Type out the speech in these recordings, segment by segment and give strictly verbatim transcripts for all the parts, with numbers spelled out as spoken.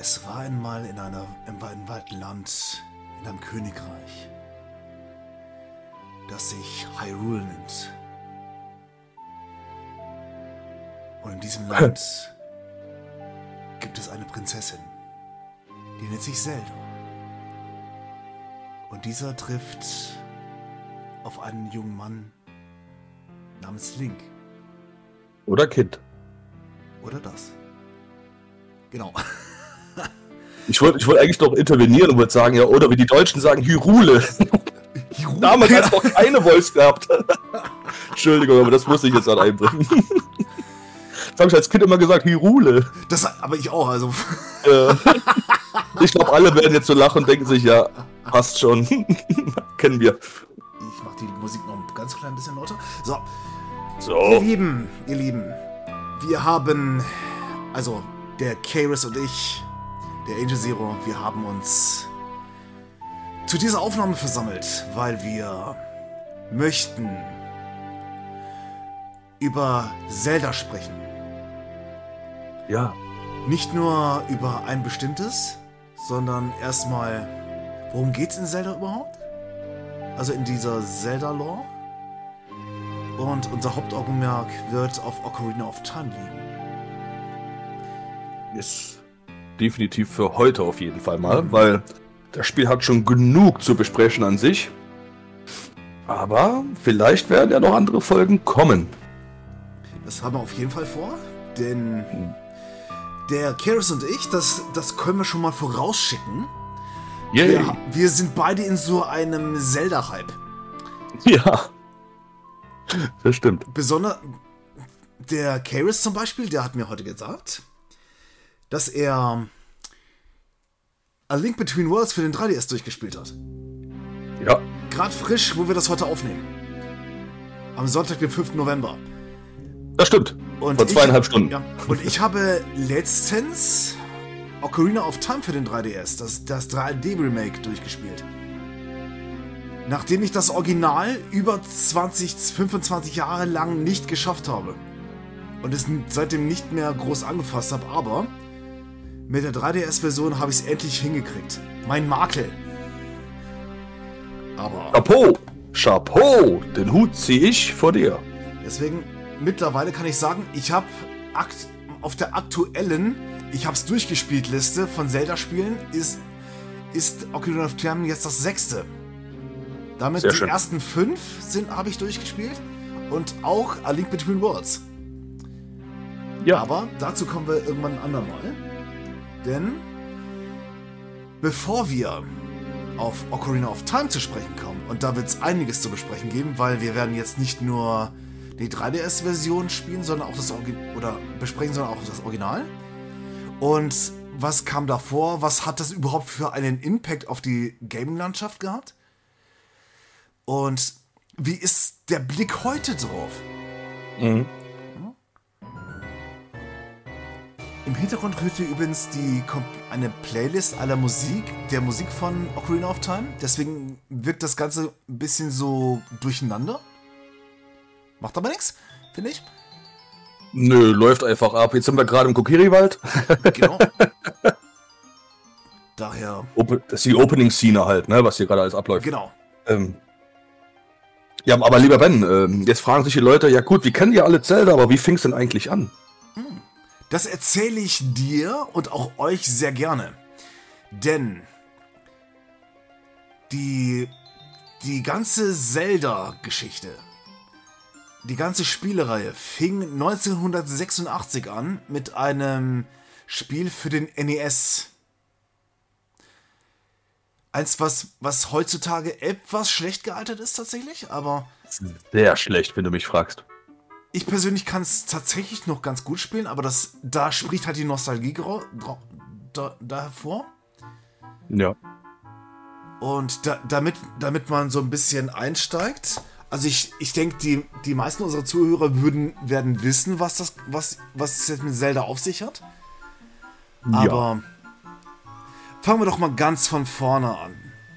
Es war einmal in einer, im weiten, weiten Land, in einem Königreich, das sich Hyrule nennt. Und in diesem Land gibt es eine Prinzessin, die nennt sich Zelda. Und dieser trifft auf einen jungen Mann namens Link. Oder Kind. Oder das. Genau. Ich wollte ich wollt eigentlich noch intervenieren und wollte sagen, ja, oder wie die Deutschen sagen, Hyrule. Hyrule. Damals hat es noch keine Voice gehabt. Entschuldigung, aber das musste ich jetzt dann einbringen. Das habe ich als Kind immer gesagt, Hyrule. Das, aber ich auch, also. Äh, ich glaube, alle werden jetzt so lachen und denken sich, ja, passt schon. Kennen wir. Ich mache die Musik noch ein ganz klein bisschen lauter. So. So. Ihr Lieben, ihr Lieben, wir haben, also der Keris und ich, der Angel Zero, wir haben uns zu dieser Aufnahme versammelt, weil wir möchten über Zelda sprechen. Ja. Nicht nur über ein bestimmtes, sondern erstmal, worum geht's in Zelda überhaupt? Also in dieser Zelda-Lore. Und unser Hauptaugenmerk wird auf Ocarina of Time liegen. Ist definitiv für heute auf jeden Fall mal, mhm. weil das Spiel hat schon genug zu besprechen an sich. Aber vielleicht werden ja noch andere Folgen kommen. Das haben wir auf jeden Fall vor, denn mhm. der Keris und ich, das, das können wir schon mal vorausschicken. Wir, wir sind beide in so einem Zelda-Hype. Ja, das stimmt. Besonders der Keris zum Beispiel, der hat mir heute gesagt, dass er A Link Between Worlds für den drei D S durchgespielt hat. Ja. Gerade frisch, wo wir das heute aufnehmen. Am Sonntag, den fünften November. Das stimmt. Und Vor zweieinhalb ich, Stunden. Ja, und ich habe letztens Ocarina of Time für den drei D S, das, das drei D Remake, durchgespielt. Nachdem ich das Original über zwanzig, fünfundzwanzig Jahre lang nicht geschafft habe. Und es seitdem nicht mehr groß angefasst habe, aber mit der drei D S-Version habe ich es endlich hingekriegt. Mein Makel. Aber... Chapeau! Chapeau! Den Hut ziehe ich vor dir. Deswegen, mittlerweile kann ich sagen, ich habe auf der aktuellen, ich habe es durchgespielt, Liste von Zelda-Spielen, ist, ist Ocarina of Time jetzt das sechste. Damit Sehr die schön. ersten fünf sind, habe ich durchgespielt. Und auch A Link Between Worlds. Ja. Aber dazu kommen wir irgendwann ein andermal. Denn bevor wir auf Ocarina of Time zu sprechen kommen, und da wird es einiges zu besprechen geben, weil wir werden jetzt nicht nur die drei D S-Version spielen, sondern auch das Original, oder besprechen, sondern auch das Original. Und was kam davor? Was hat das überhaupt für einen Impact auf die Gaming-Landschaft gehabt? Und wie ist der Blick heute drauf? Mhm. Im Hintergrund hört ihr übrigens die, eine Playlist aller Musik, der Musik von Ocarina of Time. Deswegen wirkt das Ganze ein bisschen so durcheinander. Macht aber nichts, finde ich. Nö, läuft einfach ab. Jetzt sind wir gerade im Kokiri-Wald. Genau. Daher... Das ist die Opening-Scene halt, ne, was hier gerade alles abläuft. Genau. Ähm, ja, aber lieber Ben, ähm, jetzt fragen sich die Leute, ja gut, wir kennen ja alle Zelda, aber wie fing es denn eigentlich an? Das erzähle ich dir und auch euch sehr gerne. Denn die, die ganze Zelda-Geschichte, die ganze Spielereihe fing neunzehnhundertsechsundachtzig an mit einem Spiel für den N E S. Eins, was, was heutzutage etwas schlecht gealtert ist tatsächlich, aber... Sehr schlecht, wenn du mich fragst. Ich persönlich kann es tatsächlich noch ganz gut spielen, aber das, da spricht halt die Nostalgie da, da hervor. Ja. Und da, damit, damit man so ein bisschen einsteigt, also ich, ich denke, die, die meisten unserer Zuhörer würden, werden wissen, was das, was, was es jetzt mit Zelda auf sich hat. Aber ja. Fangen wir doch mal ganz von vorne an.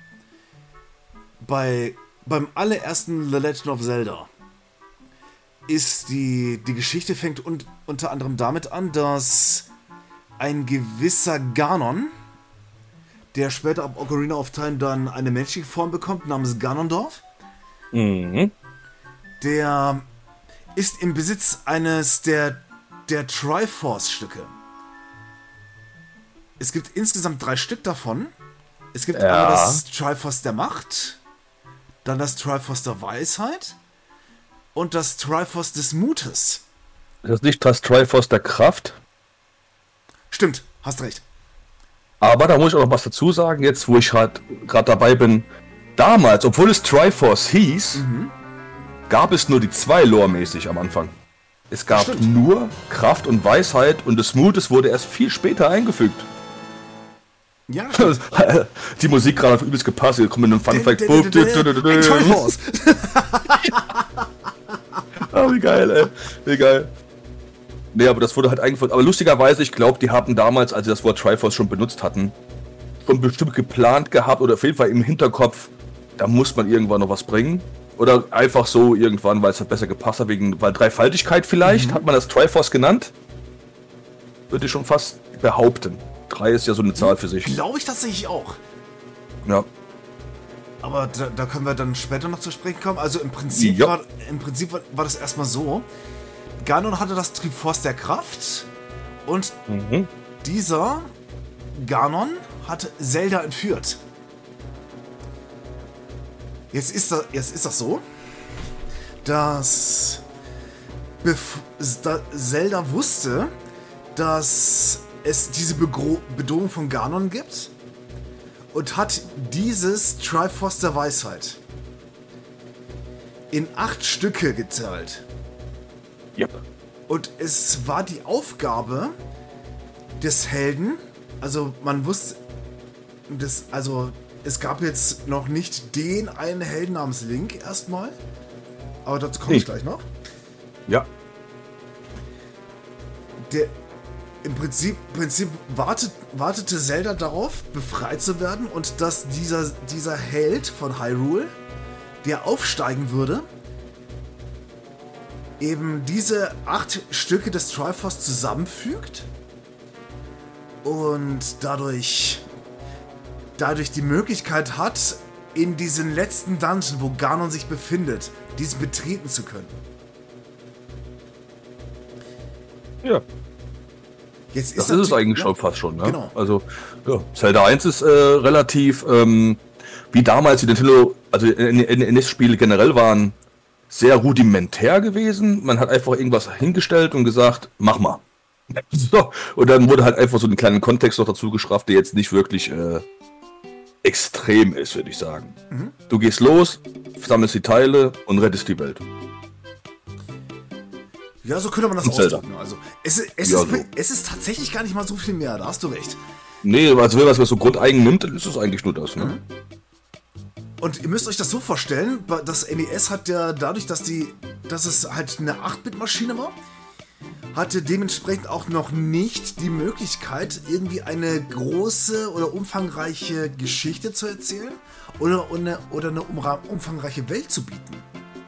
Bei, beim allerersten The Legend of Zelda ist die, die Geschichte fängt un, unter anderem damit an, dass ein gewisser Ganon, der später ab Ocarina of Time dann eine menschliche Form bekommt, namens Ganondorf. Mhm. Der ist im Besitz eines der, der Triforce-Stücke. Es gibt insgesamt drei Stück davon. Es gibt ja. einmal das Triforce der Macht, dann das Triforce der Weisheit und das Triforce des Mutes. Ist das nicht das Triforce der Kraft? Stimmt, hast recht. Aber da muss ich auch noch was dazu sagen, jetzt wo ich halt gerade dabei bin. Damals, obwohl es Triforce hieß, mhm. gab es nur die zwei Lore-mäßig am Anfang. Es gab Stimmt. nur Kraft und Weisheit und des Mutes wurde erst viel später eingefügt. Ja, die Musik gerade auf übelst gepasst, hier kommt mit einem Fun-Fact. Ah, wie geil, ey. Wie geil. Nee, aber das wurde halt eingeführt. Aber lustigerweise, ich glaube, die haben damals, als sie das Wort Triforce schon benutzt hatten, schon bestimmt geplant gehabt oder auf jeden Fall im Hinterkopf, da muss man irgendwann noch was bringen. Oder einfach so irgendwann, weil es halt besser gepasst hat, wegen, weil Dreifaltigkeit vielleicht, mhm. hat man das Triforce genannt. Würde ich schon fast behaupten. Drei ist ja so eine Zahl für sich. Glaube ich tatsächlich auch. Ja. Aber da, da können wir dann später noch zu sprechen kommen. Also im Prinzip, ja. war, im Prinzip war, war das erstmal so. Ganon hatte das Triforce der Kraft und mhm. dieser Ganon hat Zelda entführt. Jetzt ist das, jetzt ist das so, dass bef- da Zelda wusste, dass es diese Begro- Bedrohung von Ganon gibt und hat dieses Triforce der Weisheit in acht Stücke geteilt. Yep. Und es war die Aufgabe des Helden, also man wusste, das, also es gab jetzt noch nicht den einen Helden namens Link erstmal, aber dazu komme ich gleich noch. Ja. Der im Prinzip, Prinzip wartet, wartete Zelda darauf, befreit zu werden und dass dieser, dieser Held von Hyrule, der aufsteigen würde, eben diese acht Stücke des Triforce zusammenfügt und dadurch, dadurch die Möglichkeit hat, in diesen letzten Dungeon, wo Ganon sich befindet, diesen betreten zu können. Ja. Jetzt das ist ist es eigentlich ja, schon fast schon, ne? Genau. Also, ja, Zelda eins ist äh, relativ, ähm, wie damals die Nintendo, also N E S-Spiele generell waren sehr rudimentär gewesen. Man hat einfach irgendwas hingestellt und gesagt, mach mal. So. Und dann wurde halt einfach so einen kleinen Kontext noch dazu geschraubt, der jetzt nicht wirklich äh, extrem ist, würde ich sagen. Mhm. Du gehst los, sammelst die Teile und rettest die Welt. Ja, so könnte man das ausdrücken. Also, es, es, ja, ist, so. es ist tatsächlich gar nicht mal so viel mehr, da hast du recht. Nee, also wenn man es so grundeigen nimmt, dann ist es eigentlich nur das. Ne? Mhm. Und ihr müsst euch das so vorstellen, das N E S hat ja dadurch, dass, die, dass es halt eine acht-Bit-Maschine war, hatte dementsprechend auch noch nicht die Möglichkeit, irgendwie eine große oder umfangreiche Geschichte zu erzählen oder eine, oder eine umfangreiche Welt zu bieten.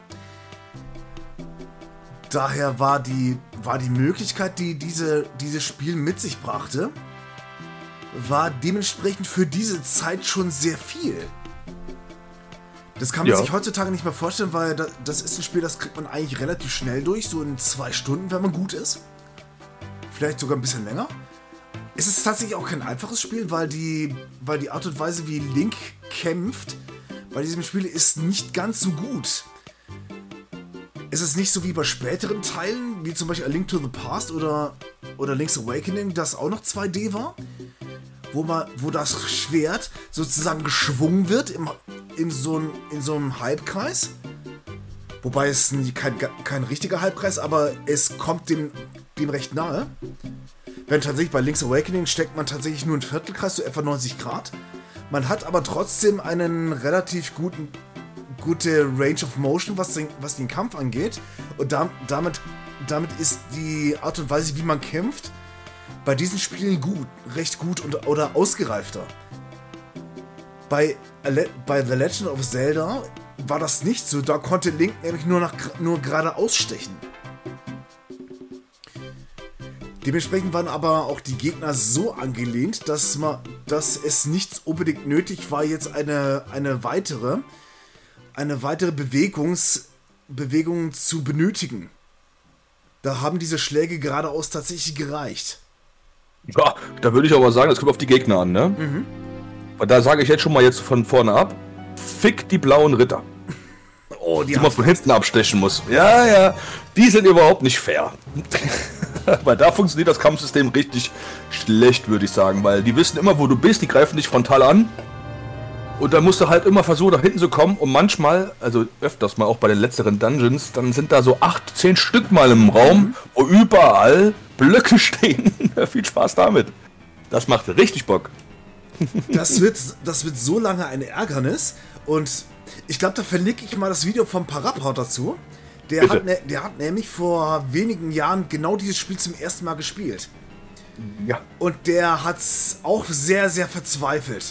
Daher war die, war die Möglichkeit, die diese, dieses Spiel mit sich brachte, war dementsprechend für diese Zeit schon sehr viel. Das kann man ja. sich heutzutage nicht mehr vorstellen, weil das, das ist ein Spiel, das kriegt man eigentlich relativ schnell durch, so in zwei Stunden, wenn man gut ist. Vielleicht sogar ein bisschen länger. Es ist tatsächlich auch kein einfaches Spiel, weil die, weil die Art und Weise, wie Link kämpft, bei diesem Spiel ist nicht ganz so gut. Es ist nicht so wie bei späteren Teilen, wie zum Beispiel A Link to the Past oder, oder Link's Awakening, das auch noch zwei D war, wo, man, wo das Schwert sozusagen geschwungen wird im, in, so ein, in so einem Halbkreis. Wobei es kein, kein richtiger Halbkreis, aber es kommt dem, dem recht nahe. Wenn tatsächlich bei Link's Awakening steckt man tatsächlich nur einen Viertelkreis, so etwa neunzig Grad. Man hat aber trotzdem einen relativ guten gute Range of Motion, was den, was den Kampf angeht. Und da, damit, damit ist die Art und Weise, wie man kämpft, bei diesen Spielen gut, recht gut und, oder ausgereifter. Bei, bei The Legend of Zelda war das nicht so. Da konnte Link nämlich nur, nach, nur geradeaus stechen. Dementsprechend waren aber auch die Gegner so angelehnt, dass, man, dass es nicht unbedingt nötig war, jetzt eine, eine weitere, eine weitere Bewegungs, Bewegung zu benötigen. Da haben diese Schläge geradeaus tatsächlich gereicht. Ja, da würde ich aber sagen, das kommt auf die Gegner an, ne? Mhm. Weil da sage ich jetzt schon mal jetzt von vorne ab, fick die blauen Ritter. Oh, die, die man von hinten abstechen muss. Ja, ja, die sind überhaupt nicht fair. Weil da funktioniert das Kampfsystem richtig schlecht, würde ich sagen. Weil die wissen immer, wo du bist, die greifen dich frontal an. Und dann musst du halt immer versuchen, nach hinten zu kommen. Und manchmal, also öfters mal auch bei den letzteren Dungeons, dann sind da so acht, zehn Stück mal im Raum, mhm. wo überall Blöcke stehen. Viel Spaß damit. Das macht richtig Bock. Das wird, das wird so lange ein Ärgernis. Und ich glaube, da verlinke ich mal das Video vom Parappa dazu. Der hat, ne, der hat nämlich vor wenigen Jahren genau dieses Spiel zum ersten Mal gespielt. Ja. Und der hat's auch sehr, sehr verzweifelt.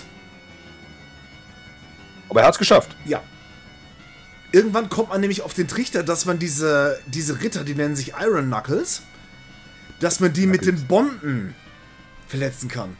Aber er hat's geschafft. Ja. Irgendwann kommt man nämlich auf den Trichter, dass man diese, diese Ritter, die nennen sich Iron Knuckles, dass man die ja, mit den Bomben verletzen kann.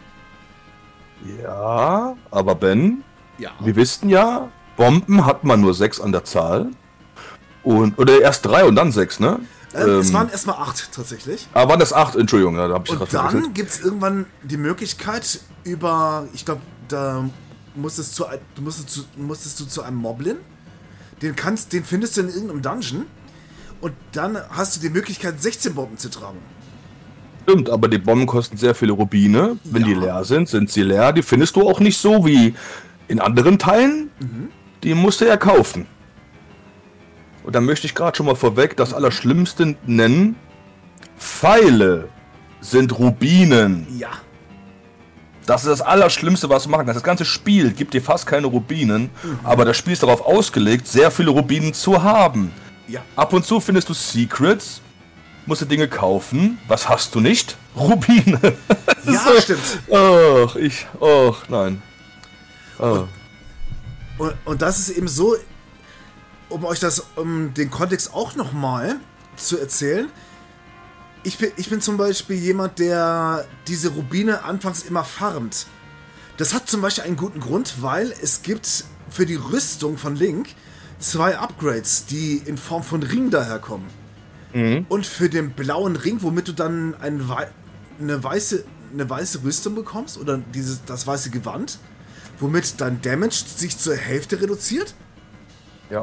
Ja, aber Ben, ja. wir wissen ja, Bomben hat man nur sechs an der Zahl. Und, oder erst drei und dann sechs, ne? Ähm, ähm, es waren erstmal acht tatsächlich. Ah, waren das acht? Entschuldigung, da habe ich Und dann gibt es irgendwann die Möglichkeit über, ich glaube, da musstest, zu, du musstest, zu, musstest du zu einem Moblin. Den, kannst, den findest du in irgendeinem Dungeon. Und dann hast du die Möglichkeit, sechzehn Bomben zu tragen. Stimmt, aber die Bomben kosten sehr viele Rubine. Wenn ja. die leer sind, sind sie leer. Die findest du auch nicht so wie in anderen Teilen. Mhm. Die musst du ja kaufen. Und dann möchte ich gerade schon mal vorweg das Allerschlimmste nennen. Pfeile sind Rubinen. Ja. Das ist das Allerschlimmste, was du machen kannst. Das ganze Spiel gibt dir fast keine Rubinen, mhm. aber das Spiel ist darauf ausgelegt, sehr viele Rubinen zu haben. Ja. Ab und zu findest du Secrets, musst du Dinge kaufen. Was hast du nicht? Rubine. Ja, so. Stimmt. Ach, ich, ach, nein. Oh. Und, und, und das ist eben so, um euch das, um den Kontext auch nochmal zu erzählen. Ich bin, ich bin zum Beispiel jemand, der diese Rubine anfangs immer farmt. Das hat zum Beispiel einen guten Grund, weil es gibt für die Rüstung von Link zwei Upgrades, die in Form von Ring daherkommen. Mhm. Und für den blauen Ring, womit du dann ein, eine, weiße, eine weiße Rüstung bekommst, oder dieses, das weiße Gewand, womit dein Damage sich zur Hälfte reduziert. Ja.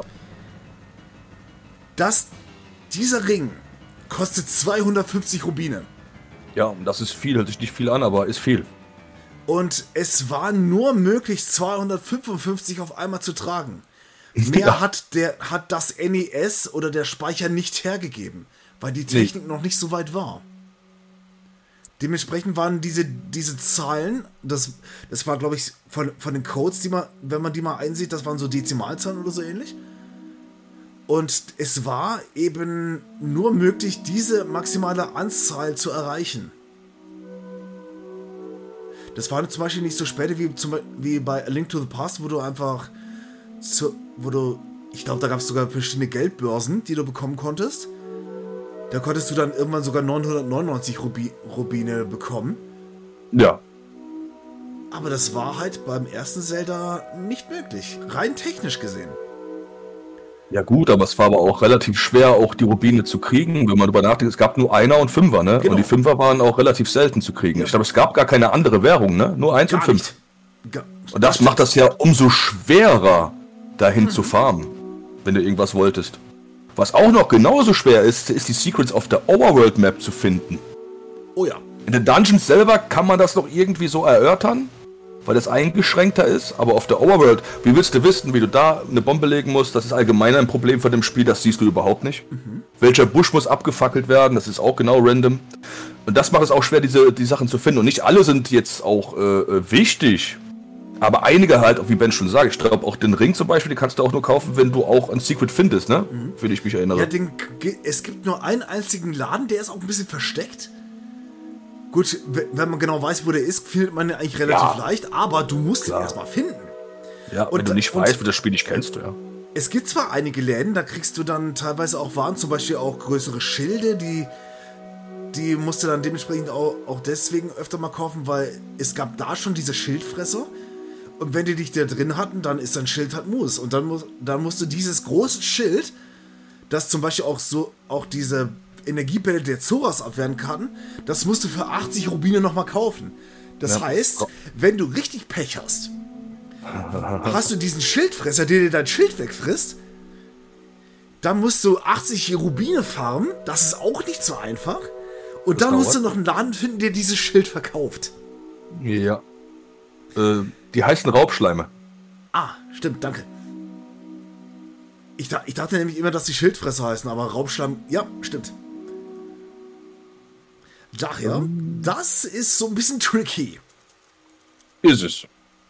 Das, dieser Ring kostet zweihundertfünfzig Rubine. Ja, das ist viel, hört sich nicht viel an, aber ist viel. Und es war nur möglich, zweihundertfünfundfünfzig auf einmal zu tragen. Mehr ja. hat, der, hat das N E S oder der Speicher nicht hergegeben, weil die Technik nee. noch nicht so weit war. Dementsprechend waren diese, diese Zahlen, das, das war, glaube ich, von, von den Codes, die man, wenn man die mal einsieht, das waren so Dezimalzahlen oder so ähnlich. Und es war eben nur möglich, diese maximale Anzahl zu erreichen. Das war zum Beispiel nicht so später wie, zum, wie bei A Link to the Past, wo du einfach, zu, wo du, ich glaube, da gab es sogar verschiedene Geldbörsen, die du bekommen konntest. Da konntest du dann irgendwann sogar neunhundertneunundneunzig Rubi, Rubine bekommen. Ja. Aber das war halt beim ersten Zelda nicht möglich, rein technisch gesehen. Ja gut, aber es war aber auch relativ schwer, auch die Rubine zu kriegen, wenn man darüber nachdenkt. Es gab nur Einer und Fünfer, ne? Genau. Und die Fünfer waren auch relativ selten zu kriegen. Ja. Ich glaube, es gab gar keine andere Währung, ne? Nur Eins gar und Fünf. Gar, und das, das macht das ja umso schwerer, dahin mhm. zu farmen, wenn du irgendwas wolltest. Was auch noch genauso schwer ist, ist die Secrets auf der Overworld Map zu finden. Oh ja. In den Dungeons selber kann man das noch irgendwie so erörtern, weil das eingeschränkter ist, aber auf der Overworld, wie willst du wissen, wie du da eine Bombe legen musst? Das ist allgemein ein Problem von dem Spiel, das siehst du überhaupt nicht. Mhm. Welcher Busch muss abgefackelt werden, das ist auch genau random. Und das macht es auch schwer, diese die Sachen zu finden. Und nicht alle sind jetzt auch äh, wichtig, aber einige halt, wie Ben schon sagt, ich glaube auch den Ring zum Beispiel, den kannst du auch nur kaufen, wenn du auch ein Secret findest, ne? Mhm. Für ich mich erinnere. Ja, den, es gibt nur einen einzigen Laden, der ist auch ein bisschen versteckt. Gut, wenn man genau weiß, wo der ist, findet man den eigentlich relativ ja. leicht, aber du musst Klar. ihn erstmal finden. Ja, und wenn du nicht weißt, wie das Spiel nicht kennst, ja. Es gibt zwar einige Läden, da kriegst du dann teilweise auch Waren, zum Beispiel auch größere Schilde, die die musste dann dementsprechend auch, auch deswegen öfter mal kaufen, weil es gab da schon diese Schildfresser. Und wenn die dich da drin hatten, dann ist dein Schild halt Mus. Und dann, muss, dann musst du dieses große Schild, das zum Beispiel auch so auch diese Energiebälle der Zoras abwehren kann, das musst du für achtzig Rubine nochmal kaufen. Das ja. heißt, wenn du richtig Pech hast, hast du diesen Schildfresser, der dir dein Schild wegfrisst, dann musst du achtzig Rubine farmen, das ist auch nicht so einfach. Und das dann musst du noch einen Laden finden, der dieses Schild verkauft. Ja. Äh, die heißen Raubschleime. Ah, stimmt, danke. Ich, ich dachte nämlich immer, dass die Schildfresser heißen, aber Raubschleim, ja, stimmt. Daher, um. das ist so ein bisschen tricky. Ist es.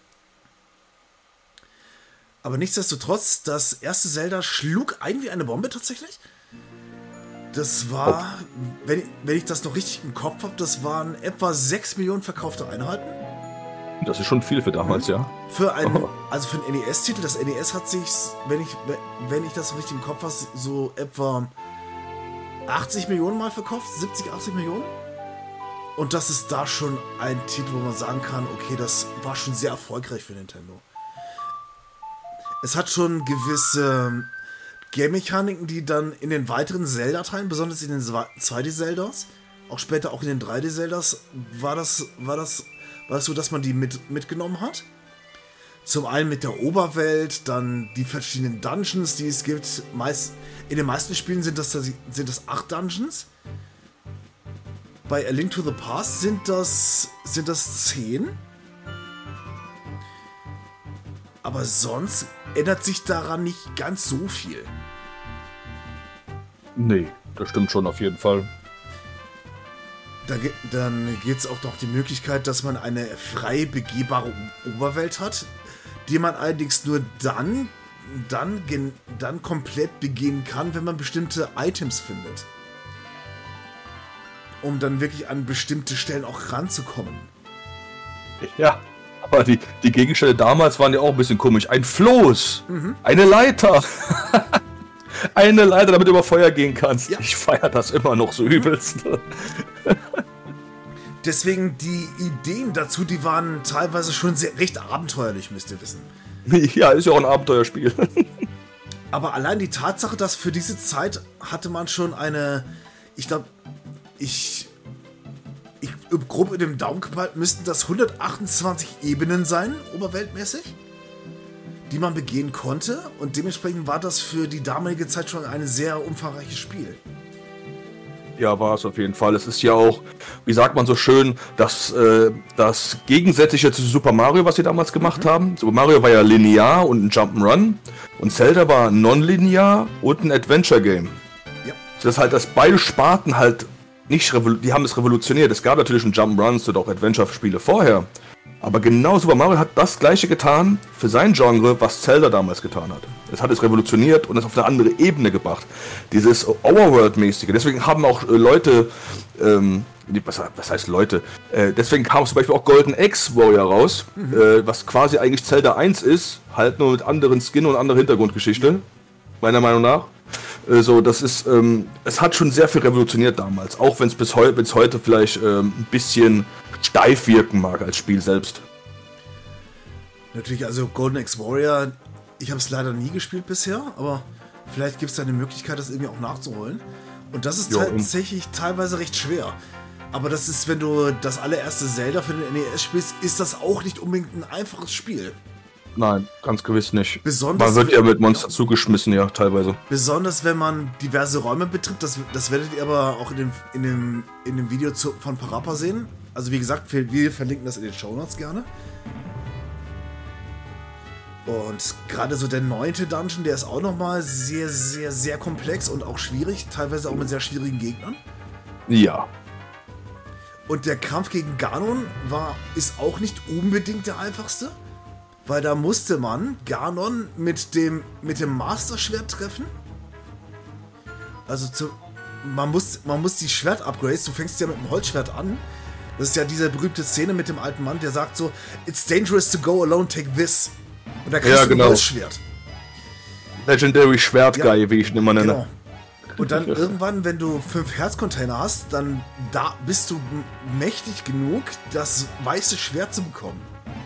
Aber nichtsdestotrotz, das erste Zelda schlug ein wie eine Bombe tatsächlich. Das war, oh. wenn, ich, wenn ich das noch richtig im Kopf habe, das waren etwa sechs Millionen verkaufte Einheiten. Das ist schon viel für damals, ja. Für einen, oh. also für einen N E S-Titel. Das N E S hat sich, wenn ich, wenn ich das richtig im Kopf habe, so etwa achtzig Millionen Mal verkauft, siebzig, achtzig Millionen. Und das ist da schon ein Titel, wo man sagen kann, okay, das war schon sehr erfolgreich für Nintendo. Es hat schon gewisse Game-Mechaniken, die dann in den weiteren Zelda-Teilen, besonders in den zwei D-Zeldas, auch später auch in den drei D-Zeldas, war das, war das, war das so, dass man die mit, mitgenommen hat. Zum einen mit der Oberwelt, dann die verschiedenen Dungeons, die es gibt. Meist, in den meisten Spielen sind das, sind das acht Dungeons. Bei A Link to the Past sind das, sind das zehn. Aber sonst ändert sich daran nicht ganz so viel. Nee, das stimmt schon auf jeden Fall. Da, dann gibt es auch noch die Möglichkeit, dass man eine frei begehbare Oberwelt hat, die man allerdings nur dann, dann, dann komplett begehen kann, wenn man bestimmte Items findet. Um dann wirklich an bestimmte Stellen auch ranzukommen. Ja, aber die, die Gegenstände damals waren ja auch ein bisschen komisch. Ein Floß, mhm. eine Leiter, eine Leiter, damit du über Feuer gehen kannst. Ja. Ich feiere das immer noch so übelst. Deswegen die Ideen dazu, die waren teilweise schon sehr, recht abenteuerlich, müsst ihr wissen. Ja, ist ja auch ein Abenteuerspiel. Aber allein die Tatsache, dass für diese Zeit hatte man schon eine, ich glaube, ich, ich grob mit dem Daumen gepeilt, müssten das hundertachtundzwanzig Ebenen sein, oberweltmäßig, die man begehen konnte. Und dementsprechend war das für die damalige Zeit schon ein sehr umfangreiches Spiel. Ja, war es auf jeden Fall. Es ist ja auch, wie sagt man so schön, das, äh, das Gegensätzliche zu Super Mario, was sie damals gemacht mhm. haben. Super Mario war ja linear und ein Jump'n'Run. Und Zelda war non-linear und ein Adventure-Game. Ja. Das ist halt, dass beide Sparten halt nicht, die haben es revolutioniert. Es gab natürlich schon Jump'n'Runs und auch Adventure-Spiele vorher. Aber genau Super Mario hat das Gleiche getan für sein Genre, was Zelda damals getan hat. Es hat es revolutioniert und es auf eine andere Ebene gebracht. Dieses Overworld-mäßige. Deswegen haben auch äh, Leute, ähm, was, was heißt Leute? Äh, deswegen kam zum Beispiel auch Golden Axe Warrior raus, mhm. äh, was quasi eigentlich Zelda eins ist, halt nur mit anderen Skin und anderer Hintergrundgeschichte, meiner Meinung nach. Äh, so, das ist, ähm, es hat schon sehr viel revolutioniert damals, auch wenn es bis, heu bis heute vielleicht ähm, ein bisschen steif wirken mag als Spiel selbst. Natürlich, also Golden Axe Warrior, ich habe es leider nie gespielt bisher, aber vielleicht gibt es da eine Möglichkeit, das irgendwie auch nachzuholen. Und das ist jo, tatsächlich teilweise recht schwer. Aber das ist, wenn du das allererste Zelda für den N E S spielst, ist das auch nicht unbedingt ein einfaches Spiel. Nein, ganz gewiss nicht. Besonders man wird ja mit Monster zugeschmissen, ja, teilweise. Besonders wenn man diverse Räume betritt, das, das werdet ihr aber auch in dem, in dem, in dem Video zu, von Parappa sehen. Also wie gesagt, wir, wir verlinken das in den Shownotes gerne. Und gerade so der neunte Dungeon, der ist auch nochmal sehr, sehr, sehr komplex und auch schwierig, teilweise auch mit sehr schwierigen Gegnern. Ja. Und der Kampf gegen Ganon war, ist auch nicht unbedingt der einfachste, weil da musste man Ganon mit dem, mit dem Master-Schwert treffen. Also zu, man, muss, man muss die Schwert-Upgrades, du fängst ja mit dem Holzschwert an. Das ist ja diese berühmte Szene mit dem alten Mann, der sagt so, "It's dangerous to go alone, take this." Und da kriegst ja, du genau. ein Holzschwert. Legendary Schwertguy, ja, wie ich ihn immer nenne. Genau. Und dann irgendwann, wenn du fünf Herzcontainer hast, dann da bist du m- mächtig genug, das weiße Schwert zu bekommen.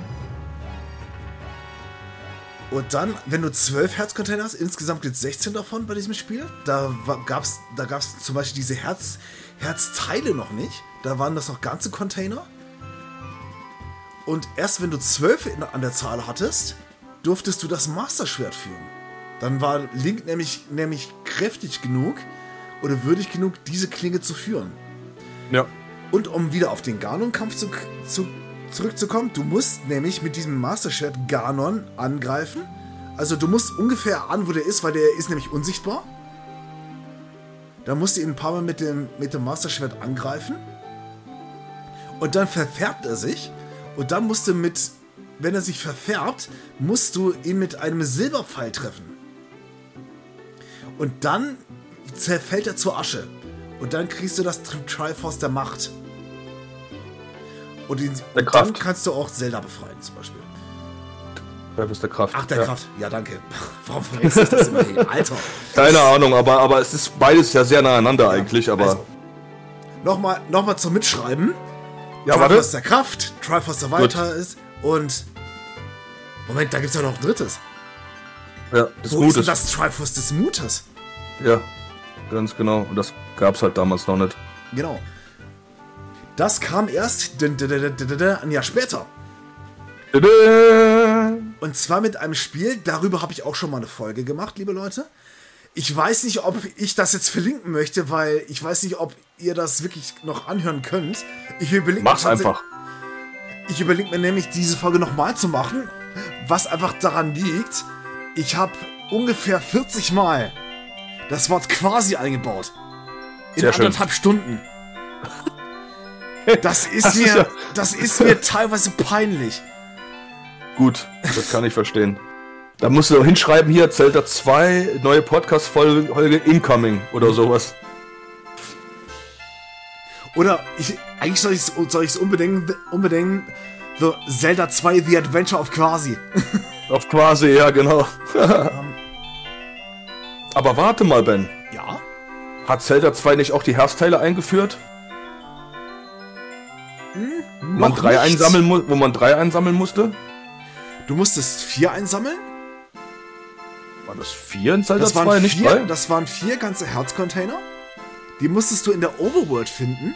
Und dann, wenn du zwölf Herzcontainer hast, insgesamt gibt es sechzehn davon bei diesem Spiel. Da gab es da gab's zum Beispiel diese Herz, Herzteile noch nicht. Da waren das noch ganze Container. Und erst wenn du zwölf in, an der Zahl hattest, durftest du das Master-Schwert führen. Dann war Link nämlich, nämlich kräftig genug oder würdig genug, diese Klinge zu führen. Ja. Und um wieder auf den Ganon-Kampf zu, zu, zurückzukommen, du musst nämlich mit diesem Master-Schwert Ganon angreifen. Also du musst ungefähr an, wo der ist, weil der ist nämlich unsichtbar. Da musst du ihn ein paar Mal mit dem, mit dem Master-Schwert angreifen. Und dann verfärbt er sich. Und dann musst du mit, wenn er sich verfärbt, musst du ihn mit einem Silberpfeil treffen. Und dann zerfällt er zur Asche. Und dann kriegst du das Tri- Triforce der Macht. Und, ihn, Der und dann Kraft. kannst du auch Zelda befreien, zum Beispiel. Triforce der Kraft. Ach, der ja. Kraft. Ja, danke. Warum verwechsel ich das immer hier? Alter. Keine Ahnung, aber, aber es ist beides ja sehr nah aneinander eigentlich, aber... Also, nochmal noch mal zum Mitschreiben. ja, Triforce warte. der Kraft, Triforce der Weiter ist und... Moment, da gibt's ja noch ein drittes. Ja, das Wo ist denn Gute. das Triforce des Mutes? Ja, ganz genau. Und das gab's halt damals noch nicht. Genau. Das kam erst d- d- d- d- d- ein Jahr später. Tada! Und zwar mit einem Spiel, darüber habe ich auch schon mal eine Folge gemacht, liebe Leute. Ich weiß nicht, ob ich das jetzt verlinken möchte, weil ich weiß nicht, ob ihr das wirklich noch anhören könnt. Ich überlege Mach's mir tats- einfach. Ich überlege mir nämlich, diese Folge nochmal zu machen, was einfach daran liegt, ich habe ungefähr vierzig Mal das Wort quasi eingebaut. In Sehr schön. anderthalb Stunden. Das ist Das ist mir, ja- das ist mir teilweise peinlich. Gut, das kann ich verstehen. Da musst du doch hinschreiben, hier, Zelda zwei, neue Podcast-Folge Folge incoming oder sowas. Oder ich, eigentlich soll ich es soll ich's unbedingt, unbedingt The Zelda zwei The Adventure of Quasi. Auf quasi, ja, genau. Aber warte mal, Ben. Ja? Hat Zelda zwei nicht auch die Herzteile eingeführt? Man Noch drei nicht. einsammeln mu- wo man drei einsammeln musste? Du musstest vier einsammeln. War das vier in Zelda Das zwei, waren, nicht vier, drei? das waren vier ganze Herzcontainer. Die musstest du in der Overworld finden.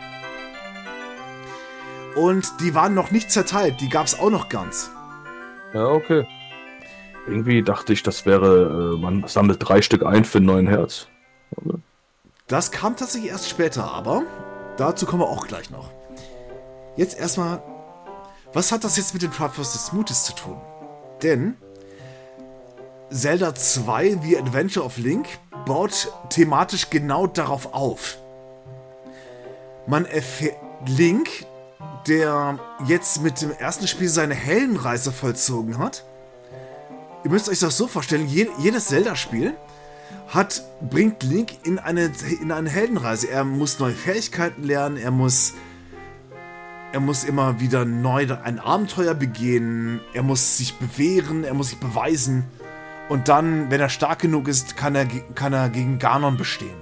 Und die waren noch nicht zerteilt. Die gab es auch noch ganz. Ja, okay. Irgendwie dachte ich, das wäre, äh, man sammelt drei Stück ein für einen neuen Herz. Aber Das kam tatsächlich erst später, aber dazu kommen wir auch gleich noch. Jetzt erstmal, was hat das jetzt mit dem Triforce des Mutes zu tun? Denn Zelda zwei The Adventure of Link baut thematisch genau darauf auf. Man erfährt Link, der jetzt mit dem ersten Spiel seine Heldenreise vollzogen hat. Ihr müsst euch das so vorstellen, je, jedes Zelda-Spiel hat, bringt Link in eine, in eine Heldenreise. Er muss neue Fähigkeiten lernen, er muss, er muss immer wieder neu ein Abenteuer begehen, er muss sich bewähren, er muss sich beweisen. Und dann, wenn er stark genug ist, kann er, kann er gegen Ganon bestehen.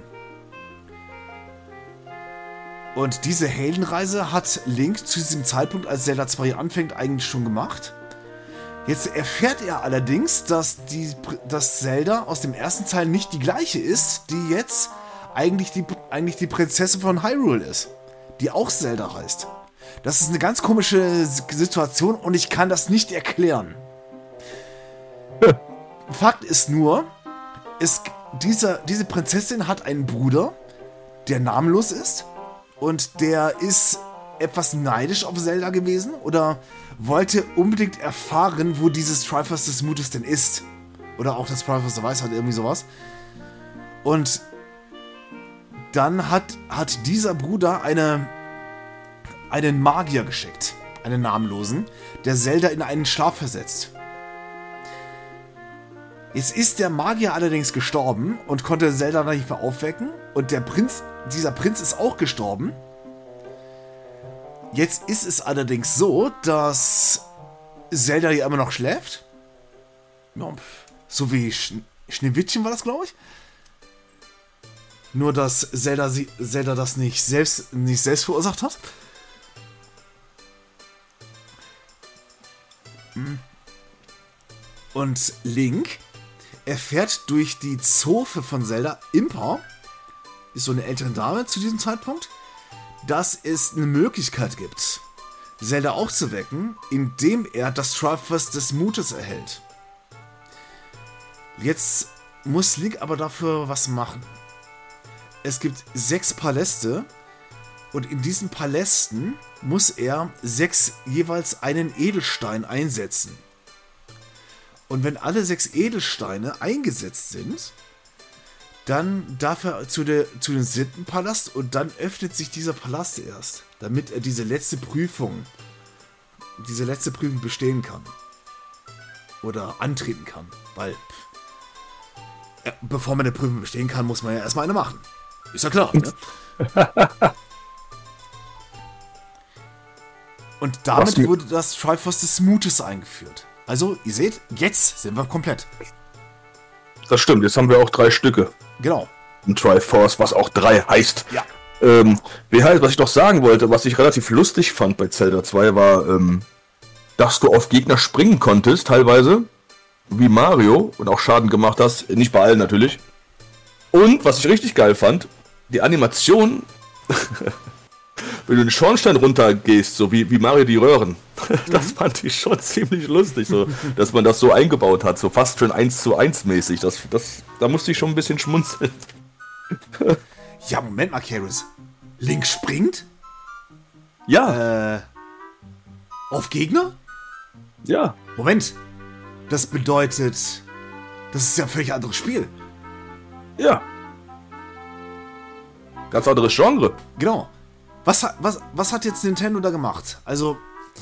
Und diese Heldenreise hat Link zu diesem Zeitpunkt, als Zelda zwei anfängt, eigentlich schon gemacht. Jetzt erfährt er allerdings, dass, die, dass Zelda aus dem ersten Teil nicht die gleiche ist, die jetzt eigentlich die, eigentlich die Prinzessin von Hyrule ist. Die auch Zelda heißt. Das ist eine ganz komische Situation und ich kann das nicht erklären. Fakt ist nur, es, diese, diese Prinzessin hat einen Bruder, der namenlos ist. Und der ist etwas neidisch auf Zelda gewesen oder wollte unbedingt erfahren, wo dieses Triforce des Mutes denn ist. Oder auch das Triforce der Weisheit, irgendwie sowas. Und dann hat, hat dieser Bruder eine, einen Magier geschickt, einen namenlosen, der Zelda in einen Schlaf versetzt. Jetzt ist der Magier allerdings gestorben und konnte Zelda nicht mehr aufwecken. Und der Prinz, dieser Prinz ist auch gestorben. Jetzt ist es allerdings so, dass Zelda ja immer noch schläft. Ja, so wie Sch- Schneewittchen war das, glaube ich. Nur, dass Zelda, sie, Zelda das nicht selbst, nicht selbst verursacht hat. Und Link erfährt durch die Zofe von Zelda, Impa, ist so eine ältere Dame zu diesem Zeitpunkt, dass es eine Möglichkeit gibt, Zelda aufzuwecken, indem er das Triforce des Mutes erhält. Jetzt muss Link aber dafür was machen. Es gibt sechs Paläste und in diesen Palästen muss er sechs jeweils einen Edelstein einsetzen. Und wenn alle sechs Edelsteine eingesetzt sind, dann darf er zu, der, zu dem siebten Palast und dann öffnet sich dieser Palast erst, damit er diese letzte Prüfung, diese letzte Prüfung bestehen kann. Oder antreten kann, weil ja, bevor man eine Prüfung bestehen kann, muss man ja erstmal eine machen. Ist ja klar, ne? Und damit wurde das Triforce des Mutes eingeführt. Also, ihr seht, jetzt sind wir komplett. Das stimmt, jetzt haben wir auch drei Stücke. Genau. Ein Triforce, was auch drei heißt. Ja. Ähm, wie heißt, was ich noch sagen wollte, was ich relativ lustig fand bei Zelda zwei, war, ähm, dass du auf Gegner springen konntest, teilweise, wie Mario, und auch Schaden gemacht hast. Nicht bei allen natürlich. Und, was ich richtig geil fand, die Animation, wenn du den Schornstein runtergehst, so wie, wie Mario die Röhren, das fand ich schon ziemlich lustig, so, dass man das so eingebaut hat, so fast schon eins zu eins mäßig. Das, das, da musste ich schon ein bisschen schmunzeln. Ja, Moment mal, Keris. Link springt? Ja. Äh, auf Gegner? Ja. Moment. Das bedeutet, das ist ja ein völlig anderes Spiel. Ja. Ganz anderes Genre. Genau. Was, was, was hat jetzt Nintendo da gemacht? Also,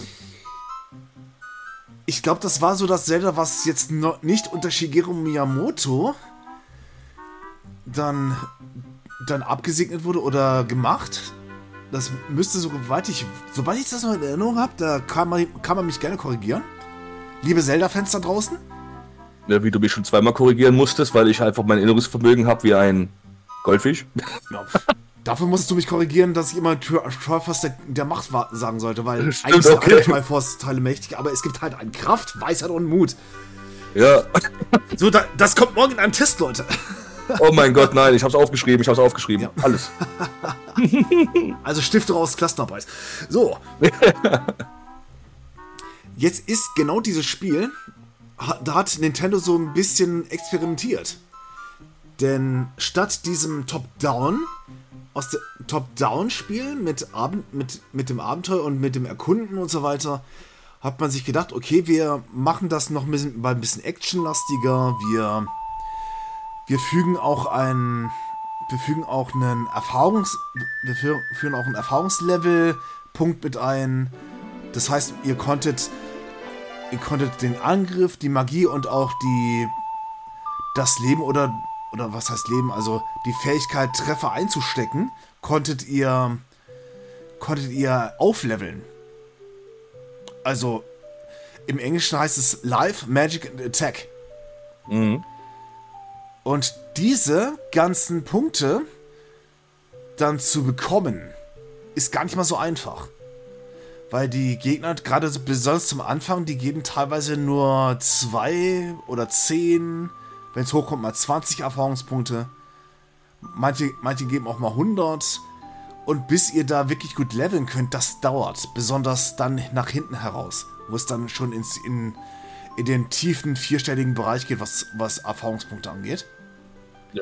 ich glaube, das war so das Zelda, was jetzt noch nicht unter Shigeru Miyamoto dann, dann abgesegnet wurde oder gemacht. Das müsste, soweit ich, sobald ich das noch in Erinnerung habe, da kann man, kann man mich gerne korrigieren. Liebe Zelda-Fans da draußen. Ja, wie du mich schon zweimal korrigieren musstest, weil ich einfach mein Erinnerungsvermögen habe wie ein Goldfisch. Ja. Dafür musstest du mich korrigieren, dass ich immer Triforce der, der Macht sagen sollte, weil Stimmt, eigentlich sind okay. alle Triforce-Teile mächtig, aber es gibt halt einen Kraft, Weisheit und Mut. Ja. So, da, das kommt morgen in einem Test, Leute. Oh mein Gott, nein, ich hab's aufgeschrieben, ich hab's aufgeschrieben. Ja. Alles. Also Stifte raus, Klassenarbeit. So. Jetzt ist genau dieses Spiel, da hat Nintendo so ein bisschen experimentiert. Denn statt diesem Top-Down, aus dem Top-Down-Spiel mit, Abend, mit, mit dem Abenteuer und mit dem Erkunden und so weiter, hat man sich gedacht, okay, wir machen das noch ein bisschen, ein bisschen actionlastiger, wir, wir fügen auch ein, wir fügen auch einen Erfahrungs, wir führen auch einen Erfahrungslevel-Punkt mit ein. Das heißt, ihr konntet, ihr konntet den Angriff, die Magie und auch die, das Leben oder oder was heißt Leben, also die Fähigkeit, Treffer einzustecken, konntet ihr, konntet ihr aufleveln. Also, im Englischen heißt es Life, Magic and Attack. Mhm. Und diese ganzen Punkte dann zu bekommen, ist gar nicht mal so einfach. Weil die Gegner, gerade besonders zum Anfang, die geben teilweise nur zwei oder zehn, wenn es hochkommt, mal zwanzig Erfahrungspunkte. Manche, manche geben auch mal hundert. Und bis ihr da wirklich gut leveln könnt, das dauert. Besonders dann nach hinten heraus. Wo es dann schon ins, in, in den tiefen vierstelligen Bereich geht, was, was Erfahrungspunkte angeht. Ja.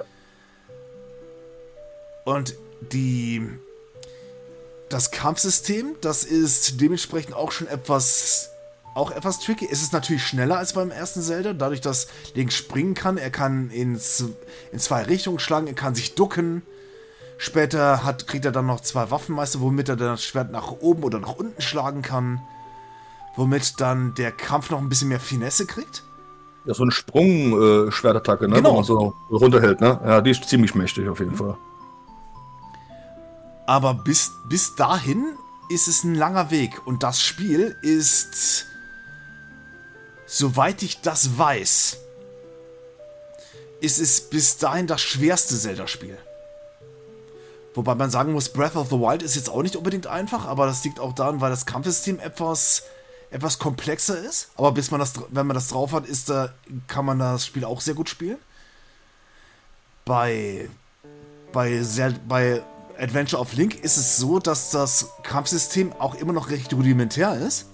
Und die... Das Kampfsystem, das ist dementsprechend auch schon etwas... Auch etwas tricky. Es ist natürlich schneller als beim ersten Zelda, dadurch, dass Link springen kann. Er kann ins, in zwei Richtungen schlagen, er kann sich ducken. Später hat, kriegt er dann noch zwei Waffenmeister, womit er dann das Schwert nach oben oder nach unten schlagen kann. Womit dann der Kampf noch ein bisschen mehr Finesse kriegt. Ja, so eine Sprung-Schwertattacke, ne? Genau. Wo man so runterhält, ne? Ja, die ist ziemlich mächtig auf jeden Fall. Aber bis, bis dahin ist es ein langer Weg. Und das Spiel ist... Soweit ich das weiß, ist es bis dahin das schwerste Zelda-Spiel. Wobei man sagen muss, Breath of the Wild ist jetzt auch nicht unbedingt einfach, aber das liegt auch daran, weil das Kampfsystem etwas, etwas komplexer ist. Aber bis man das, wenn man das drauf hat, ist da, kann man das Spiel auch sehr gut spielen. Bei, bei, bei Adventure of Link ist es so, dass das Kampfsystem auch immer noch recht rudimentär ist.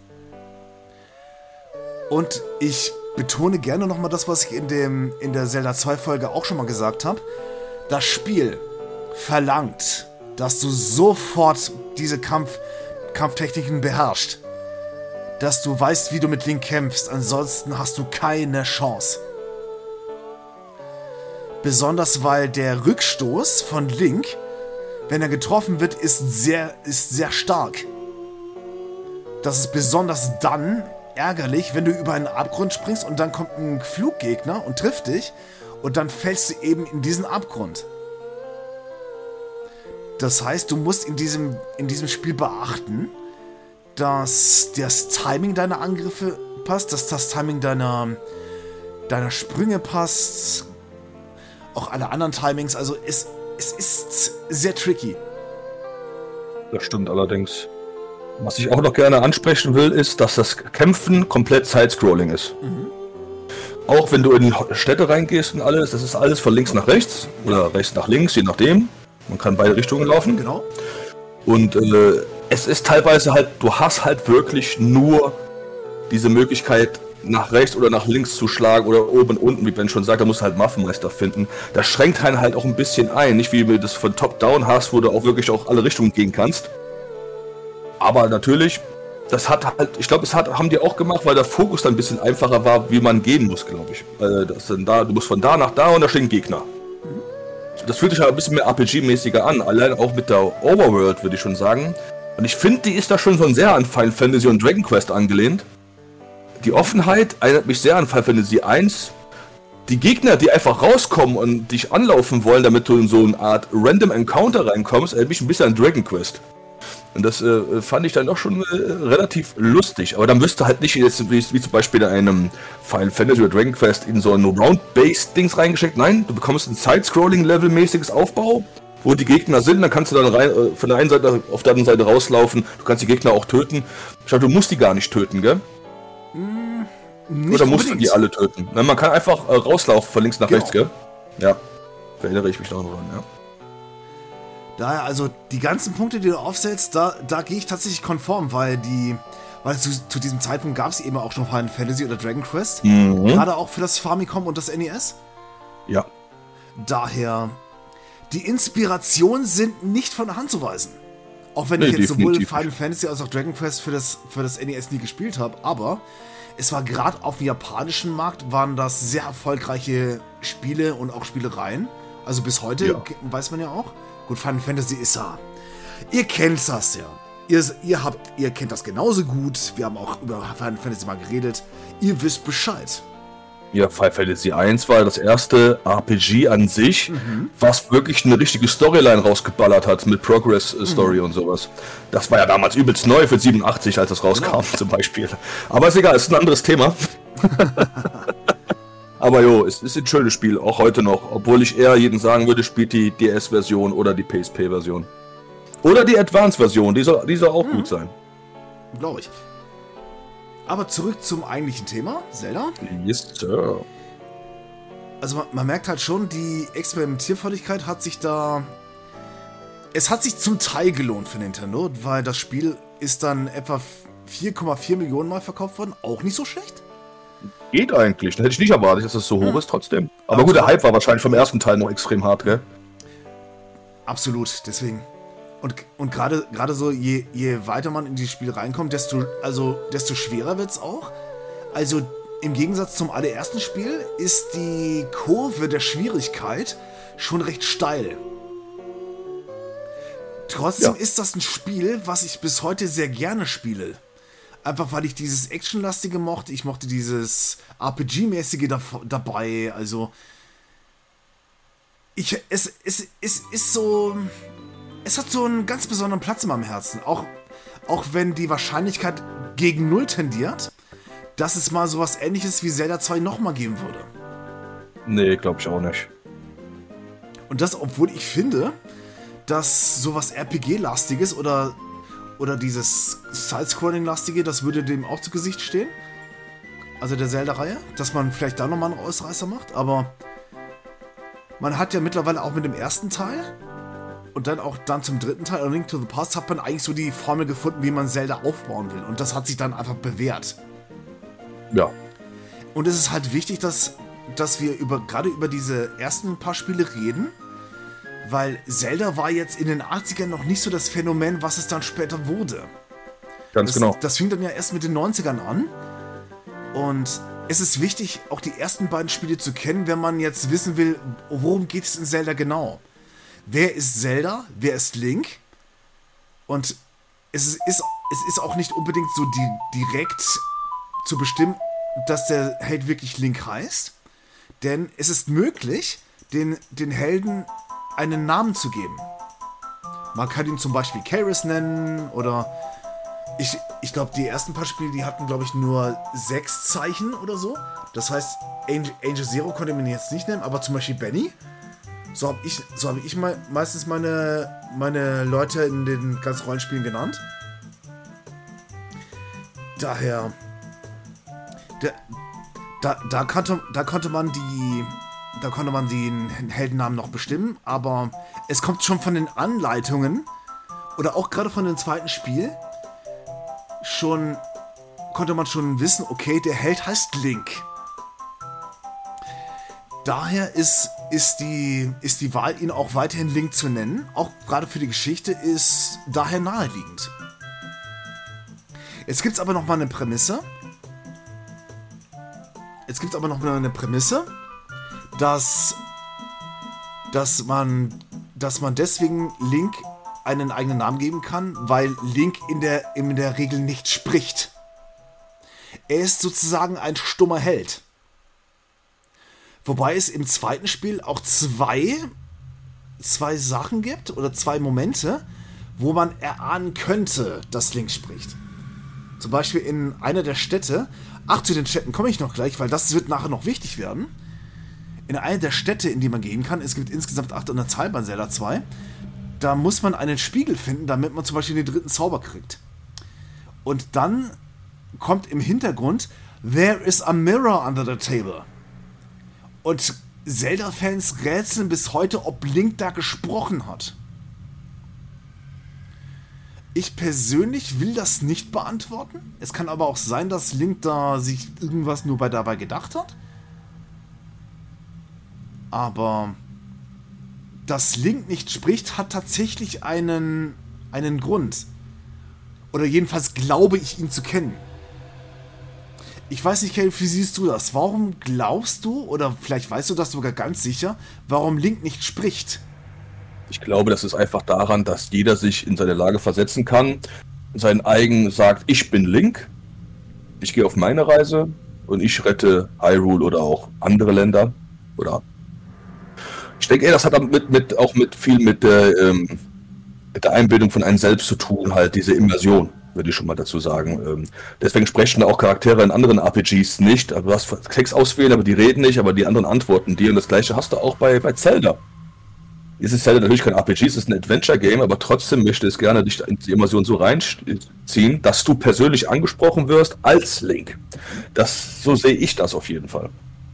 Und ich betone gerne nochmal das, was ich in, dem, in der Zelda zwei Folge auch schon mal gesagt habe. Das Spiel verlangt, dass du sofort diese Kampf, Kampftechniken beherrschst. Dass du weißt, wie du mit Link kämpfst. Ansonsten hast du keine Chance. Besonders weil der Rückstoß von Link, wenn er getroffen wird, ist sehr, ist sehr stark. Das ist besonders dann ärgerlich, wenn du über einen Abgrund springst und dann kommt ein Fluggegner und trifft dich und dann fällst du eben in diesen Abgrund. Das heißt, du musst in diesem, in diesem Spiel beachten, dass das Timing deiner Angriffe passt, dass das Timing deiner, deiner Sprünge passt, auch alle anderen Timings, also es, es ist sehr tricky. Das stimmt allerdings. Was ich auch noch gerne ansprechen will, ist, dass das Kämpfen komplett Sidescrolling ist. Mhm. Auch wenn du in Städte reingehst und alles, das ist alles von links nach rechts oder rechts nach links, je nachdem. Man kann beide Richtungen laufen. Genau. Und äh, es ist teilweise halt, du hast halt wirklich nur diese Möglichkeit, nach rechts oder nach links zu schlagen oder oben und unten, wie Ben schon sagt, da musst du halt Waffenmeister finden. Das schränkt einen halt auch ein bisschen ein, nicht wie du das von Top-Down hast, wo du auch wirklich auch alle Richtungen gehen kannst. Aber natürlich, das hat halt, ich glaube, es hat, haben die auch gemacht, weil der Fokus dann ein bisschen einfacher war, wie man gehen muss, glaube ich. Weil das dann da, du musst von da nach da und da stehen Gegner. Das fühlt sich halt ein bisschen mehr R P G-mäßiger an, allein auch mit der Overworld, würde ich schon sagen. Und ich finde, die ist da schon so sehr an Final Fantasy und Dragon Quest angelehnt. Die Offenheit erinnert mich sehr an Final Fantasy eins. Die Gegner, die einfach rauskommen und dich anlaufen wollen, damit du in so eine Art Random Encounter reinkommst, erinnert mich ein bisschen an Dragon Quest. Und das äh, fand ich dann doch schon äh, relativ lustig. Aber dann wirst du halt nicht jetzt, wie, wie zum Beispiel in einem Final Fantasy oder Dragon Quest in so ein Round-Based-Dings reingesteckt. Nein, du bekommst ein Side-Scrolling-Level-mäßiges Aufbau, wo die Gegner sind. Dann kannst du dann rein, äh, von der einen Seite auf der anderen Seite rauslaufen. Du kannst die Gegner auch töten. Ich glaube, du musst die gar nicht töten, gell? Mm, nicht oder musst unbedingt. du die alle töten? Nein, man kann einfach äh, rauslaufen von links nach genau. rechts, gell? Ja, da erinnere ich mich daran, ja. Daher, also die ganzen Punkte, die du aufsetzt, da, da gehe ich tatsächlich konform, weil die, weil zu, zu diesem Zeitpunkt gab es eben auch schon Final Fantasy oder Dragon Quest, mhm. gerade auch für das Famicom und das N E S. Ja. Daher, die Inspirationen sind nicht von der Hand zu weisen. Auch wenn nee, ich jetzt sowohl nicht. Final Fantasy als auch Dragon Quest für das, für das N E S nie gespielt habe, aber es war gerade auf dem japanischen Markt, waren das sehr erfolgreiche Spiele und auch Spielereien. Also bis heute, ja. weiß man ja auch. Gut, Final Fantasy ist ja. Ihr kennt das ja. Ihr, ihr, habt, ihr kennt das genauso gut. Wir haben auch über Final Fantasy mal geredet. Ihr wisst Bescheid. Ja, Final Fantasy eins war das erste R P G an sich, mhm. was wirklich eine richtige Storyline rausgeballert hat mit Progress-Story mhm. und sowas. Das war ja damals übelst neu für siebenundachtzig, als das rauskam, genau. zum Beispiel. Aber ist egal, ist ein anderes Thema. Aber jo, es ist ein schönes Spiel, auch heute noch. Obwohl ich eher jedem sagen würde, spielt die D S-Version oder die P S P-Version. Oder die Advance-Version, die soll, die soll auch mhm. gut sein. Glaube ich. Aber zurück zum eigentlichen Thema, Zelda. Yes, Sir. Also man, man merkt halt schon, die Experimentierfreudigkeit hat sich da... Es hat sich zum Teil gelohnt für Nintendo, weil das Spiel ist dann etwa vier Komma vier Millionen Mal verkauft worden. Auch nicht so schlecht. Geht eigentlich. Da hätte ich nicht erwartet, dass das so hoch hm. ist trotzdem. Aber Absolut. Gut, der Hype war wahrscheinlich vom ersten Teil noch extrem hart, gell? Absolut, deswegen. Und, und gerade gerade so, je, je weiter man in die Spiele reinkommt, desto, also, desto schwerer wird es auch. Also im Gegensatz zum allerersten Spiel ist die Kurve der Schwierigkeit schon recht steil. Trotzdem ja. ist das ein Spiel, was ich bis heute sehr gerne spiele. Einfach weil ich dieses Actionlastige mochte, ich mochte dieses R P G-mäßige da, dabei, also ich, es, es, es ist so, es hat so einen ganz besonderen Platz in meinem Herzen, auch, auch wenn die Wahrscheinlichkeit gegen Null tendiert, dass es mal sowas Ähnliches wie Zelda zwei nochmal geben würde. Nee, glaube ich auch nicht. Und das, obwohl ich finde, dass sowas R P G-lastiges oder, oder dieses Side-Scrolling-lastige, das würde dem auch zu Gesicht stehen. Also der Zelda-Reihe, dass man vielleicht da nochmal einen Ausreißer macht, aber man hat ja mittlerweile auch mit dem ersten Teil und dann auch dann zum dritten Teil, A Link to the Past, hat man eigentlich so die Formel gefunden, wie man Zelda aufbauen will. Und das hat sich dann einfach bewährt. Ja. Und es ist halt wichtig, dass, dass wir über, gerade über diese ersten paar Spiele reden, weil Zelda war jetzt in den achtzigern noch nicht so das Phänomen, was es dann später wurde. Ganz das, genau. Das fing dann ja erst mit den neunzigern an. Und es ist wichtig, auch die ersten beiden Spiele zu kennen, wenn man jetzt wissen will, worum geht es in Zelda genau. Wer ist Zelda? Wer ist Link? Und es ist, ist, es ist auch nicht unbedingt so die, direkt zu bestimmen, dass der Held wirklich Link heißt. Denn es ist möglich, den, den Helden einen Namen zu geben. Man kann ihn zum Beispiel Karis nennen oder ich, ich glaube, die ersten paar Spiele, die hatten, glaube ich, nur sechs Zeichen oder so. Das heißt, Angel, Angel Zero konnte man jetzt nicht nennen, aber zum Beispiel Benny. So habe ich, so hab ich me meistens meine, meine Leute in den ganzen Rollenspielen genannt. Daher, der, da, da, konnte, da konnte man die, da konnte man den Heldennamen noch bestimmen, aber es kommt schon von den Anleitungen oder auch gerade von dem zweiten Spiel schon, konnte man schon wissen, okay, der Held heißt Link. Daher ist, ist, die, ist die Wahl, ihn auch weiterhin Link zu nennen, auch gerade für die Geschichte, ist daher naheliegend. Jetzt gibt es aber noch mal eine Prämisse. Jetzt gibt es aber noch mal eine Prämisse, dass, dass, man, dass man deswegen Link einen eigenen Namen geben kann, weil Link in der, in der Regel nicht spricht. Er ist sozusagen ein stummer Held. Wobei es im zweiten Spiel auch zwei, zwei Sachen gibt oder zwei Momente, wo man erahnen könnte, dass Link spricht. Zum Beispiel in einer der Städte, ach, zu den Städten komme ich noch gleich, weil das wird nachher noch wichtig werden. In einer der Städte, in die man gehen kann, es gibt insgesamt acht an der Zahl bei Zelda zwei, da muss man einen Spiegel finden, damit man zum Beispiel den dritten Zauber kriegt. Und dann kommt im Hintergrund, there is a mirror under the table. Und Zelda-Fans rätseln bis heute, ob Link da gesprochen hat. Ich persönlich will das nicht beantworten. Es kann aber auch sein, dass Link da sich irgendwas nur bei dabei gedacht hat. Aber dass Link nicht spricht, hat tatsächlich einen, einen Grund. Oder jedenfalls glaube ich, ihn zu kennen. Ich weiß nicht, Caleb, wie siehst du das? Warum glaubst du, oder vielleicht weißt du das sogar ganz sicher, warum Link nicht spricht? Ich glaube, das ist einfach daran, dass jeder sich in seine Lage versetzen kann, sein eigen sagt, ich bin Link, ich gehe auf meine Reise und ich rette Hyrule oder auch andere Länder. Oder ich denke, das hat mit, mit, auch mit viel mit der, ähm, mit der Einbildung von einem selbst zu tun, halt diese Immersion, würde ich schon mal dazu sagen. Ähm, deswegen sprechen auch Charaktere in anderen R P Gs nicht. Aber du hast Text auswählen, aber die reden nicht, aber die anderen antworten dir. Und das gleiche hast du auch bei, bei Zelda. Es ist Zelda natürlich kein R P G, es ist ein Adventure-Game, aber trotzdem möchte es gerne dich in die Immersion so reinziehen, dass du persönlich angesprochen wirst als Link. Das, so sehe ich das auf jeden Fall.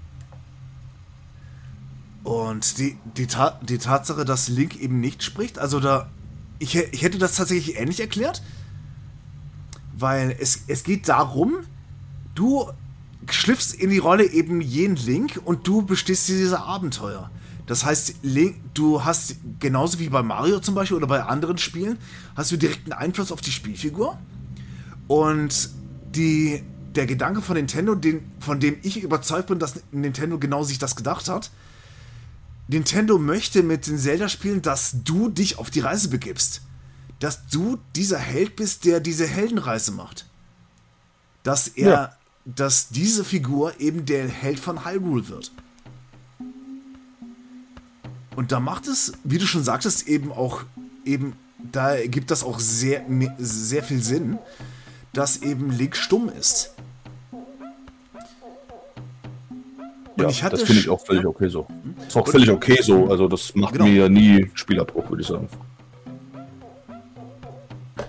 Und die, die, Ta- die Tatsache, dass Link eben nicht spricht, also da, ich, ich hätte das tatsächlich ähnlich erklärt, weil es, es geht darum, du schlüpfst in die Rolle eben jeden Link und du bestehst diese Abenteuer. Das heißt, Link, du hast genauso wie bei Mario zum Beispiel oder bei anderen Spielen, hast du direkten Einfluss auf die Spielfigur. Und die, der Gedanke von Nintendo, den, von dem ich überzeugt bin, dass Nintendo genau sich das gedacht hat, Nintendo möchte mit den Zelda-Spielen, dass du dich auf die Reise begibst. Dass du dieser Held bist, der diese Heldenreise macht. Dass er, ja. dass diese Figur eben der Held von Hyrule wird. Und da macht es, wie du schon sagtest, eben auch, eben, da ergibt das auch sehr, sehr viel Sinn, dass eben Link stumm ist. Und ja, ich hatte das finde ich auch völlig okay so. Ist auch völlig okay so, also das macht genau. mir nie Spielabbruch, würde ich sagen.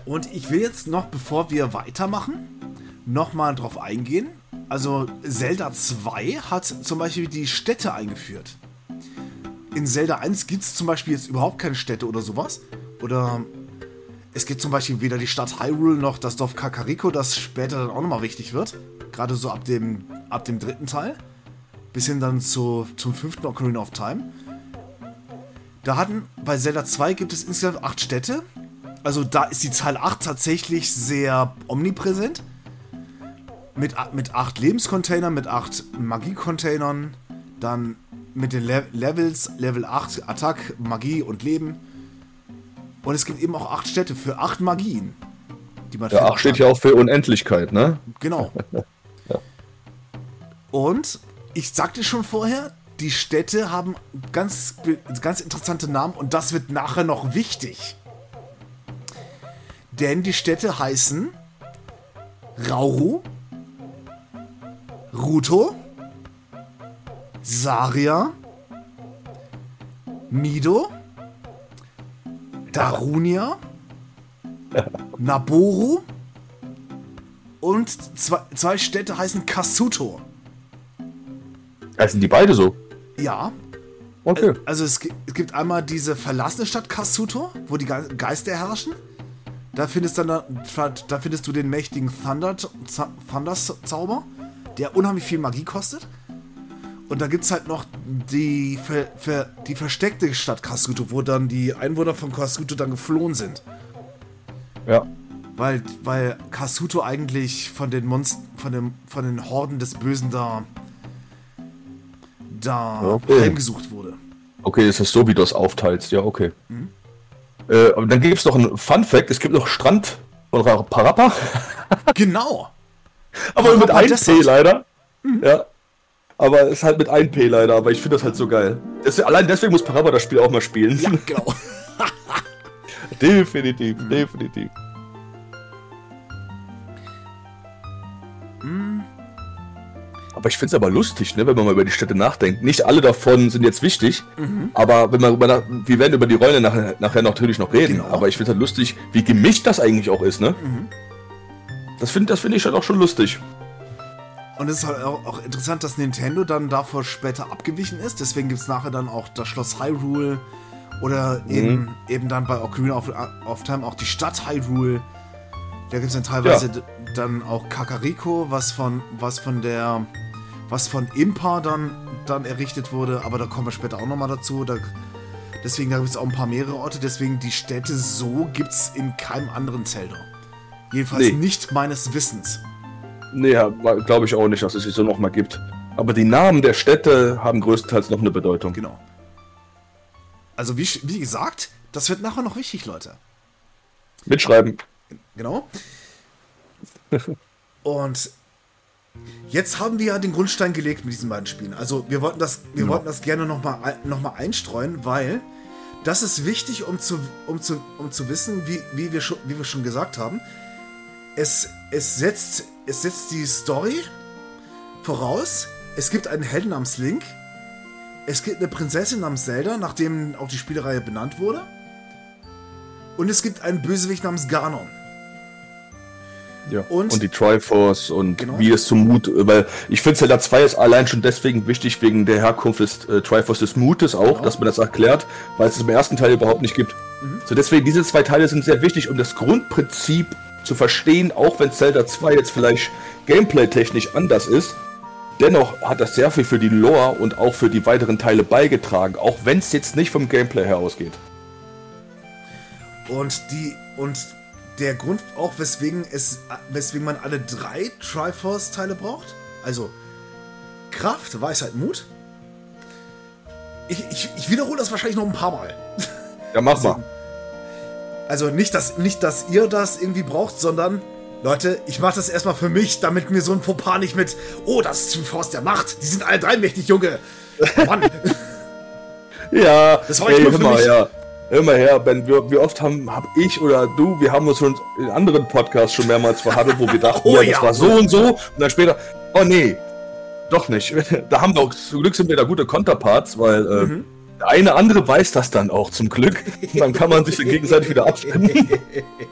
Und ich will jetzt noch, bevor wir weitermachen, nochmal drauf eingehen. Also Zelda zwei hat zum Beispiel die Städte eingeführt. In Zelda eins gibt es zum Beispiel jetzt überhaupt keine Städte oder sowas. Oder es gibt zum Beispiel weder die Stadt Hyrule noch das Dorf Kakariko, das später dann auch nochmal wichtig wird. Gerade so ab dem, ab dem dritten Teil. Bis hin dann zu, zum fünften Ocarina of Time. Da hatten, bei Zelda zwei gibt es insgesamt acht Städte. Also da ist die Zahl acht tatsächlich sehr omnipräsent. Mit, mit acht Lebenscontainern, mit acht Magie-Containern. Dann mit den Le- Levels, Level acht, Attack, Magie und Leben. Und es gibt eben auch acht Städte für acht Magien. Die man ja, acht steht ja auch für Unendlichkeit, ne? Genau. Ja. Und ich sagte schon vorher, die Städte haben ganz, ganz interessante Namen und das wird nachher noch wichtig. Denn die Städte heißen Rauru, Ruto, Saria, Mido, Darunia, Naboru und zwei, zwei Städte heißen Kasuto. Heißen die beide so? Ja. Okay. Also es, es gibt einmal diese verlassene Stadt Kasuto, wo die Geister herrschen. Da findest, dann, da findest du den mächtigen Thunder, Thunder-Zauber, der unheimlich viel Magie kostet. Und da gibt es halt noch die, ver, ver, die versteckte Stadt Kasuto, wo dann die Einwohner von Kasuto dann geflohen sind. Ja. Weil, weil Kasuto eigentlich von den Monst von, dem, von den Horden des Bösen da, da okay. heimgesucht wurde. Okay, das ist so, wie du das aufteilst. Ja, okay. Mhm. Äh, aber dann gibt es noch einen Fun-Fact. Es gibt noch Strand von Parappa. Genau. Aber mit einem P leider. Mhm. Ja. Aber es ist halt mit einem P leider. Aber ich finde das halt so geil. Das, allein deswegen muss Parappa das Spiel auch mal spielen. Ja, genau. definitiv, mhm. definitiv. Mhm. Aber ich finde es aber lustig, ne, wenn man mal über die Städte nachdenkt. Nicht alle davon sind jetzt wichtig, mhm. aber wenn man über, wir werden über die Rollen nachher, nachher natürlich noch reden. Genau. Aber ich finde es halt lustig, wie gemischt das eigentlich auch ist, ne? Mhm. Das finde das find ich halt auch schon lustig. Und es ist halt auch, auch interessant, dass Nintendo dann davor später abgewichen ist. Deswegen gibt es nachher dann auch das Schloss Hyrule oder mhm. eben, eben dann bei Ocarina of, of Time auch die Stadt Hyrule. Da gibt es dann teilweise ja. dann auch Kakariko, was von, was von der was von Impa dann, dann errichtet wurde, aber da kommen wir später auch nochmal dazu. Da, deswegen, da gibt es auch ein paar mehrere Orte, deswegen die Städte so gibt es in keinem anderen Zelda. Jedenfalls nee. nicht meines Wissens. Nee, ja, glaube ich auch nicht, dass es sie so nochmal gibt. Aber die Namen der Städte haben größtenteils noch eine Bedeutung. Genau. Also wie, wie gesagt, das wird nachher noch wichtig, Leute. Mitschreiben. Genau. Und jetzt haben wir ja den Grundstein gelegt mit diesen beiden Spielen. Also wir wollten das, wir ja. wollten das gerne nochmal noch mal einstreuen, weil das ist wichtig, um zu, um zu, um zu wissen, wie, wie, wir schon, wie wir schon gesagt haben. Es, es, setzt, es setzt die Story voraus. Es gibt einen Helden namens Link. Es gibt eine Prinzessin namens Zelda, nachdem auch die Spielereihe benannt wurde. Und es gibt einen Bösewicht namens Ganon. Ja. Und, und die Triforce und genau. wie es zum Mut, weil ich finde Zelda zwei ist allein schon deswegen wichtig, wegen der Herkunft des äh, Triforce des Mutes auch, genau. dass man das erklärt, weil es es im ersten Teil überhaupt nicht gibt. Mhm. So deswegen, diese zwei Teile sind sehr wichtig, um das Grundprinzip zu verstehen, auch wenn Zelda zwei jetzt vielleicht gameplay-technisch anders ist. Dennoch hat das sehr viel für die Lore und auch für die weiteren Teile beigetragen, auch wenn es jetzt nicht vom Gameplay her ausgeht. Und die, und der Grund auch, weswegen es, weswegen man alle drei Triforce-Teile braucht, also Kraft, Weisheit, Mut. Ich, ich, ich wiederhole das wahrscheinlich noch ein paar Mal. Ja, mach mal. Also nicht, dass, nicht, dass ihr das irgendwie braucht, sondern Leute, ich mach das erstmal für mich, damit mir so ein Fauxpas nicht mit, oh, das ist Triforce der Macht, die sind alle drei mächtig, Junge. Mann. Ja, das war ich nur für mal, mich. Ja. Hör mal her, Ben, wie, wie oft haben hab ich oder du, wir haben uns schon in anderen Podcasts schon mehrmals verhandelt, wo wir dachten, oh, ja, ja, das war so und so, und dann später, oh nee, doch nicht. Da haben wir auch, zum Glück sind wir da gute Konterparts, weil äh, mhm. der eine andere weiß das dann auch zum Glück, und dann kann man sich gegenseitig wieder abstimmen.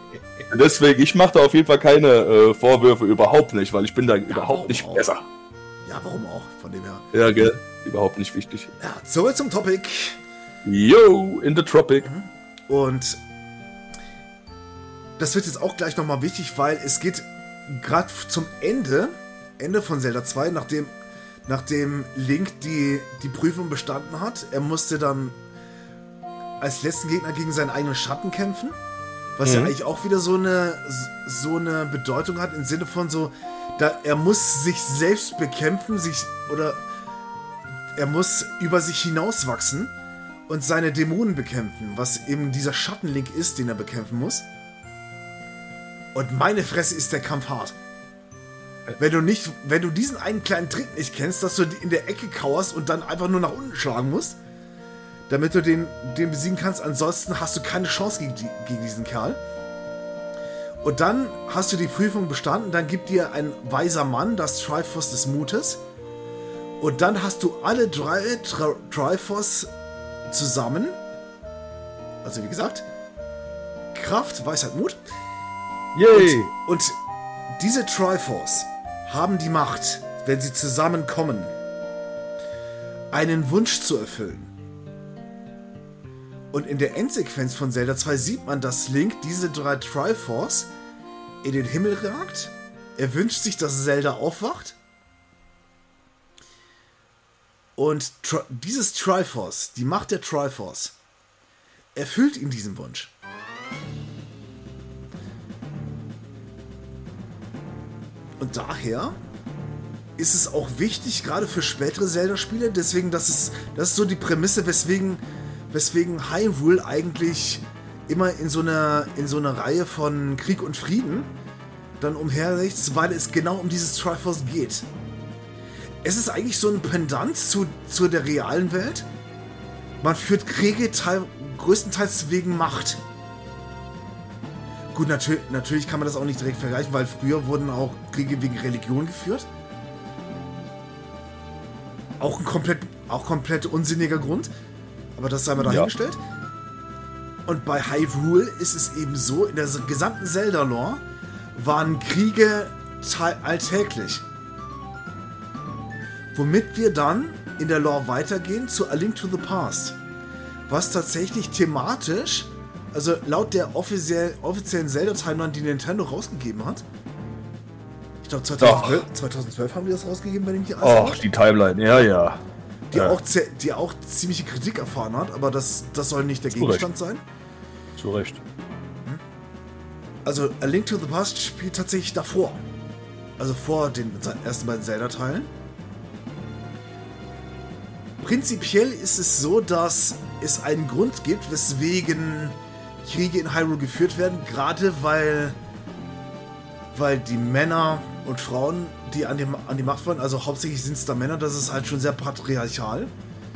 Deswegen, ich mache da auf jeden Fall keine äh, Vorwürfe, überhaupt nicht, weil ich bin da ja, überhaupt nicht auch? besser. Ja, warum auch, von dem her. Ja, gell, überhaupt nicht wichtig. Ja, zurück zum Topic. Yo, in the Tropic. Und das wird jetzt auch gleich nochmal wichtig, weil es geht gerade zum Ende, Ende von Zelda zwei, nachdem, nachdem Link die, die Prüfung bestanden hat. Er musste dann als letzten Gegner gegen seinen eigenen Schatten kämpfen, was mhm. ja eigentlich auch wieder so eine, so eine Bedeutung hat, im Sinne von so, da, er muss sich selbst bekämpfen, sich, oder er muss über sich hinauswachsen und seine Dämonen bekämpfen, was eben dieser Schattenlink ist, den er bekämpfen muss. Und meine Fresse ist der Kampf hart. Wenn du nicht, wenn du diesen einen kleinen Trick nicht kennst, dass du in der Ecke kauerst und dann einfach nur nach unten schlagen musst, damit du den, den besiegen kannst, ansonsten hast du keine Chance gegen, die, gegen diesen Kerl. Und dann hast du die Prüfung bestanden, dann gibt dir ein weiser Mann das Triforce des Mutes. Und dann hast du alle drei Tri Triforce zusammen. Also wie gesagt, Kraft, Weisheit, Mut. Yay! Und, und diese Triforce haben die Macht, wenn sie zusammenkommen, einen Wunsch zu erfüllen. Und in der Endsequenz von Zelda zwei sieht man, dass Link diese drei Triforce in den Himmel ragt. Er wünscht sich, dass Zelda aufwacht. Und Tri dieses Triforce, die Macht der Triforce, erfüllt ihm diesen Wunsch. Und daher ist es auch wichtig, gerade für spätere Zelda-Spiele, deswegen, das ist, das ist so die Prämisse, weswegen, weswegen Hyrule eigentlich immer in so einer in so einer Reihe von Krieg und Frieden dann umherrichtet, weil es genau um dieses Triforce geht. Es ist eigentlich so ein Pendant zu, zu der realen Welt. Man führt Kriege teil, größtenteils wegen Macht. Gut, natür natürlich kann man das auch nicht direkt vergleichen, weil früher wurden auch Kriege wegen Religion geführt. Auch ein komplett, auch komplett unsinniger Grund. Aber das sei mal dahingestellt. Ja. Und bei Hyrule ist es eben so, in der gesamten Zelda-Lore waren Kriege alltäglich. Womit wir dann in der Lore weitergehen zu A Link to the Past. Was tatsächlich thematisch, also laut der offiziell, offiziellen Zelda-Timeline, die Nintendo rausgegeben hat. Ich glaube zweitausendzwölf, zweitausendzwölf haben die das rausgegeben, wenn ich mich nicht alles Ach, die Timeline, ja, ja. Die, ja. Auch, die auch ziemliche Kritik erfahren hat, aber das, das soll nicht der Zu Gegenstand Recht. sein. Zu Recht. Also A Link to the Past spielt tatsächlich davor. Also vor den ersten beiden Zelda-Teilen. Prinzipiell ist es so, dass es einen Grund gibt, weswegen Kriege in Hyrule geführt werden, gerade weil, weil die Männer und Frauen, die an die, an die Macht wollen, also hauptsächlich sind es da Männer, das ist halt schon sehr patriarchal.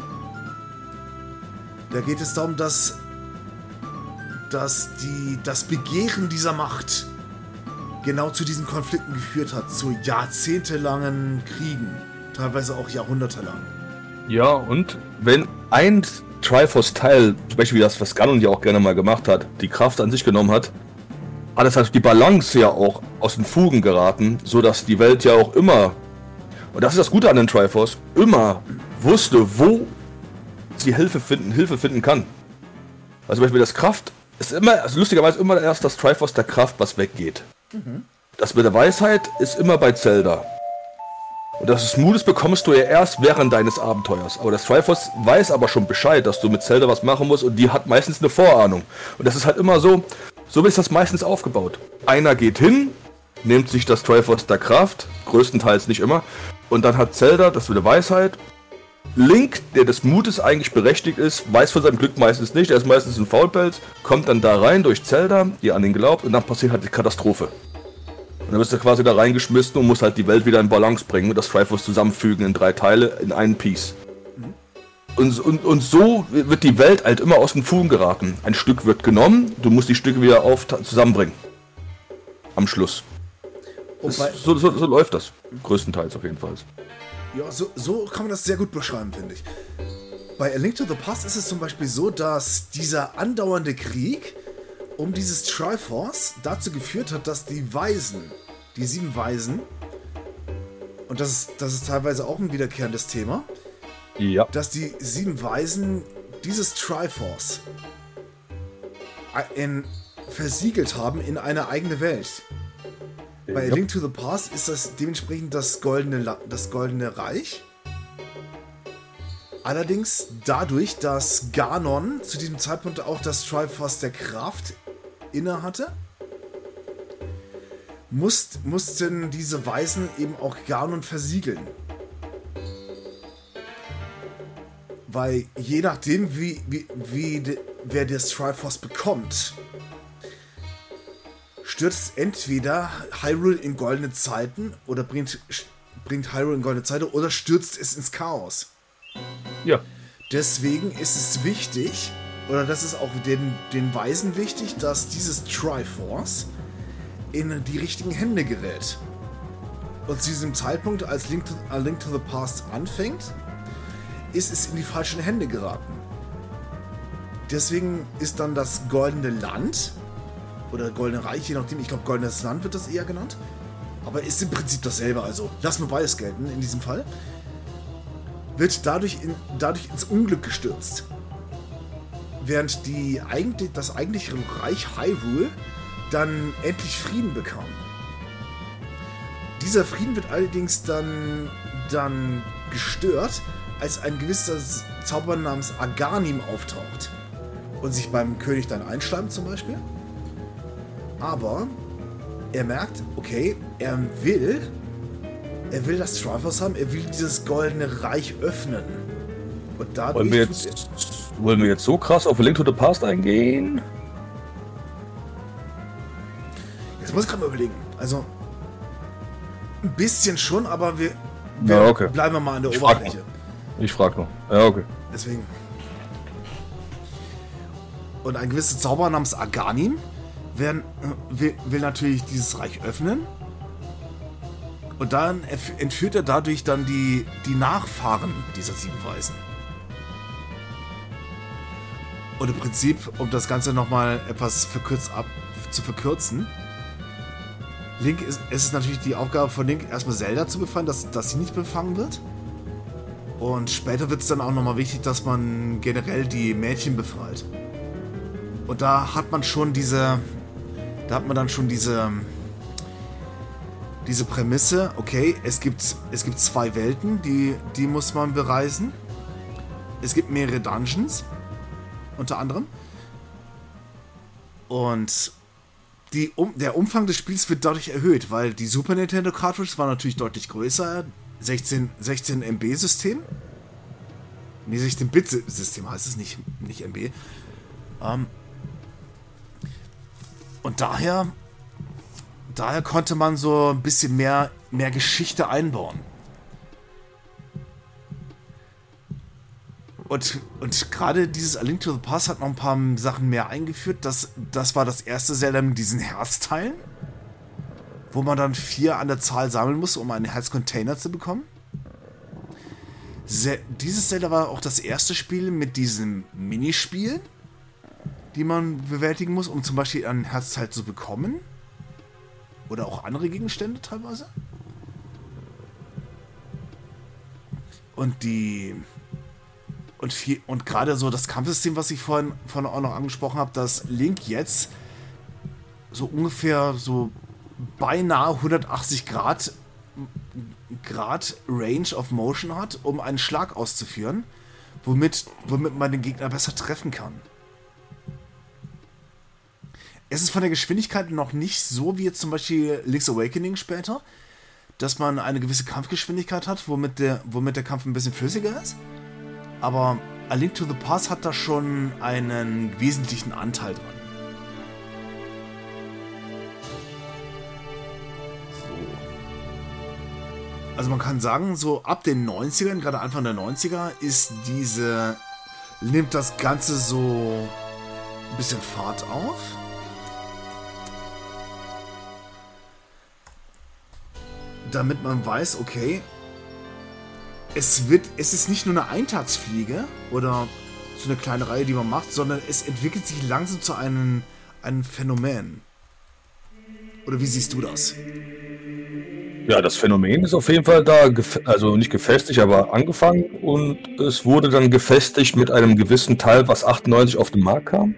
Da geht es darum, dass, dass die, das Begehren dieser Macht genau zu diesen Konflikten geführt hat, zu jahrzehntelangen Kriegen, teilweise auch jahrhundertelang. Ja, und wenn ein Triforce-Teil, zum Beispiel das, was Ganon ja auch gerne mal gemacht hat, die Kraft an sich genommen hat, hat es halt die Balance ja auch aus den Fugen geraten, sodass die Welt ja auch immer, und das ist das Gute an den Triforce, immer wusste, wo sie Hilfe finden, Hilfe finden kann. Also zum Beispiel das Kraft ist immer, also lustigerweise immer erst das Triforce der Kraft, was weggeht. Mhm. Das mit der Weisheit ist immer bei Zelda. Und das des Mutes bekommst du ja erst während deines Abenteuers. Aber das Triforce weiß aber schon Bescheid, dass du mit Zelda was machen musst, und die hat meistens eine Vorahnung. Und das ist halt immer so, so ist das meistens aufgebaut. Einer geht hin, nimmt sich das Triforce der Kraft, größtenteils nicht immer, und dann hat Zelda das mit der Weisheit. Link, der des Mutes eigentlich berechtigt ist, weiß von seinem Glück meistens nicht, er ist meistens ein Faulpelz, kommt dann da rein durch Zelda, die an ihn glaubt, und dann passiert halt die Katastrophe. Und dann bist du quasi da reingeschmissen und musst halt die Welt wieder in Balance bringen und das Triforce zusammenfügen in drei Teile, in einen Piece. Mhm. Und, und, und so wird die Welt halt immer aus den Fugen geraten. Ein Stück wird genommen, du musst die Stücke wieder auf zusammenbringen. Am Schluss. Das, so, so, so läuft das. Größtenteils auf jeden Fall. Ja, so, so kann man das sehr gut beschreiben, finde ich. Bei A Link to the Past ist es zum Beispiel so, dass dieser andauernde Krieg um dieses Triforce dazu geführt hat, dass die Weisen, die sieben Weisen, und das ist, das ist teilweise auch ein wiederkehrendes Thema, Ja. dass die sieben Weisen dieses Triforce in, versiegelt haben in eine eigene Welt. Bei Ja. A Link to the Past ist das dementsprechend das goldene, La- das goldene Reich. Allerdings dadurch, dass Ganon zu diesem Zeitpunkt auch das Triforce der Kraft inne hatte, musst, mussten diese Weisen eben auch Ganon versiegeln. Weil je nachdem, wie, wie, wie de, wer das Triforce bekommt, stürzt entweder Hyrule in goldene Zeiten oder bringt, bringt Hyrule in goldene Zeiten oder stürzt es ins Chaos. Ja. Deswegen ist es wichtig, oder das ist auch den, den Weisen wichtig, dass dieses Triforce in die richtigen Hände gerät. Und zu diesem Zeitpunkt, als Link to, A Link to the Past anfängt, ist es in die falschen Hände geraten. Deswegen ist dann das Goldene Land oder Goldene Reich, je nachdem, ich glaube Goldenes Land wird das eher genannt, aber ist im Prinzip dasselbe, also lassen wir beides gelten in diesem Fall, wird dadurch, in, dadurch ins Unglück gestürzt. Während die eigentlich, das eigentliche Reich Hyrule dann endlich Frieden bekam. Dieser Frieden wird allerdings dann, dann gestört, als ein gewisser Zauberer namens Aghanim auftaucht und sich beim König dann einschleimt zum Beispiel. Aber er merkt, okay, er will, er will das Triforce haben, er will dieses goldene Reich öffnen. Und dadurch Wollen wir tut jetzt, wollen wir jetzt so krass auf A Link to the Past eingehen? er, jetzt muss ich gerade mal überlegen. Also ein bisschen schon, aber wir, wir Ja, okay. bleiben wir mal an der Ich frag Oberfläche. Ich frag nur. Ja, okay. Deswegen. Und ein gewisser Zauberer namens Aghanim werden, will, will natürlich dieses Reich öffnen. Und dann entführt er dadurch dann die, die Nachfahren dieser sieben Weisen. Und im Prinzip, um das Ganze nochmal etwas verkürzt ab, zu verkürzen, Link ist, es ist natürlich die Aufgabe von Link, erstmal Zelda zu befreien, dass, dass sie nicht befangen wird. Und später wird es dann auch nochmal wichtig, dass man generell die Mädchen befreit. Und da hat man schon diese, da hat man dann schon diese, diese Prämisse, okay, es gibt, es gibt zwei Welten, die, die muss man bereisen. Es gibt mehrere Dungeons, unter anderem. Und die, um, der Umfang des Spiels wird dadurch erhöht, weil die Super Nintendo Cartridge war natürlich deutlich größer. sechzehn, sechzehn M B System. Ne, sechzehn Bit System heißt es, nicht, nicht M B. Ähm, und daher, daher konnte man so ein bisschen mehr, mehr Geschichte einbauen. Und, und gerade dieses A Link to the Past hat noch ein paar Sachen mehr eingeführt. Das, das war das erste Zelda mit diesen Herzteilen, wo man dann vier an der Zahl sammeln muss, um einen Herzcontainer zu bekommen. Se- dieses Zelda war auch das erste Spiel mit diesen Minispielen, die man bewältigen muss, um zum Beispiel ein Herzteil zu bekommen. Oder auch andere Gegenstände teilweise. Und die... Und, viel, und gerade so das Kampfsystem, was ich vorhin, vorhin auch noch angesprochen habe, dass Link jetzt so ungefähr so beinahe hundertachtzig Grad, Grad Range of Motion hat, um einen Schlag auszuführen, womit, womit man den Gegner besser treffen kann. Es ist von der Geschwindigkeit noch nicht so wie jetzt zum Beispiel Link's Awakening später, dass man eine gewisse Kampfgeschwindigkeit hat, womit der, womit der Kampf ein bisschen flüssiger ist. Aber A Link to the Past hat da schon einen wesentlichen Anteil dran. So. Also man kann sagen, so ab den neunzigern, gerade Anfang der neunziger, ist diese, nimmt das Ganze so ein bisschen Fahrt auf. Damit man weiß, okay, es wird, es ist nicht nur eine Eintagsfliege oder so eine kleine Reihe, die man macht, sondern es entwickelt sich langsam zu einem ein Phänomen. Oder wie siehst du das? Ja, das Phänomen ist auf jeden Fall da, gef- also nicht gefestigt, aber angefangen und es wurde dann gefestigt mit einem gewissen Teil, was achtundneunzig auf den Markt kam.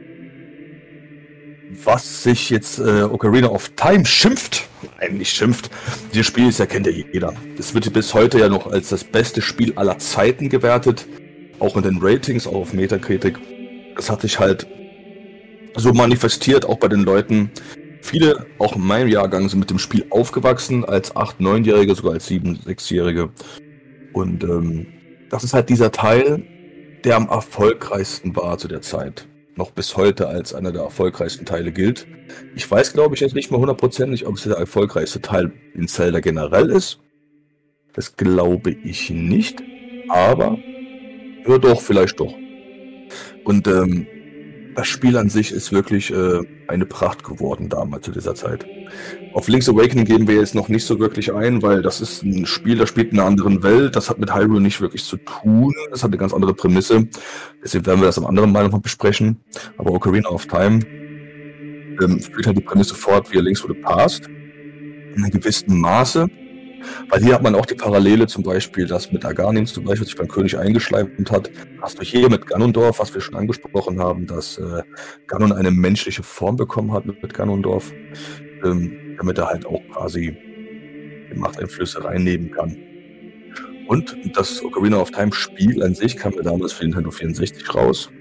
Was sich jetzt äh, Ocarina of Time schimpft, nein, nicht schimpft, dieses Spiel ist ja, kennt ja jeder. Es wird bis heute ja noch als das beste Spiel aller Zeiten gewertet, auch in den Ratings, auch auf Metacritic. Das hat sich halt so manifestiert, auch bei den Leuten. Viele, auch in meinem Jahrgang, sind mit dem Spiel aufgewachsen, als acht-, neunjährige, sogar als sieben-, sechsjährige. Und ähm, das ist halt dieser Teil, der am erfolgreichsten war zu der Zeit. Noch bis heute als einer der erfolgreichsten Teile gilt. Ich weiß, glaube ich, jetzt nicht mal hundertprozentig, ob es der erfolgreichste Teil in Zelda generell ist. Das glaube ich nicht. Aber, ja doch, vielleicht doch. Und ähm, das Spiel an sich ist wirklich äh, eine Pracht geworden damals zu dieser Zeit. Auf Link's Awakening gehen wir jetzt noch nicht so wirklich ein, weil das ist ein Spiel, das spielt in einer anderen Welt. Das hat mit Hyrule nicht wirklich zu tun. Das hat eine ganz andere Prämisse. Deswegen werden wir das am anderen Mal noch besprechen. Aber Ocarina of Time ähm, führt halt die Prämisse fort, wie A Link to the Past. In einem gewissen Maße. Weil hier hat man auch die Parallele zum Beispiel, dass mit Aghanim zum Beispiel sich beim König eingeschleimt hat. Hast du hier mit Ganondorf, was wir schon angesprochen haben, dass äh, Ganon eine menschliche Form bekommen hat mit, mit Ganondorf, ähm, damit er halt auch quasi die Machteinflüsse reinnehmen kann. Und das Ocarina of Time Spiel an sich kam ja damals für den Nintendo vierundsechzig raus.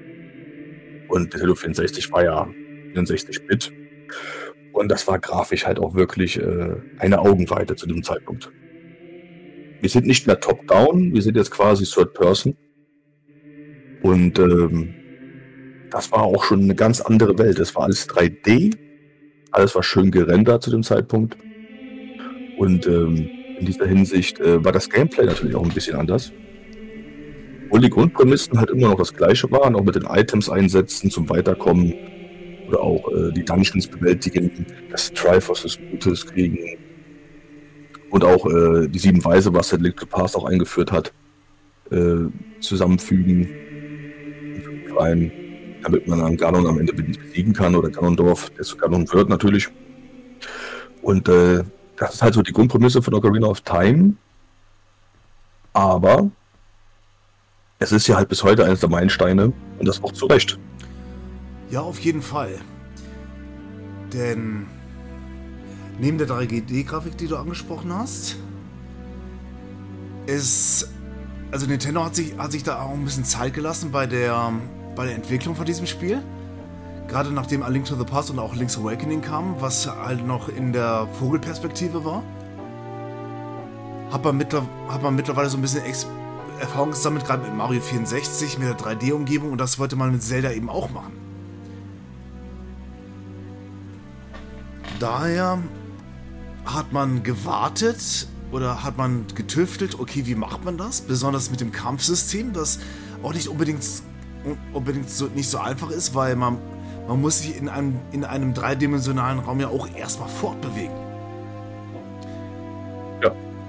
Und Nintendo vierundsechzig war ja vierundsechzig Bit. Und das war grafisch halt auch wirklich äh, eine Augenweite zu dem Zeitpunkt. Wir sind nicht mehr Top-Down, wir sind jetzt quasi Third-Person. Und ähm, das war auch schon eine ganz andere Welt. Es war alles drei D, alles war schön gerendert zu dem Zeitpunkt. Und ähm, in dieser Hinsicht äh, war das Gameplay natürlich auch ein bisschen anders. Obwohl die Grundprämissen halt immer noch das gleiche waren, auch mit den Items einsetzen zum Weiterkommen. Oder auch äh, die Dungeons bewältigen, das Triforce des Gutes kriegen. Und auch äh, die sieben Weise, was der Link to the Past auch eingeführt hat, äh, zusammenfügen. Rein, damit man dann Ganon am Ende besiegen kann oder Ganondorf, der zu Ganon wird natürlich. Und äh, das ist halt so die Grundprämisse von Ocarina of Time. Aber es ist ja halt bis heute eines der Meilensteine und das auch zu Recht. Ja, auf jeden Fall. Denn neben der drei D-Grafik, die du angesprochen hast, ist, also Nintendo hat sich, hat sich da auch ein bisschen Zeit gelassen bei der, bei der Entwicklung von diesem Spiel. Gerade nachdem A Link to the Past und auch Link's Awakening kam, was halt noch in der Vogelperspektive war, hat man, mittler, hat man mittlerweile so ein bisschen Ex- Erfahrung gesammelt, gerade mit Mario vierundsechzig, mit der drei D-Umgebung, und das wollte man mit Zelda eben auch machen. Daher hat man gewartet oder hat man getüftelt, okay, wie macht man das? Besonders mit dem Kampfsystem, das auch nicht unbedingt, unbedingt so, nicht so einfach ist, weil man, man muss sich in einem, in einem dreidimensionalen Raum ja auch erstmal fortbewegen. Ja.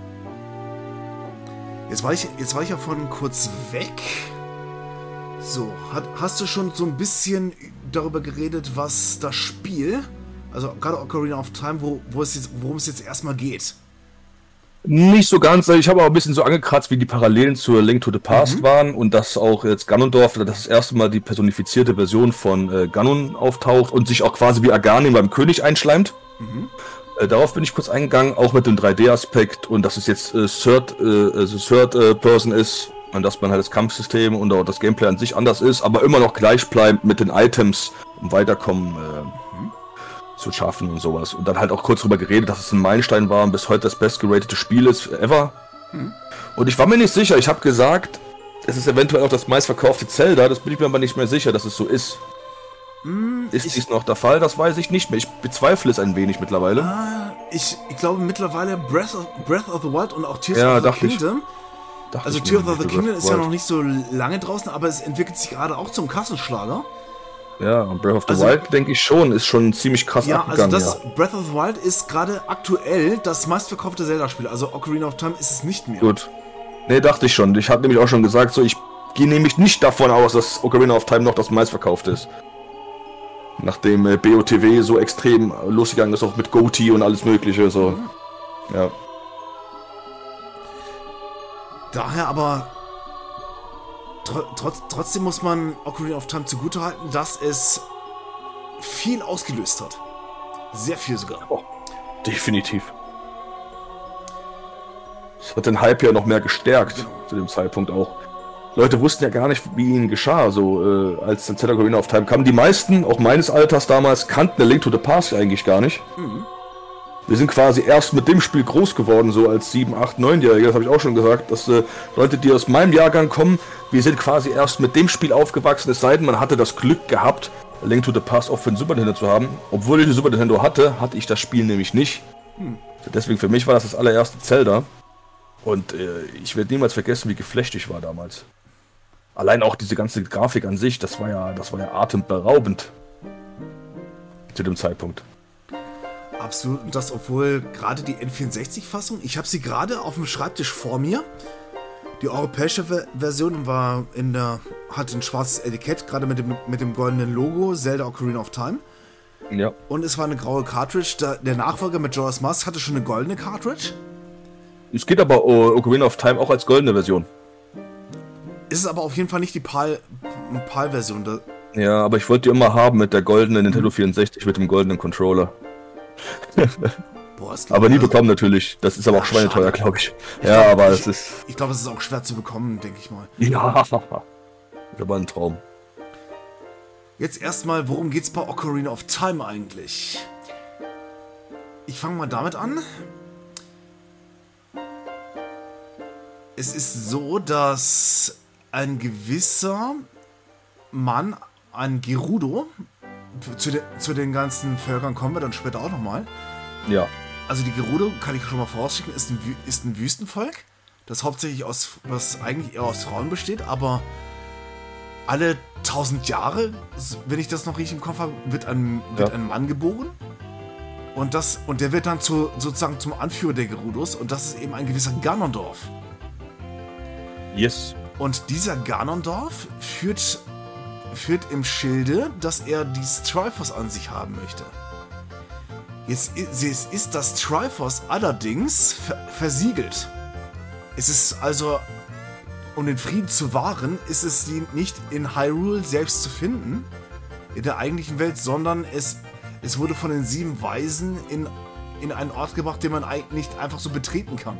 Jetzt war ich, jetzt war ich ja vorhin kurz weg. So, hat, hast du schon so ein bisschen darüber geredet, was das Spiel, also gerade Ocarina of Time, wo, wo es jetzt, worum es jetzt erstmal geht? Nicht so ganz, ich habe auch ein bisschen so angekratzt, wie die Parallelen zur Link to the Past mhm. waren und dass auch jetzt Ganondorf, dass das erste Mal die personifizierte Version von äh, Ganon auftaucht und sich auch quasi wie Aghanim beim König einschleimt. Mhm. Äh, darauf bin ich kurz eingegangen, auch mit dem drei D-Aspekt und dass es jetzt äh, Third, äh, also Third äh, Person ist und dass man halt das Kampfsystem und auch das Gameplay an sich anders ist, aber immer noch gleich bleibt mit den Items, um Weiterkommen äh, mhm. zu schaffen und sowas. Und dann halt auch kurz drüber geredet, dass es ein Meilenstein war und bis heute das bestgeratete Spiel ist ever. Mhm. Und ich war mir nicht sicher, ich habe gesagt, es ist eventuell auch das meistverkaufte Zelda, das bin ich mir aber nicht mehr sicher, dass es so ist. Mhm, ist dies noch der Fall? Das weiß ich nicht mehr. Ich bezweifle es ein wenig mittlerweile. Ah, ich, ich glaube mittlerweile Breath of, Breath of the Wild und auch Tears ja, of the Kingdom. Ich, also Tears of the Kingdom ist ja noch nicht so lange draußen, aber es entwickelt sich gerade auch zum Kassenschlager. Ja, und Breath of the also, Wild, denke ich schon, ist schon ziemlich krass ja, abgegangen. Also das ja. Breath of the Wild ist gerade aktuell das meistverkaufte Zelda-Spiel. Also Ocarina of Time ist es nicht mehr. Gut. Nee, dachte ich schon. Ich habe nämlich auch schon gesagt, so ich gehe nämlich nicht davon aus, dass Ocarina of Time noch das meistverkaufte ist. Nachdem äh, B O T W so extrem losgegangen ist, auch mit Goatee und alles mögliche, so. Mhm. Ja. Daher aber tr trotz trotzdem muss man Ocarina of Time zugutehalten, dass es viel ausgelöst hat. Sehr viel sogar. Oh, definitiv. Das hat den Hype ja noch mehr gestärkt, genau. Zu dem Zeitpunkt auch. Leute wussten ja gar nicht, wie ihnen geschah, so äh, als Zelda Ocarina of Time kam. Die meisten, auch meines Alters damals, kannten A Link to the Past eigentlich gar nicht. Mhm. Wir sind quasi erst mit dem Spiel groß geworden, so als sieben, acht, neunjährige, das habe ich auch schon gesagt, dass äh, Leute, die aus meinem Jahrgang kommen, wir sind quasi erst mit dem Spiel aufgewachsen, es sei denn, man hatte das Glück gehabt, A Link to the Past auch für den Super Nintendo zu haben. Obwohl ich eine Super Nintendo hatte, hatte ich das Spiel nämlich nicht. Hm. Deswegen für mich war das das allererste Zelda. Und äh, ich werde niemals vergessen, wie geflasht ich war damals. Allein auch diese ganze Grafik an sich, das war ja, das war ja atemberaubend. Zu dem Zeitpunkt. Absolut, und das, obwohl gerade die N vierundsechzig-Fassung, ich habe sie gerade auf dem Schreibtisch vor mir. Die europäische Ver Version war in der, hat ein schwarzes Etikett, gerade mit dem, mit dem goldenen Logo, Zelda Ocarina of Time. Ja. Und es war eine graue Cartridge. Der, der Nachfolger mit Majora's Mask hatte schon eine goldene Cartridge. Es geht aber uh, Ocarina of Time auch als goldene Version. Ist es aber auf jeden Fall nicht die PAL, PAL-Version. Ja, aber ich wollte die immer haben mit der goldenen Nintendo vierundsechzig, mit dem goldenen Controller. Boah, aber nie bekommen natürlich. Das ist aber auch ja, schweineteuer, glaube ich. ich. Ja, glaub, aber ich, es ist... Ich glaube, es ist auch schwer zu bekommen, denke ich mal. Ja, das war ein Traum. Jetzt erstmal, worum geht's bei Ocarina of Time eigentlich? Ich fange mal damit an. Es ist so, dass ein gewisser Mann, ein Gerudo, zu, de, zu den ganzen Völkern kommen wir dann später auch nochmal. Ja. Also die Gerudo, kann ich schon mal vorausschicken, ist ein, ist ein Wüstenvolk, das hauptsächlich aus, was eigentlich eher aus Frauen besteht, aber alle tausend Jahre, wenn ich das noch richtig im Kopf habe, wird ein, wird ja. ein Mann geboren. Und, das, und der wird dann zu, sozusagen zum Anführer der Gerudos, und das ist eben ein gewisser Ganondorf. Yes. Und dieser Ganondorf führt, führt im Schilde, dass er dieses Triforce an sich haben möchte. Jetzt ist, ist das Triforce allerdings ver versiegelt. Es ist also, um den Frieden zu wahren, ist es nicht in Hyrule selbst zu finden, in der eigentlichen Welt, sondern es, es wurde von den sieben Weisen in, in einen Ort gebracht, den man nicht einfach so betreten kann.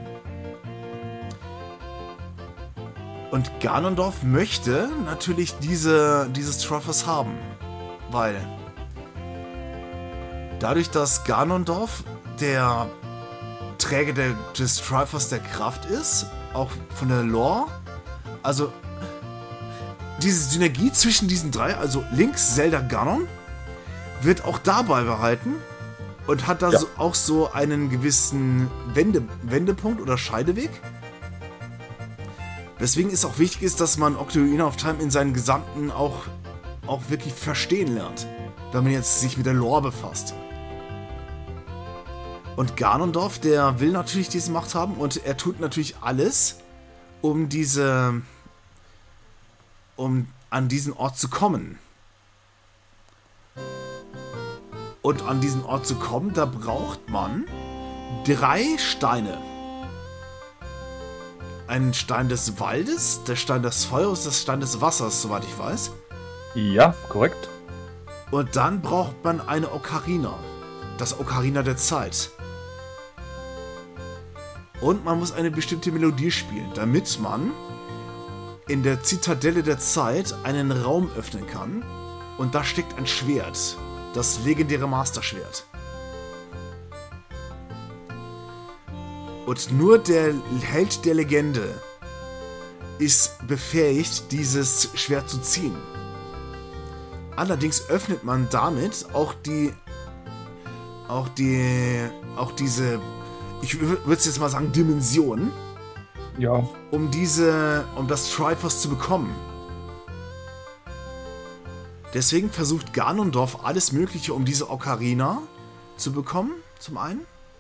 Und Ganondorf möchte natürlich diese, dieses Triforce haben, weil dadurch, dass Ganondorf der Träger der, des Triforce der Kraft ist, auch von der Lore, also diese Synergie zwischen diesen drei, also Link, Zelda, Ganon, wird auch dabei behalten und hat da ja. so, auch so einen gewissen Wende, Wendepunkt oder Scheideweg. Weswegen es auch wichtig ist, dass man Ocarina of Time in seinen Gesamten auch, auch wirklich verstehen lernt, wenn man jetzt sich mit der Lore befasst. Und Ganondorf, der will natürlich diese Macht haben und er tut natürlich alles, um diese, um an diesen Ort zu kommen. Und an diesen Ort zu kommen, da braucht man drei Steine. Ein Stein des Waldes, der Stein des Feuers, der Stein des Wassers, soweit ich weiß. Ja, korrekt. Und dann braucht man eine Ocarina. Das Ocarina der Zeit. Und man muss eine bestimmte Melodie spielen, damit man in der Zitadelle der Zeit einen Raum öffnen kann. Und da steckt ein Schwert. Das legendäre Master-Schwert. Und nur der Held der Legende ist befähigt, dieses Schwert zu ziehen. Allerdings öffnet man damit auch die, auch die, auch diese, ich würde es jetzt mal sagen, Dimension. Ja. Um diese, um das Triforce zu bekommen. Deswegen versucht Ganondorf alles Mögliche, um diese Ocarina zu bekommen, zum einen.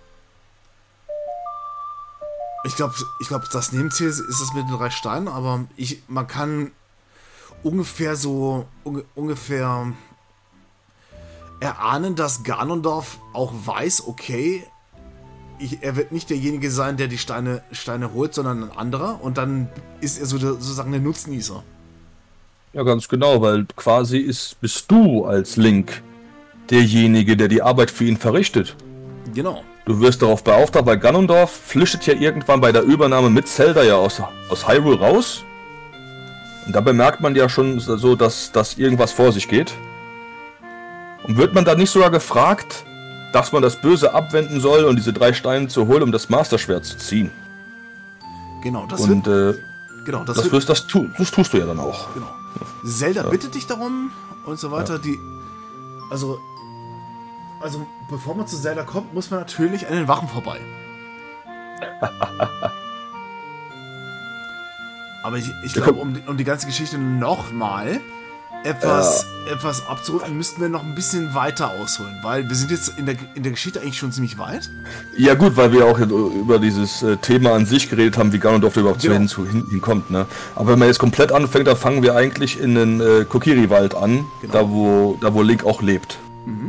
Ich glaube, ich glaub, das Nebenziel ist es mit den drei Steinen, aber ich, man kann ungefähr so, unge, ungefähr erahnen, dass Ganondorf auch weiß, okay, ich, er wird nicht derjenige sein, der die Steine, Steine holt, sondern ein anderer. Und dann ist er so, sozusagen der Nutznießer. Ja, ganz genau, weil quasi ist, bist du als Link derjenige, der die Arbeit für ihn verrichtet. Genau. Du wirst darauf beauftragt, weil Ganondorf flüchtet ja irgendwann bei der Übernahme mit Zelda ja aus, aus Hyrule raus. Und da bemerkt man ja schon so, dass, dass irgendwas vor sich geht. Und wird man da nicht sogar gefragt, dass man das Böse abwenden soll und diese drei Steine zu holen, um das Master-Schwert zu ziehen? Genau, das und, wird... Äh, genau, das, das, wird, wirst, das, tu, das tust du ja dann auch. Genau. Zelda Ja. bittet dich darum und so weiter. Ja. Die, also, also, bevor man zu Zelda kommt, muss man natürlich an den Wachen vorbei. Aber ich, ich glaube, um, die- um die ganze Geschichte nochmal etwas, etwas abzurunden, müssten wir noch ein bisschen weiter ausholen, weil wir sind jetzt in der, in der Geschichte eigentlich schon ziemlich weit. Ja gut, weil wir auch über dieses äh, Thema an sich geredet haben, wie Ganondorf da überhaupt Genau. hin, zu, hin, hinkommt. Ne? Aber wenn man jetzt komplett anfängt, dann fangen wir eigentlich in den äh, Kokiri-Wald an, Genau. da, wo, da wo Link auch lebt.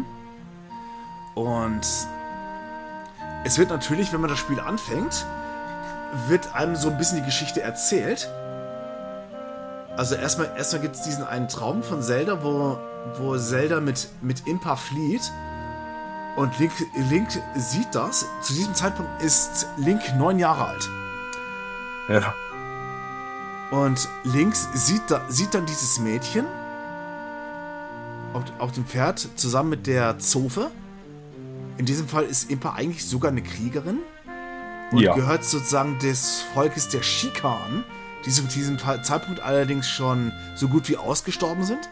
Und es wird natürlich, wenn man das Spiel anfängt, wird einem so ein bisschen die Geschichte erzählt. Also erstmal, erstmal gibt es diesen einen Traum von Zelda, wo, wo Zelda mit, mit Impa flieht. Und Link, Link sieht das. Zu diesem Zeitpunkt ist Link neun Jahre alt. Ja. Und Link sieht, da, sieht dann dieses Mädchen auf, auf dem Pferd zusammen mit der Zofe. In diesem Fall ist Impa eigentlich sogar eine Kriegerin. Und Ja. gehört sozusagen des Volkes der Sheikah an, die zu diesem Zeitpunkt allerdings schon so gut wie ausgestorben sind.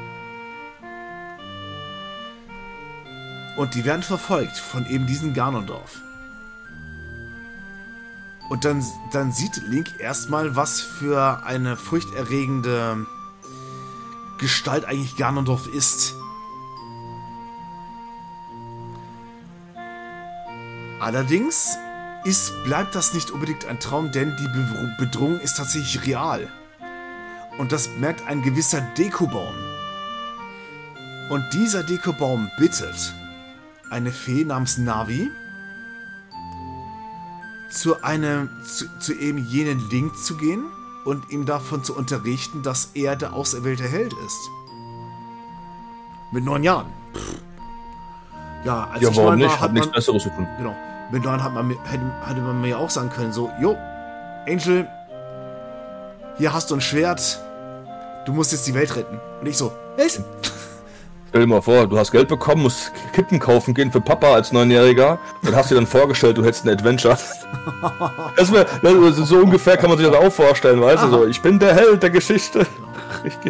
Und die werden verfolgt von eben diesem Ganondorf. Und dann, dann sieht Link erstmal, was für eine furchterregende Gestalt eigentlich Ganondorf ist. Allerdings ist, bleibt das nicht unbedingt ein Traum, denn die Be- Bedrohung ist tatsächlich real. Und das merkt ein gewisser Dekobaum. Und dieser Dekobaum bittet eine Fee namens Navi zu einem, zu, zu eben jenen Link zu gehen und ihm davon zu unterrichten, dass er der auserwählte Held ist. Mit neun Jahren. Pff. Ja, als Ja, ich warum neun nicht? war, Hat hat nichts man, Besseres zu tun. genau, mit neun hat man, mir- hätte, hätte man mir ja auch sagen können, so, jo, Angel, hier hast du ein Schwert, du musst jetzt die Welt retten. Und ich so, was? Stell dir mal vor, du hast Geld bekommen, musst Kippen kaufen gehen für Papa als Neunjähriger und hast dir dann vorgestellt, du hättest ein Adventure. Das wär, das ist so ungefähr kann man sich das auch vorstellen, weißt du, so, ich bin der Held der Geschichte. Ich-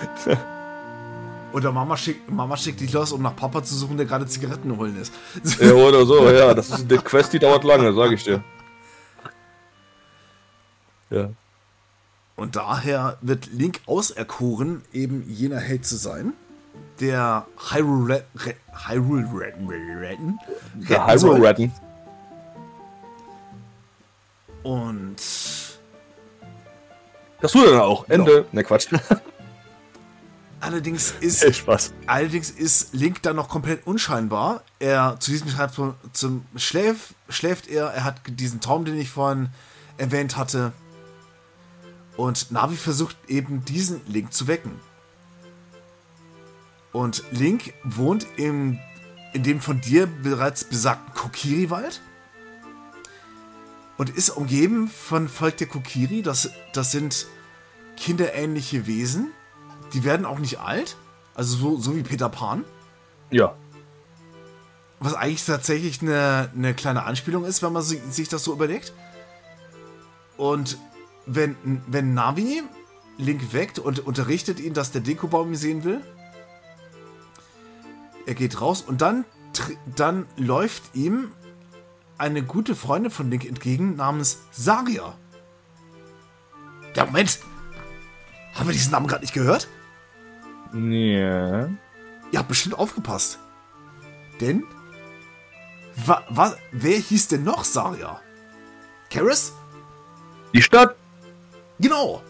Oder Mama schickt, Mama schickt dich los, um nach Papa zu suchen, der gerade Zigaretten holen ist. Ja, oder so, ja, das ist die Quest, die dauert lange, sag ich dir. Ja. Und daher wird Link auserkoren, eben jener Held zu sein, der Hyrule Re Re Hyrule retten, retten, Der retten soll. Hyrule retten. Und Das tut er dann auch. Ende. Ne, Quatsch. allerdings ist, Viel Spaß. allerdings ist Link dann noch komplett unscheinbar. Er zu diesem Zeitpunkt zum schläft, schläft er. Er hat diesen Traum, den ich vorhin erwähnt hatte. Und Navi versucht eben diesen Link zu wecken. Und Link wohnt im, in dem von dir bereits besagten Kokiri-Wald und ist umgeben von Volk der Kokiri. Das, das sind kinderähnliche Wesen. Die werden auch nicht alt. Also so, so wie Peter Pan. Ja. Was eigentlich tatsächlich eine, eine kleine Anspielung ist, wenn man si- sich das so überlegt. Und wenn, wenn Navi Link weckt und unterrichtet ihn, dass der Dekobaum ihn sehen will, er geht raus und dann, tr- dann läuft ihm eine gute Freundin von Link entgegen namens Saria. Ja, Moment. Haben wir diesen Namen gerade nicht gehört? Ja. Ihr habt bestimmt aufgepasst. Denn? Wa, wa, wer hieß denn noch Saria? Karis? Die Stadt Genau,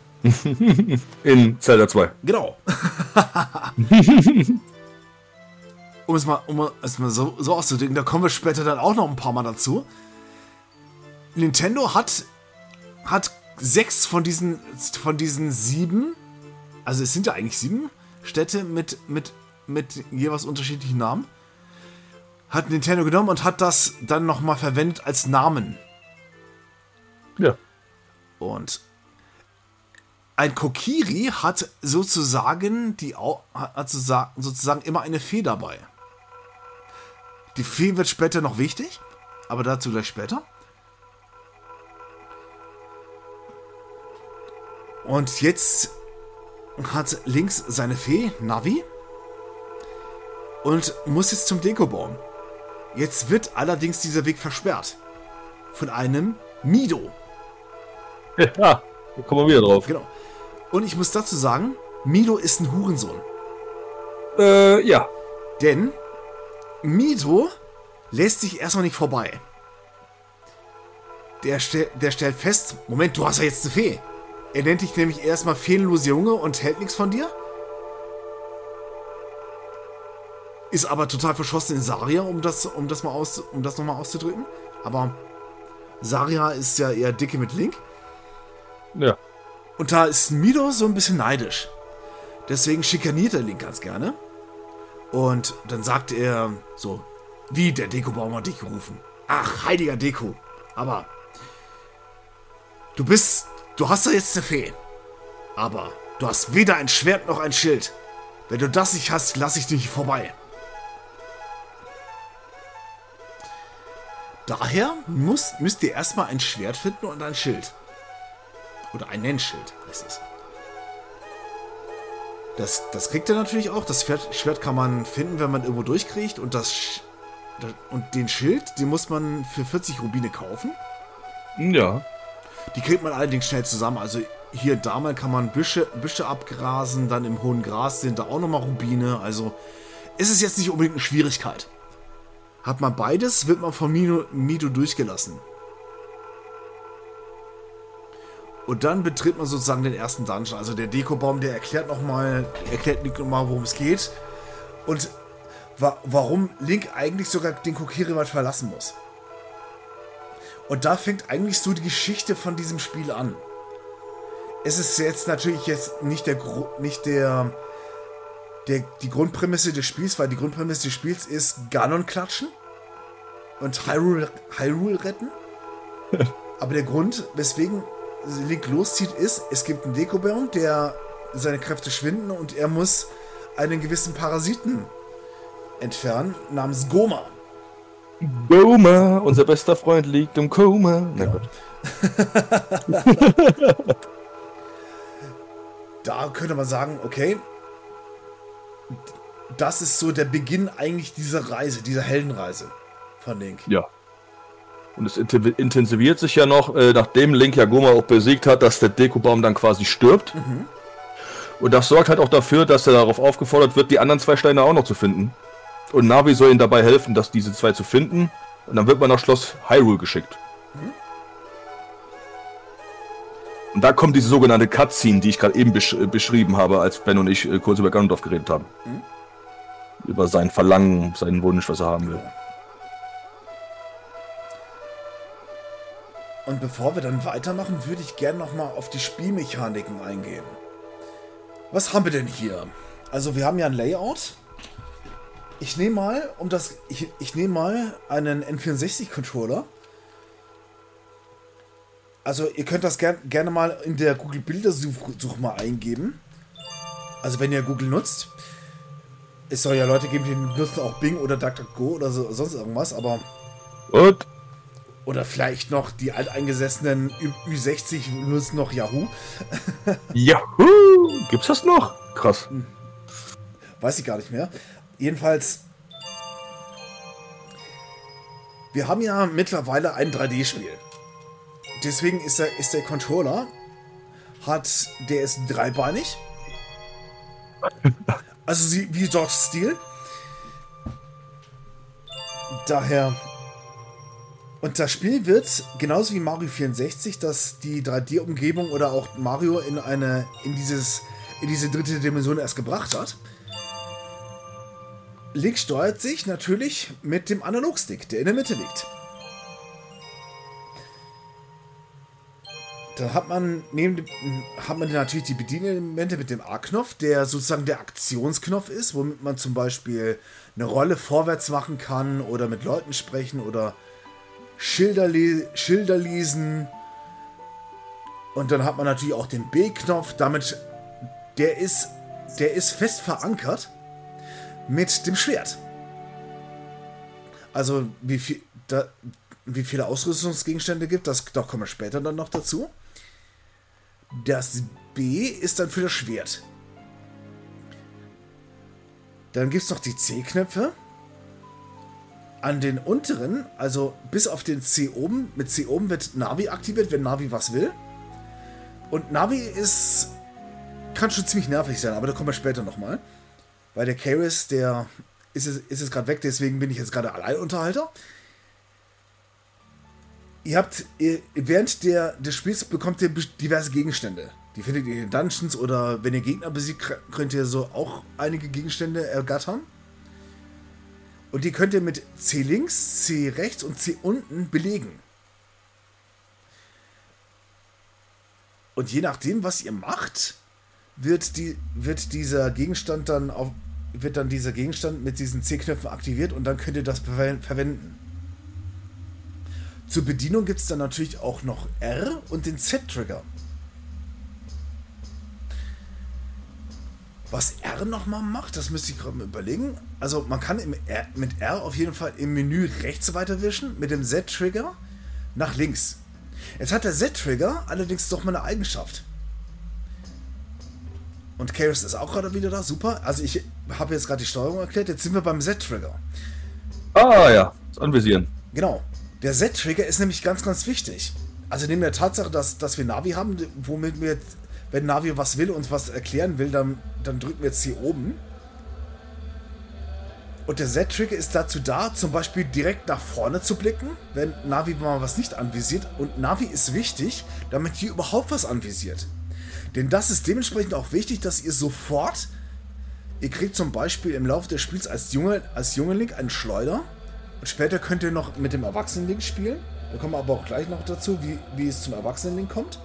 in Zelda zwei. genau. um es mal, um es mal so, so auszudrücken, da kommen wir später dann auch noch ein paar Mal dazu. Nintendo hat, hat sechs von diesen, von diesen sieben, also es sind ja eigentlich sieben Städte mit, mit, mit jeweils unterschiedlichen Namen, hat Nintendo genommen und hat das dann nochmal verwendet als Namen. Ja. Und ein Kokiri hat sozusagen die hat sozusagen immer eine Fee dabei. Die Fee wird später noch wichtig, aber dazu gleich später. Und jetzt hat Links seine Fee, Navi, und muss jetzt zum Dekobaum. Jetzt wird allerdings dieser Weg versperrt. Von einem Mido. Ja, da kommen wir wieder drauf. Genau. Und ich muss dazu sagen, Mido ist ein Hurensohn. Äh, ja. Denn Mido lässt sich erstmal nicht vorbei. Der, stell, der stellt fest, Moment, du hast ja jetzt eine Fee. Er nennt dich nämlich erstmal feenlose Junge und hält nichts von dir. Ist aber total verschossen in Saria, um das, um das mal aus, um das nochmal auszudrücken. Aber Saria ist ja eher dicke mit Link. Ja. Und da ist Mido so ein bisschen neidisch. Deswegen schikaniert er Link ganz gerne. Und dann sagt er so, wie, der Dekobaum hat dich gerufen. Ach, heiliger Deko. Aber du bist, du hast ja jetzt eine Fee. Aber du hast weder ein Schwert noch ein Schild. Wenn du das nicht hast, lass ich dich nicht vorbei. Daher muss, müsst ihr erstmal ein Schwert finden und ein Schild. Oder ein Nennschild heißt es. Das, das kriegt er natürlich auch. Das Schwert kann man finden, wenn man irgendwo durchkriegt. Und, das, und den Schild, den muss man für vierzig Rubine kaufen. Ja. Die kriegt man allerdings schnell zusammen. Also hier und da mal kann man Büsche, Büsche abgrasen. Dann im hohen Gras sind da auch nochmal Rubine. Also ist es jetzt nicht unbedingt eine Schwierigkeit. Hat man beides, wird man von Mido, Mido durchgelassen. Und dann betritt man sozusagen den ersten Dungeon. Also der Dekobaum, der erklärt nochmal, erklärt Link nochmal, worum es geht. Und wa warum Link eigentlich sogar den Kokiri-Wald verlassen muss. Und da fängt eigentlich so die Geschichte von diesem Spiel an. Es ist jetzt natürlich jetzt nicht der, Gro nicht der, der die Grundprämisse des Spiels, weil die Grundprämisse des Spiels ist Ganon klatschen und Hyrule, Hyrule retten. Aber der Grund, weswegen Link loszieht, ist, es gibt einen Dekobaum, der seine Kräfte schwinden und er muss einen gewissen Parasiten entfernen, namens Goma. Goma, unser bester Freund liegt im Koma. Na gut. Da könnte man sagen, okay, das ist so der Beginn eigentlich dieser Reise, dieser Heldenreise von Link. Ja. Und es intensiviert sich ja noch, äh, nachdem Link ja Goma auch besiegt hat, dass der Dekobaum dann quasi stirbt. Mhm. Und das sorgt halt auch dafür, dass er darauf aufgefordert wird, die anderen zwei Steine auch noch zu finden. Und Navi soll ihm dabei helfen, dass diese zwei zu finden. Und dann wird man nach Schloss Hyrule geschickt. Mhm. Und da kommt diese sogenannte Cutscene, die ich gerade eben besch beschrieben habe, als Ben und ich äh, kurz über Ganondorf geredet haben. Mhm. Über sein Verlangen, seinen Wunsch, was er haben will. Und bevor wir dann weitermachen, würde ich gerne nochmal auf die Spielmechaniken eingehen. Was haben wir denn hier? Also wir haben ja ein Layout. Ich nehme mal, um das, ich, ich nehme mal einen N vierundsechzig Controller. Also ihr könnt das ger gerne mal in der Google Bildersuche mal eingeben. Also wenn ihr Google nutzt. Es soll ja Leute geben, die nutzen auch Bing oder DuckDuckGo oder so, sonst irgendwas, aber... Und? Oder vielleicht noch die alteingesessenen Ü sechzig nutzen noch Yahoo. Yahoo! Gibt's das noch? Krass. Weiß ich gar nicht mehr. Jedenfalls, wir haben ja mittlerweile ein drei D-Spiel. Deswegen ist der, ist der Controller, hat, der ist dreibeinig. Also wie Dodge Steel. Daher... Und das Spiel wird, genauso wie Mario vierundsechzig, dass die drei D-Umgebung oder auch Mario in eine in dieses in diese dritte Dimension erst gebracht hat, Link steuert sich natürlich mit dem Analogstick, der in der Mitte liegt. Da hat man neben dem, hat man natürlich die Bedienelemente mit dem A-Knopf, der sozusagen der Aktionsknopf ist, womit man zum Beispiel eine Rolle vorwärts machen kann oder mit Leuten sprechen oder Schilder, le Schilder lesen. Und dann hat man natürlich auch den B-Knopf, damit der ist, der ist fest verankert mit dem Schwert. Also wie viel, da, wie viele Ausrüstungsgegenstände gibt, das da kommen wir später dann noch dazu. Das B ist dann für das Schwert. Dann gibt es noch die C-Knöpfe. An den unteren, also bis auf den C oben, mit C oben wird Navi aktiviert, wenn Navi was will. Und Navi ist, kann schon ziemlich nervig sein, aber da kommen wir später nochmal. Weil der Karis, der ist es, ist es gerade weg, deswegen bin ich jetzt gerade Alleinunterhalter. Ihr habt, ihr, während der, des Spiels bekommt ihr diverse Gegenstände. Die findet ihr in den Dungeons oder wenn ihr Gegner besiegt, könnt ihr so auch einige Gegenstände ergattern. Und die könnt ihr mit C links, C rechts und C unten belegen. Und je nachdem, was ihr macht, wird, die, wird dieser Gegenstand dann auf, wird dann dieser Gegenstand mit diesen C-Knöpfen aktiviert und dann könnt ihr das verwenden. Zur Bedienung gibt es dann natürlich auch noch R und den Z-Trigger. Was R nochmal macht, das müsste ich gerade mal überlegen. Also man kann im R, mit R auf jeden Fall im Menü rechts weiterwischen, mit dem Z-Trigger nach links. Jetzt hat der Z-Trigger allerdings doch mal eine Eigenschaft. Und Karis ist auch gerade wieder da, super. Also ich habe jetzt gerade die Steuerung erklärt, jetzt sind wir beim Z-Trigger. Ah ja, das Anvisieren. Genau. Der Z-Trigger ist nämlich ganz, ganz wichtig. Also neben der Tatsache, dass, dass wir Navi haben, womit wir, wenn Navi was will und was erklären will, dann, dann drücken wir jetzt hier oben. Und der Z-Trigger ist dazu da, zum Beispiel direkt nach vorne zu blicken, wenn Navi mal was nicht anvisiert. Und Navi ist wichtig, damit hier überhaupt was anvisiert. Denn das ist dementsprechend auch wichtig, dass ihr sofort, ihr kriegt zum Beispiel im Laufe des Spiels als Junge, als Junge Link einen Schleuder. Und später könnt ihr noch mit dem Erwachsenen-Link spielen. Da kommen wir aber auch gleich noch dazu, wie, wie es zum Erwachsenen-Link kommt.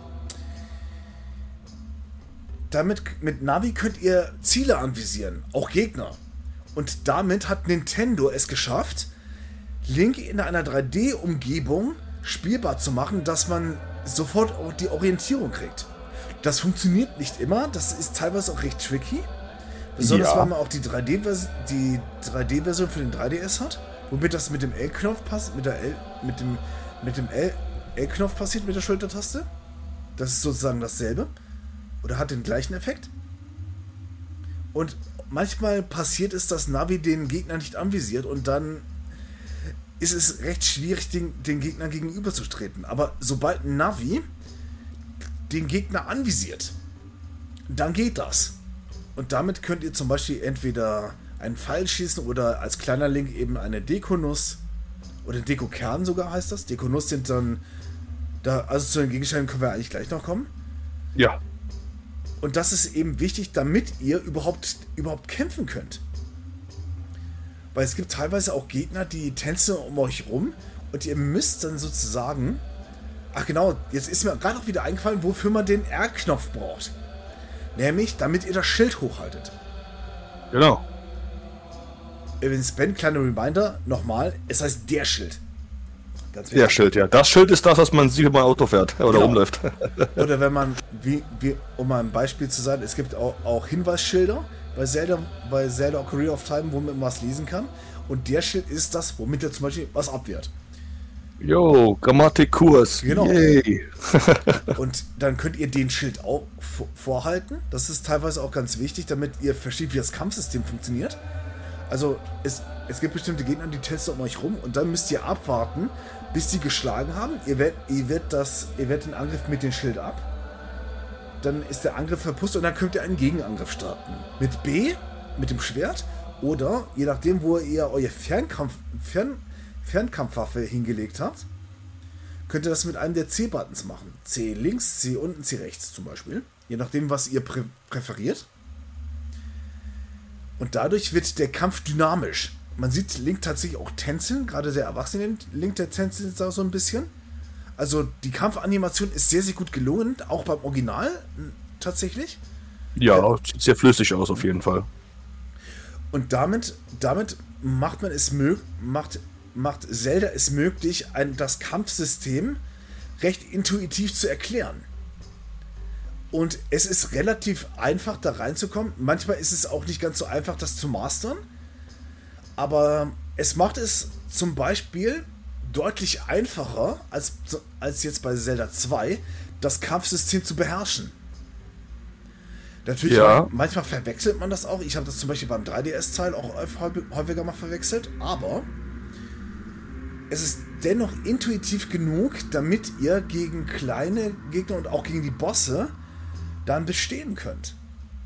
Damit, mit Navi könnt ihr Ziele anvisieren, auch Gegner. Und damit hat Nintendo es geschafft, Link in einer drei D-Umgebung spielbar zu machen, dass man sofort auch die Orientierung kriegt. Das funktioniert nicht immer, das ist teilweise auch recht tricky. Besonders, ja, weil man auch die drei D-Version für den drei D S hat. Womit das mit dem L-Knopf passt, mit der L, mit dem, mit dem L-Knopf passiert, mit der Schultertaste. Das ist sozusagen dasselbe. Oder hat den gleichen Effekt. Und manchmal passiert es, dass Navi den Gegner nicht anvisiert und dann ist es recht schwierig, den, den Gegner gegenüberzutreten. Aber sobald Navi den Gegner anvisiert, dann geht das. Und damit könnt ihr zum Beispiel entweder einen Pfeil schießen oder als kleiner Link eben eine Dekonuss oder Dekokern sogar heißt das. Dekonuss sind dann da, also zu den Gegenständen können wir eigentlich gleich noch kommen. Ja. Und das ist eben wichtig, damit ihr überhaupt, überhaupt kämpfen könnt. Weil es gibt teilweise auch Gegner, die tänzeln um euch rum und ihr müsst dann sozusagen, ach genau, jetzt ist mir gerade auch wieder eingefallen, wofür man den R-Knopf braucht. Nämlich, damit ihr das Schild hochhaltet. Genau. Übrigens, Ben, kleiner Reminder, nochmal, es heißt der Schild. Ganz der Schild, ja. Das Schild ist das, was man sieht, wenn man Auto fährt oder genau. rumläuft. Oder wenn man, wie, wie, um mal ein Beispiel zu sagen, es gibt auch, auch Hinweisschilder bei Zelda, bei Zelda Ocarina of Time, wo man was lesen kann. Und der Schild ist das, womit er zum Beispiel was abwehrt. Jo, Grammatikkurs. Genau. Yay. Und dann könnt ihr den Schild auch vorhalten. Das ist teilweise auch ganz wichtig, damit ihr versteht, wie das Kampfsystem funktioniert. Also es, es gibt bestimmte Gegner, die testen um euch rum und dann müsst ihr abwarten, bis die geschlagen haben. Ihr werdet, ihr werdet, das, ihr werdet den Angriff mit dem Schild ab. Dann ist der Angriff verpustet und dann könnt ihr einen Gegenangriff starten. Mit B, mit dem Schwert oder je nachdem, wo ihr eure Fernkampf, Fern, Fernkampfwaffe hingelegt habt, könnt ihr das mit einem der C-Buttons machen. C links, C unten, C rechts zum Beispiel. Je nachdem, was ihr prä präferiert. Und dadurch wird der Kampf dynamisch. Man sieht Link tatsächlich auch tänzeln, gerade der erwachsene Link, der tänzelt jetzt auch so ein bisschen. Also die Kampfanimation ist sehr, sehr gut gelungen, auch beim Original tatsächlich. Ja, äh, sieht sehr flüssig aus auf jeden Fall. Und damit, damit macht man es möglich, macht, macht Zelda es möglich, ein, das Kampfsystem recht intuitiv zu erklären. Und es ist relativ einfach, da reinzukommen. Manchmal ist es auch nicht ganz so einfach, das zu mastern. Aber es macht es zum Beispiel deutlich einfacher, als, als jetzt bei Zelda zwei, das Kampfsystem zu beherrschen. Natürlich, ja. manchmal verwechselt man das auch. Ich habe das zum Beispiel beim drei D S-Teil auch häufiger mal verwechselt. Aber es ist dennoch intuitiv genug, damit ihr gegen kleine Gegner und auch gegen die Bosse dann bestehen könnt.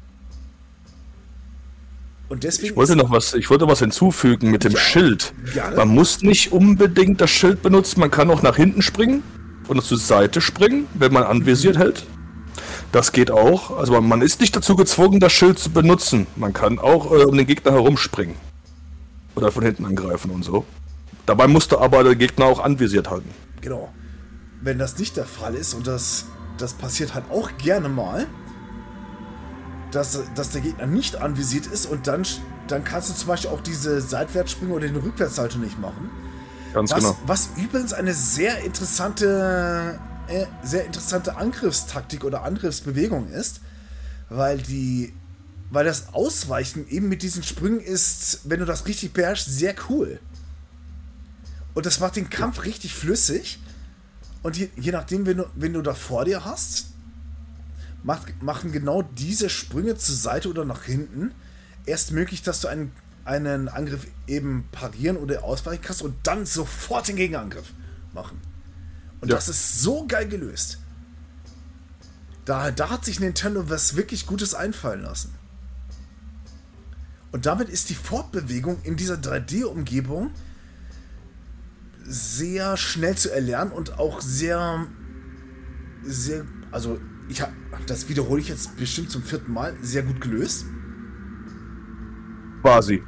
Und deswegen ich wollte noch was, ich wollte was hinzufügen mit dem ja, Schild. Gerne. Man muss nicht unbedingt das Schild benutzen, man kann auch nach hinten springen und zur Seite springen, wenn man anvisiert mhm. hält. Das geht auch. Also man ist nicht dazu gezwungen, das Schild zu benutzen. Man kann auch äh, um den Gegner herumspringen. Oder von hinten angreifen und so. Dabei musste aber der Gegner auch anvisiert halten. Genau. Wenn das nicht der Fall ist, und das, das passiert halt auch gerne mal, Dass, dass der Gegner nicht anvisiert ist und dann, dann kannst du zum Beispiel auch diese Seitwärtssprünge oder den Rückwärtssalto nicht machen. Ganz was, genau. Was übrigens eine sehr interessante, äh, sehr interessante Angriffstaktik oder Angriffsbewegung ist, weil die, weil das Ausweichen eben mit diesen Sprüngen ist, wenn du das richtig beherrschst, sehr cool. Und das macht den Kampf richtig flüssig. Und je, je nachdem, wenn du, wenn du da vor dir hast, Macht, machen genau diese Sprünge zur Seite oder nach hinten erst möglich, dass du einen, einen Angriff eben parieren oder ausweichen kannst und dann sofort den Gegenangriff machen. Und ja. das ist so geil gelöst. Da, da hat sich Nintendo was wirklich Gutes einfallen lassen. Und damit ist die Fortbewegung in dieser drei D-Umgebung sehr schnell zu erlernen und auch sehr, sehr, also ich habe, das wiederhole ich jetzt bestimmt zum vierten Mal, sehr gut gelöst. Quasi.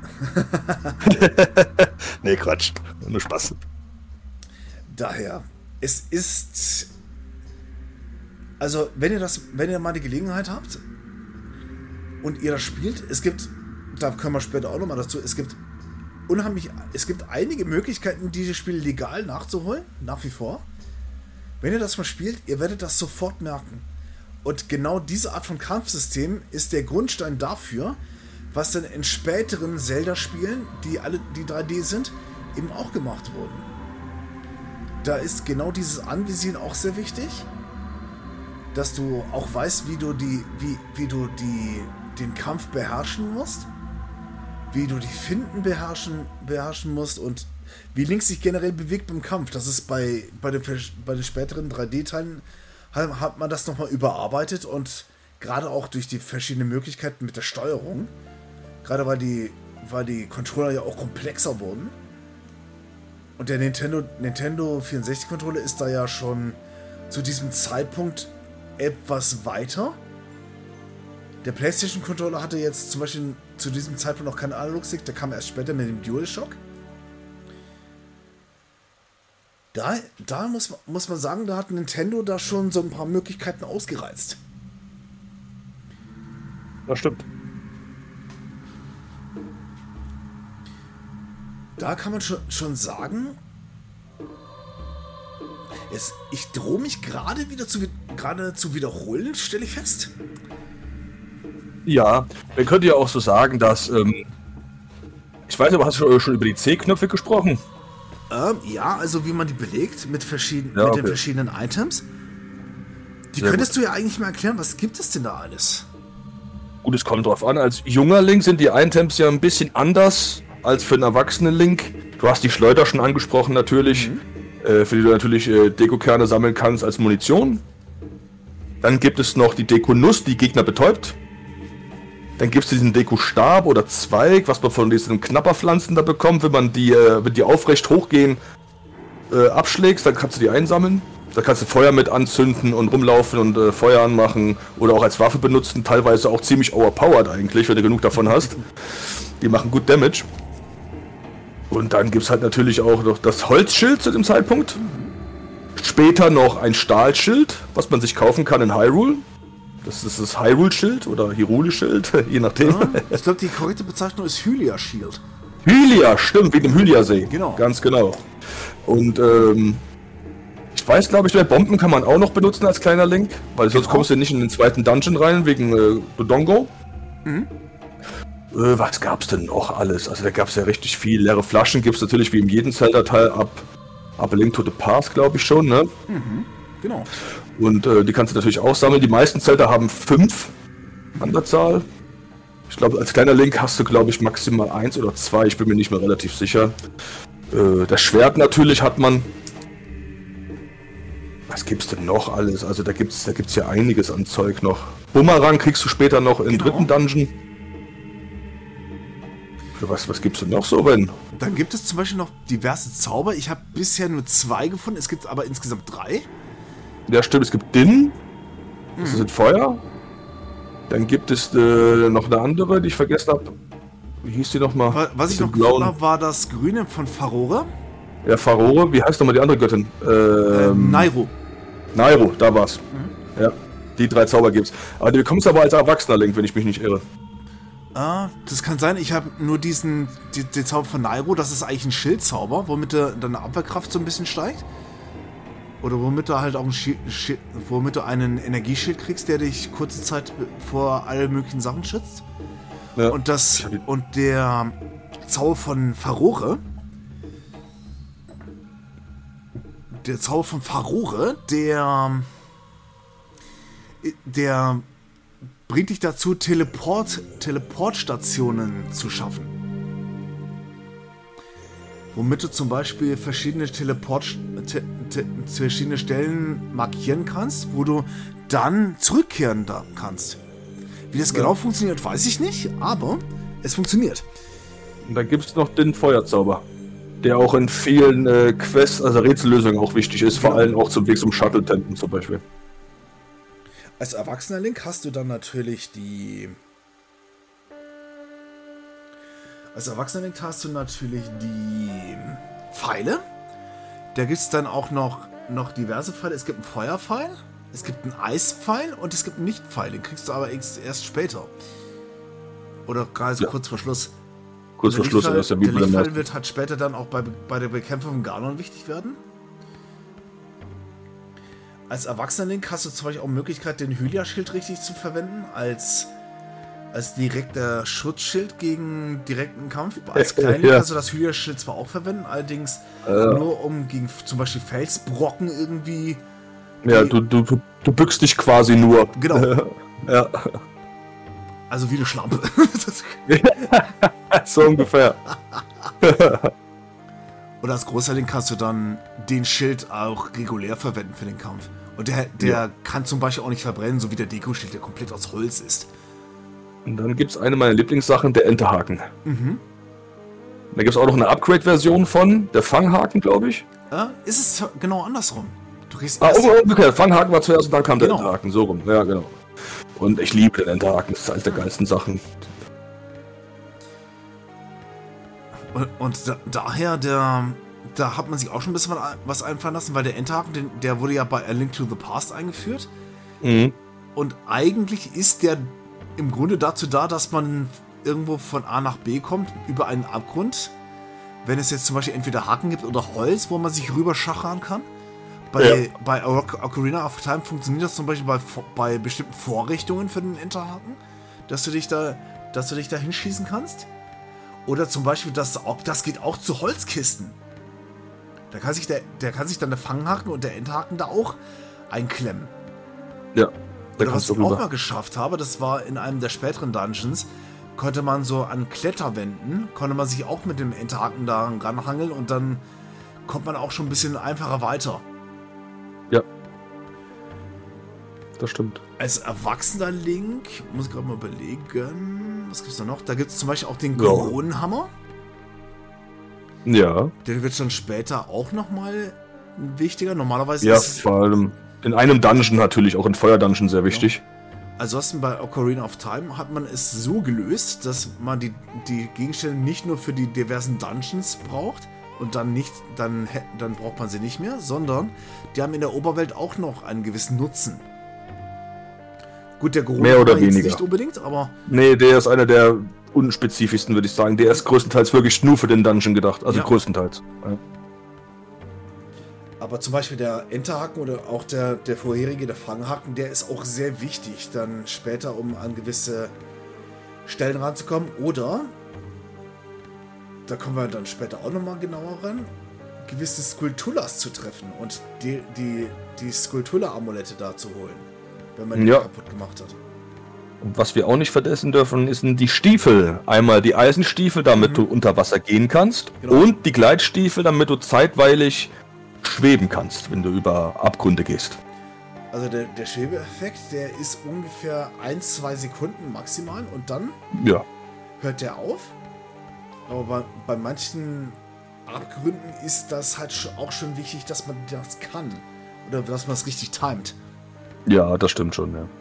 Nee, Quatsch. Nur Spaß. Daher, es ist, also wenn ihr das, wenn ihr mal die Gelegenheit habt und ihr das spielt, es gibt, da können wir später auch nochmal dazu, es gibt unheimlich, es gibt einige Möglichkeiten, diese Spiele legal nachzuholen, nach wie vor. Wenn ihr das mal spielt, ihr werdet das sofort merken. Und genau diese Art von Kampfsystem ist der Grundstein dafür, was dann in späteren Zelda-Spielen, die alle die drei D sind, eben auch gemacht wurden. Da ist genau dieses Anvisieren auch sehr wichtig, dass du auch weißt, wie du die, wie, wie du die, den Kampf beherrschen musst, wie du die Finden beherrschen, beherrschen musst und wie Link sich generell bewegt beim Kampf. Das ist bei, bei, den, bei den späteren drei D-Teilen hat man das nochmal überarbeitet und gerade auch durch die verschiedenen Möglichkeiten mit der Steuerung, gerade weil die, weil die Controller ja auch komplexer wurden und der Nintendo, Nintendo vierundsechzig Controller ist da ja schon zu diesem Zeitpunkt etwas weiter. Der PlayStation Controller hatte jetzt zum Beispiel zu diesem Zeitpunkt noch keinen Analog-Stick, der kam erst später mit dem DualShock. Da, da muss, muss man sagen, da hat Nintendo da schon so ein paar Möglichkeiten ausgereizt. Das stimmt. Da kann man schon, schon sagen, es, ich drohe mich gerade wieder zu, gerade zu wiederholen, stelle ich fest. Ja, man könnte ja auch so sagen, dass, ähm, ich weiß nicht, aber hast du schon über die C-Knöpfe gesprochen? Ähm, ja, also wie man die belegt mit, verschieden, ja, mit okay. den verschiedenen Items. Die Sehr könntest gut. du ja eigentlich mal erklären, was gibt es denn da alles? Gut, es kommt drauf an. Als junger Link sind die Items ja ein bisschen anders als für einen erwachsenen Link. Du hast die Schleuder schon angesprochen natürlich, mhm. äh, für die du natürlich äh, Dekokerne sammeln kannst als Munition. Dann gibt es noch die Deko-Nuss, die Gegner betäubt. Dann gibt es diesen Deko-Stab oder Zweig, was man von diesen Knapperpflanzen da bekommt, wenn man die, äh, wenn die aufrecht hochgehen, äh, abschlägst, dann kannst du die einsammeln. Da kannst du Feuer mit anzünden und rumlaufen und äh, Feuer anmachen oder auch als Waffe benutzen. Teilweise auch ziemlich overpowered eigentlich, wenn du genug davon hast. Die machen gut Damage. Und dann gibt es halt natürlich auch noch das Holzschild zu dem Zeitpunkt. Später noch ein Stahlschild, was man sich kaufen kann in Hyrule. Das ist das Hyrule-Schild oder Hyrule-Schild, je nachdem. Ja, ich glaube, die korrekte Bezeichnung ist Hylia-Shield. Hylia, stimmt, wie dem Hylia-See. Genau. Ganz genau. Und ähm, ich weiß, glaube ich, Bomben kann man auch noch benutzen als kleiner Link, weil sonst Genau. kommst du nicht in den zweiten Dungeon rein, wegen äh, Dodongo. Mhm. Äh, was gab's denn noch alles? Also da gab's ja richtig viel. Leere Flaschen gibt's natürlich wie in jedem Zelda-Teil ab, ab A Link to the Past, glaube ich schon, ne? Mhm. Genau. Und äh, die kannst du natürlich auch sammeln. Die meisten Zelda haben fünf an der Zahl. Ich glaube, als kleiner Link hast du, glaube ich, maximal eins oder zwei. Ich bin mir nicht mehr relativ sicher. Äh, das Schwert natürlich hat man. Was gibt's denn noch alles? Also da gibt's, da gibt's ja einiges an Zeug noch. Bumerang kriegst du später noch im Genau. dritten Dungeon. Für was, was gibt's denn noch so, wenn? Dann gibt es zum Beispiel noch diverse Zauber. Ich habe bisher nur zwei gefunden, es gibt aber insgesamt drei. Ja, stimmt, es gibt Din. Das ist ein Feuer. Dann gibt es äh, noch eine andere, die ich vergessen habe. Wie hieß die nochmal? Wa- Was ich noch gefunden habe, war das Grüne von Farore. Ja, Farore. Wie heißt nochmal die andere Göttin? Ähm, Ähm, Nairo. Nairo, da war's. Ja, die drei Zauber gibt's. Aber du bekommst aber als Erwachsener Link, wenn ich mich nicht irre. Ah, das kann sein. Ich habe nur diesen, die, den Zauber von Nairo. Das ist eigentlich ein Schildzauber, womit de, deine Abwehrkraft so ein bisschen steigt. Oder womit du halt auch ein Schi Schi womit du einen Energieschild kriegst, der dich kurze Zeit vor allen möglichen Sachen schützt. Ja. Und das und der Zauber von Farore, der Zauber von Farore, der der bringt dich dazu, Teleport Teleportstationen zu schaffen. Womit du zum Beispiel verschiedene Teleport te, te, verschiedene Stellen markieren kannst, wo du dann zurückkehren da kannst. Wie das Ja. genau funktioniert, weiß ich nicht, aber es funktioniert. Und dann gibt's noch den Feuerzauber, der auch in vielen äh, Quests, also Rätsellösungen auch wichtig ist, vor allem auch zum Weg zum Shuttle-Tempel zum Beispiel. Als erwachsener Link hast du dann natürlich die... Als erwachsener Link hast du natürlich die Pfeile. Da gibt es dann auch noch, noch diverse Pfeile. Es gibt einen Feuerpfeil, es gibt einen Eispfeil und es gibt einen Lichtpfeil. Den kriegst du aber erst erst später. Oder gerade so Ja. kurz vor Schluss. Kurz vor Der Schluss Lichtpfeil- ist ja wie Der bei der Lichtpfeil Master. wird halt später dann auch bei, bei der Bekämpfung von Ganon wichtig werden. Als erwachsener Link hast du zum Beispiel auch Möglichkeit, den Hylia-Schild richtig zu verwenden, als, als direkter Schutzschild gegen direkten Kampf. Als kleiner Link Ja. kannst du das Hylia-Schild zwar auch verwenden, allerdings Äh. nur um gegen zum Beispiel Felsbrocken irgendwie... Ja, du, du, du, du bückst dich quasi nur. Genau. Ja, Also wie eine Schlampe. Das- so ungefähr. Oder als großer Link kannst du dann den Schild auch regulär verwenden für den Kampf. Und der, der Ja. kann zum Beispiel auch nicht verbrennen, so wie der Deko-Schild, der komplett aus Holz ist. Und dann gibt's eine meiner Lieblingssachen, der Enterhaken. Mhm. Da gibt's auch noch eine Upgrade-Version von, der Fanghaken, glaube ich. Ja, ist es genau andersrum. Du kriegst Ah, erst... umgekehrt, der Fanghaken war zuerst und dann kam der Genau. Enterhaken, so rum. Ja, genau. Und ich liebe den Enterhaken, das ist eines der geilsten Sachen. Und, und da, daher, der, da hat man sich auch schon ein bisschen was einfallen lassen, weil der Enterhaken, den, der wurde ja bei A Link to the Past eingeführt. Mhm. Und eigentlich ist der im Grunde dazu da, dass man irgendwo von A nach B kommt, über einen Abgrund. Wenn es jetzt zum Beispiel entweder Haken gibt oder Holz, wo man sich rüber schachern kann. Bei, Ja. bei Ocarina of Time funktioniert das zum Beispiel bei, bei bestimmten Vorrichtungen für den Enterhaken, dass du dich da, dass du dich da hinschießen kannst. Oder zum Beispiel, das, auch, das geht auch zu Holzkisten. Da kann sich der, der kann sich dann der Fanghaken und der Enterhaken da auch einklemmen. Ja, da Oder was kannst du ich auch rüber. mal geschafft habe, das war in einem der späteren Dungeons, konnte man so an Kletterwänden, konnte man sich auch mit dem Enterhaken da ranhangeln und dann kommt man auch schon ein bisschen einfacher weiter. Ja. Das stimmt. Als erwachsener Link, muss ich gerade mal überlegen, was gibt's da noch? Da gibt es zum Beispiel auch den Ja. Kronenhammer. Ja. Der wird dann später auch nochmal wichtiger. Normalerweise Ja, ist vor allem in einem Dungeon natürlich, auch in Feuer-Dungeon sehr wichtig. Also hast du bei Ocarina of Time hat man es so gelöst, dass man die, die Gegenstände nicht nur für die diversen Dungeons braucht und dann nicht, dann, dann braucht man sie nicht mehr, sondern die haben in der Oberwelt auch noch einen gewissen Nutzen. Gut, der Grund Mehr oder jetzt weniger. nicht unbedingt, aber Nee, der ist einer der unspezifischsten, würde ich sagen. Der ist größtenteils wirklich nur für den Dungeon gedacht. Also Ja. größtenteils. Ja. Aber zum Beispiel der Enterhaken oder auch der, der vorherige, der Fanghaken, der ist auch sehr wichtig, dann später, um an gewisse Stellen ranzukommen. Oder, da kommen wir dann später auch nochmal genauer ran, gewisse Skulptulas zu treffen und die, die, die Skulptula-Amulette da zu holen, wenn man die Ja. kaputt gemacht hat. Und was wir auch nicht vergessen dürfen, sind die Stiefel. Einmal die Eisenstiefel, damit Mhm. du unter Wasser gehen kannst. Genau. Und die Gleitstiefel, damit du zeitweilig schweben kannst, wenn du über Abgründe gehst. Also der, der Schwebeeffekt, der ist ungefähr ein, zwei Sekunden maximal und dann Ja. hört der auf. Aber bei, bei manchen Abgründen ist das halt sch- auch schon wichtig, dass man das kann. Oder dass man es richtig timet. Ja, das stimmt schon, ja.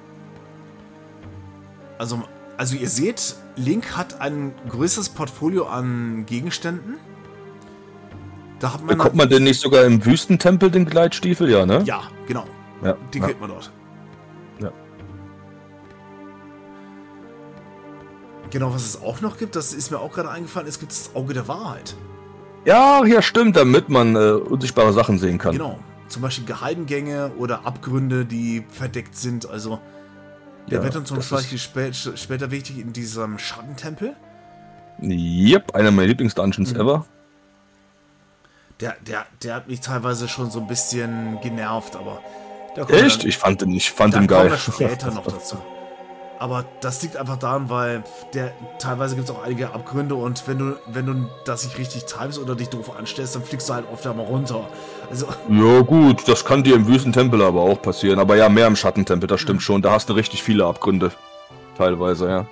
Also, also ihr seht, Link hat ein größeres Portfolio an Gegenständen. Da hat man... Bekommt man denn nicht sogar im Wüstentempel den Gleitstiefel? Ja, ne? Ja, genau. Ja. Den ja. kriegt man dort. Ja. Genau, was es auch noch gibt, das ist mir auch gerade eingefallen, es gibt das Auge der Wahrheit. Ja, ja, stimmt, damit man äh, unsichtbare Sachen sehen kann. Genau. Zum Beispiel Geheimgänge oder Abgründe, die verdeckt sind. Also, der Ja, wird dann zum das Beispiel spä später wichtig in diesem Schattentempel. Yep, einer meiner Lieblings-Dungeons Mhm. ever. Der, der, der hat mich teilweise schon so ein bisschen genervt, aber... Da kommen wir Echt? dann- Ich fand den, ich fand Da den kommen geil. wir später noch dazu. Aber das liegt einfach daran, weil der teilweise gibt es auch einige Abgründe und wenn du, wenn du das nicht richtig timest oder dich doof anstellst, dann fliegst du halt oft einmal runter. Also, Ja gut, das kann dir im Wüstentempel aber auch passieren. Aber ja, mehr im Schattentempel, das stimmt schon. Da hast du richtig viele Abgründe. Teilweise, ja.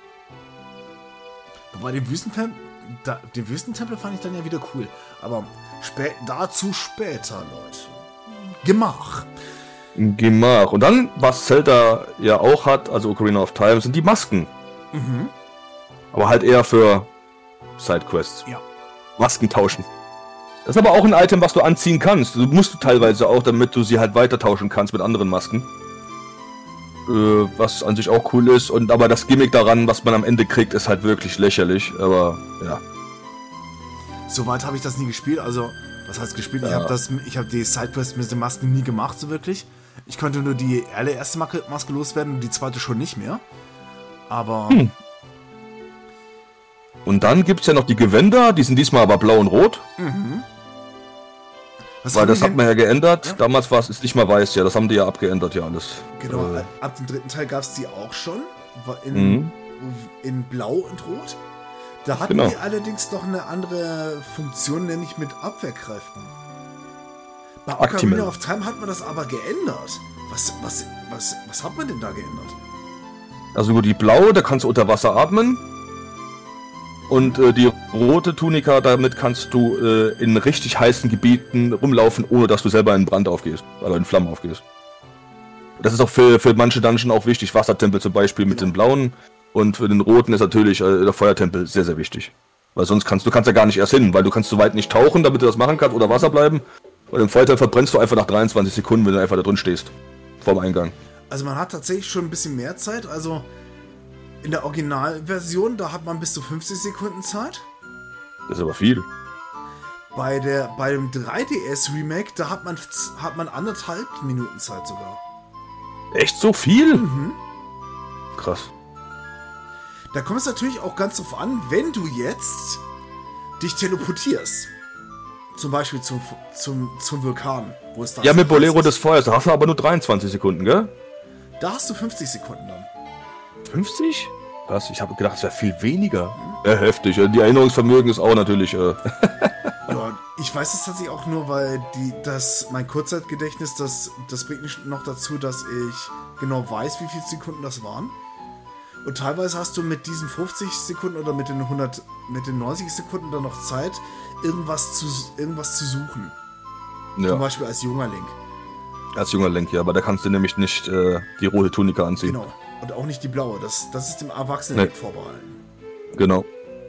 bei dem Wüstentempel, da, den Wüstentempel fand ich dann ja wieder cool. Aber spä dazu später, Leute. Gemach. Gemach. Und dann, was Zelda ja auch hat, also Ocarina of Time, sind die Masken. Mhm. Aber halt eher für Sidequests. Ja. Masken tauschen. Das ist aber auch ein Item, was du anziehen kannst. Du musst du teilweise auch, damit du sie halt weiter tauschen kannst mit anderen Masken. Äh, was an sich auch cool ist. Und aber das Gimmick daran, was man am Ende kriegt, ist halt wirklich lächerlich. Aber ja. Soweit habe ich das nie gespielt. Also, was heißt gespielt? Ich Ja. habe das, ich habe die Sidequest mit den Masken nie gemacht, so wirklich. Ich konnte nur die allererste Maske, Maske loswerden und die zweite schon nicht mehr. Aber Hm. Und dann gibt es ja noch die Gewänder, die sind diesmal aber blau und rot. mhm. Was Weil haben das die hat denn- man ja geändert. Ja. Damals war es ist nicht mal weiß, ja. Das haben die ja abgeändert, ja alles. Genau, Äh, ab dem dritten Teil gab es die auch schon. War in, Mhm. in Blau und Rot. Da hatten Genau. die allerdings noch eine andere Funktion, nämlich mit Abwehrkräften. Bei Actimel. Ocarina of Time hat man das aber geändert. Was, was, was, was hat man denn da geändert? Also gut, die blaue, da kannst du unter Wasser atmen. Und äh, die rote Tunika, damit kannst du äh, in richtig heißen Gebieten rumlaufen, ohne dass du selber in Brand aufgehst. Oder in Flammen aufgehst. Das ist auch für, für manche Dungeon auch wichtig. Wassertempel zum Beispiel mit den blauen. Und für den roten ist natürlich äh, der Feuertempel sehr, sehr wichtig. Weil sonst kannst du kannst ja gar nicht erst hin, weil du kannst so weit nicht tauchen, damit du das machen kannst, oder Wasser bleiben. Und im Feuertempel verbrennst du einfach nach dreiundzwanzig Sekunden, wenn du einfach da drin stehst. Vorm Eingang. Also man hat tatsächlich schon ein bisschen mehr Zeit. Also in der Originalversion, da hat man bis zu fünfzig Sekunden Zeit. Das ist aber viel. Bei der, bei dem drei D S Remake, da hat man, hat man anderthalb Minuten Zeit sogar. Echt so viel? Mhm. Krass. Da kommt es natürlich auch ganz drauf an, wenn du jetzt dich teleportierst. Zum Beispiel zum, zum, zum Vulkan, wo es da Ja, so mit Bolero heiß des ist. Feuers, da hast du aber nur dreiundzwanzig Sekunden, gell? Da hast du fünfzig Sekunden dann. fünfzig? Krass, ich habe gedacht, es wäre viel weniger. Ja, heftig. Die Erinnerungsvermögen ist auch natürlich. Äh, Ja, ich weiß es tatsächlich auch nur, weil die, das, mein Kurzzeitgedächtnis, das, das bringt mich noch dazu, dass ich genau weiß, wie viele Sekunden das waren. Und teilweise hast du mit diesen fünfzig Sekunden oder mit den hundert, mit den neunzig Sekunden dann noch Zeit, irgendwas zu, irgendwas zu suchen. Ja. Zum Beispiel als junger Link. Als junger Link, ja, aber da kannst du nämlich nicht äh, die rote Tunika anziehen. Genau. Und auch nicht die blaue. Das, das ist dem Erwachsenen Link Nee. vorbehalten. Genau.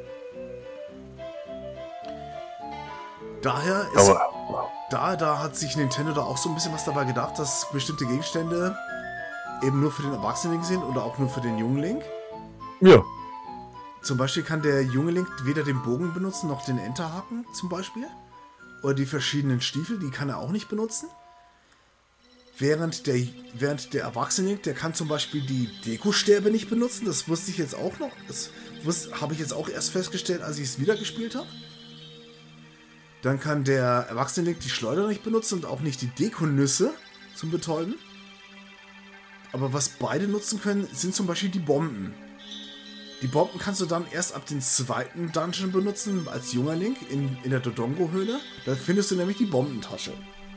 Daher ist, Aber da, da hat sich Nintendo da auch so ein bisschen was dabei gedacht, dass bestimmte Gegenstände eben nur für den Erwachsenen Link sind oder auch nur für den jungen Link. ja. Zum Beispiel kann der junge Link weder den Bogen benutzen, noch den Enterhaken zum Beispiel. Oder die verschiedenen Stiefel, die kann er auch nicht benutzen. Während der, während der Erwachsene Link, der kann zum Beispiel die Dekostäbe nicht benutzen. Das wusste ich jetzt auch noch. Das habe ich jetzt auch erst festgestellt, als ich es wieder gespielt habe. Dann kann der Erwachsene Link die Schleuder nicht benutzen und auch nicht die Dekonüsse zum Betäuben. Aber was beide nutzen können, sind zum Beispiel die Bomben. Die Bomben kannst du dann erst ab dem zweiten Dungeon benutzen, als junger Link, in, in der Dodongo-Höhle. Da findest du nämlich die Bombentasche.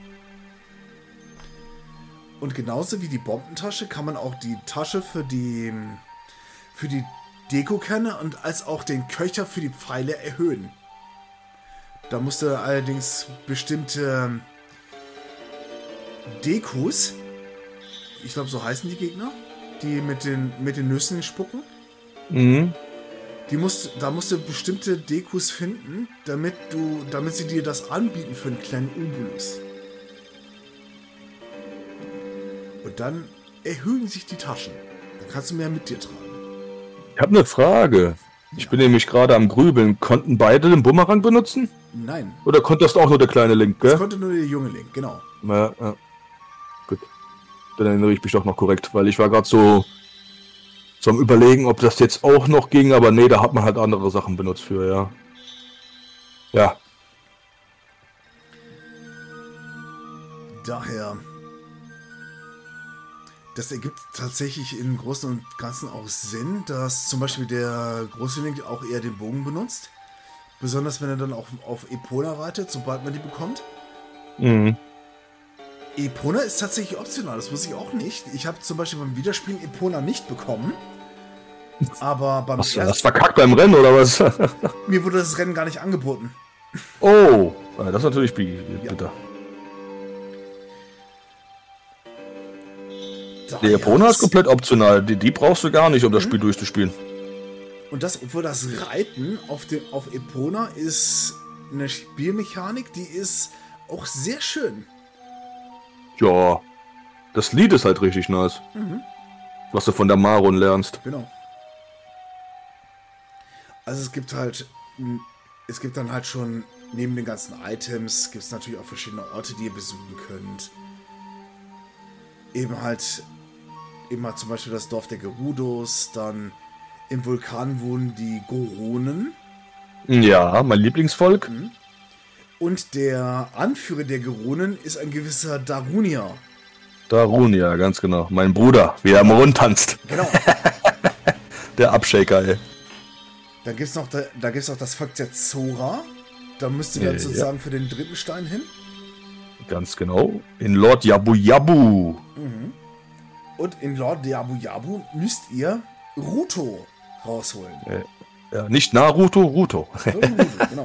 Und genauso wie die Bombentasche kann man auch die Tasche für die, für die Dekokerne und als auch den Köcher für die Pfeile erhöhen. Da musst du allerdings bestimmte Dekos, ich glaube so heißen die Gegner, die mit den, mit den Nüssen spucken. Mhm. Die musst, da musst du bestimmte Dekos finden, damit du, damit sie dir das anbieten für einen kleinen Ubulus. Und dann erhöhen sich die Taschen. Dann kannst du mehr mit dir tragen. Ich habe eine Frage. Ich bin nämlich gerade am Grübeln. Konnten beide den Bumerang benutzen? Nein, Oder konnte das auch nur der kleine Link, das gell? konnte nur der junge Link, genau. Ja, ja. Gut. Dann erinnere ich mich doch noch korrekt, weil ich war gerade so, so am Überlegen, ob das jetzt auch noch ging, aber nee, da hat man halt andere Sachen benutzt für, ja. Ja. Daher, das ergibt tatsächlich im Großen und Ganzen auch Sinn, dass zum Beispiel der große Link auch eher den Bogen benutzt. Besonders wenn er dann auch auf Epona reitet, sobald man die bekommt. Mhm. Epona ist tatsächlich optional, das wusste ich auch nicht. Ich habe zum Beispiel beim Wiederspielen Epona nicht bekommen. Aber beim Was, das ersten, verkackt beim Rennen, oder was? mir wurde das Rennen gar nicht angeboten. Oh, das ist natürlich bi- bitter. Daher Der Epona ist das- komplett optional. Die, die brauchst du gar nicht, um das Spiel durchzuspielen. Und das, obwohl das Reiten auf, dem, auf Epona ist eine Spielmechanik, die ist auch sehr schön. Ja, das Lied ist halt richtig nice. Was du von der Maron lernst. Genau. Also es gibt halt, es gibt dann halt schon, neben den ganzen Items, gibt es natürlich auch verschiedene Orte, die ihr besuchen könnt. Eben halt, eben halt zum Beispiel das Dorf der Gerudos, dann im Vulkan wohnen die Goronen. Ja, mein Lieblingsvolk. Und der Anführer der Geronen ist ein gewisser Darunia. Darunia, ganz genau. Mein Bruder, wie er am Rund tanzt. Genau. Der Abshaker, ey. Dann gibt es noch, da, da gibt's noch das Volk der Zora. Da müsst ihr dann Äh, sozusagen für den dritten Stein hin. Ganz genau. In Lord Yabu Yabu. Und in Lord Yabu Yabu müsst ihr Ruto rausholen. Ja, nicht Naruto, Ruto. So wie Ruto, genau.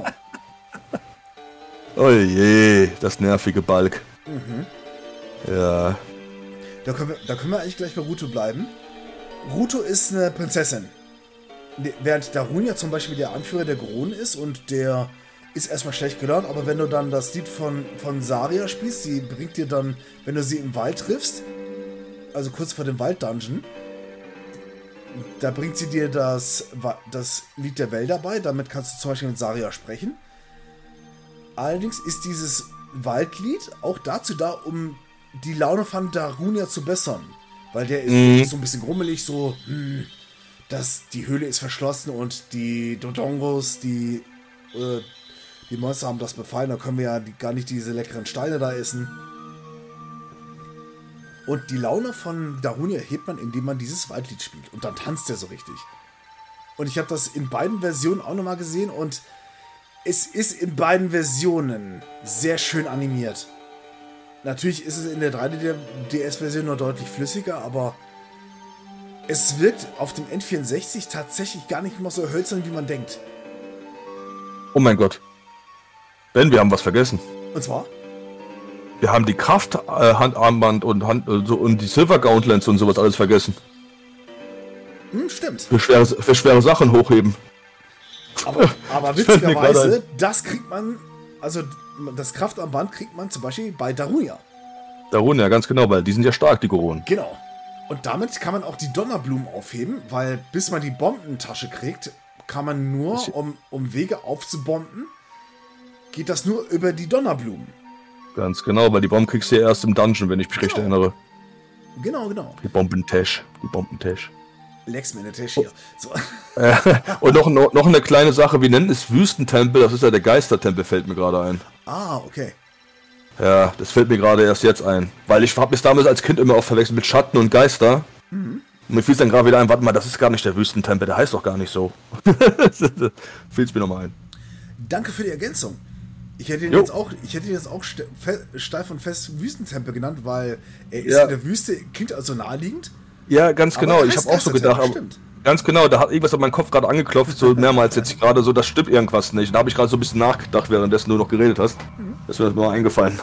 Oh je, das nervige Balk. Ja. Da können, wir, da können wir eigentlich gleich bei Ruto bleiben. Ruto ist eine Prinzessin. Ne- Während Darunia zum Beispiel der Anführer der Goronen ist und der ist erstmal schlecht gelaunt, aber wenn du dann das Lied von, von Saria spielst, die bringt dir dann, wenn du sie im Wald triffst, also kurz vor dem Wald-Dungeon, da bringt sie dir das, Wa- das Lied der Wälder bei, damit kannst du zum Beispiel mit Saria sprechen. Allerdings ist dieses Waldlied auch dazu da, um die Laune von Darunia zu bessern. Weil der ist Mhm. so ein bisschen grummelig, so, hm, dass die Höhle ist verschlossen und die Dodongos, die, äh, die Monster haben das befallen, da können wir ja die, gar nicht diese leckeren Steine da essen. Und die Laune von Darunia hebt man, indem man dieses Waldlied spielt. Und dann tanzt er so richtig. Und ich habe das in beiden Versionen auch nochmal gesehen und es ist in beiden Versionen sehr schön animiert. Natürlich ist es in der drei D S-Version nur deutlich flüssiger, aber es wirkt auf dem N vierundsechzig tatsächlich gar nicht mehr so hölzern, wie man denkt. Oh mein Gott. Ben, wir haben was vergessen. Und zwar, Wir haben die Kraft-Handarmband und, Hand, so, und die Silver Gauntlets und sowas alles vergessen. Hm, stimmt. Für schwere, für schwere Sachen hochheben. Aber, aber witzigerweise, das kriegt man, also das Kraftarmband kriegt man zum Beispiel bei Darunia. Darunia, ganz genau, weil die sind ja stark, die Goronen. Genau. Und damit kann man auch die Donnerblumen aufheben, weil bis man die Bombentasche kriegt, kann man nur, um, um Wege aufzubomben, geht das nur über die Donnerblumen. Ganz genau, weil die Bomben kriegst du ja erst im Dungeon, wenn ich mich genau. recht erinnere. Genau, genau. Die Bombentash, die Bombentash. Lex mir eine Tash hier. So. Und noch, noch, noch eine kleine Sache, wir nennen es Wüstentempel, das ist ja der Geistertempel, fällt mir gerade ein. Ah, okay. Ja, das fällt mir gerade erst jetzt ein. Weil ich habe es damals als Kind immer auch verwechselt mit Schatten und Geister. Mhm. Und mir fiel es dann gerade wieder ein, warte mal, das ist gar nicht der Wüstentempel, der heißt doch gar nicht so. Fiel es mir nochmal ein. Danke für die Ergänzung. Ich hätte ihn jo. jetzt auch, ich hätte ihn jetzt auch steif und fest Wüstentempel genannt, weil er ist ja. in der Wüste, klingt also naheliegend. Ja, ganz aber genau. Ich habe auch so gedacht, aber, ganz genau, da hat irgendwas an meinen Kopf gerade angeklopft, so mehrmals jetzt gerade so, das stimmt irgendwas nicht. Da habe ich gerade so ein bisschen nachgedacht, währenddessen du noch geredet hast. Mhm. Das ist mir das mal eingefallen.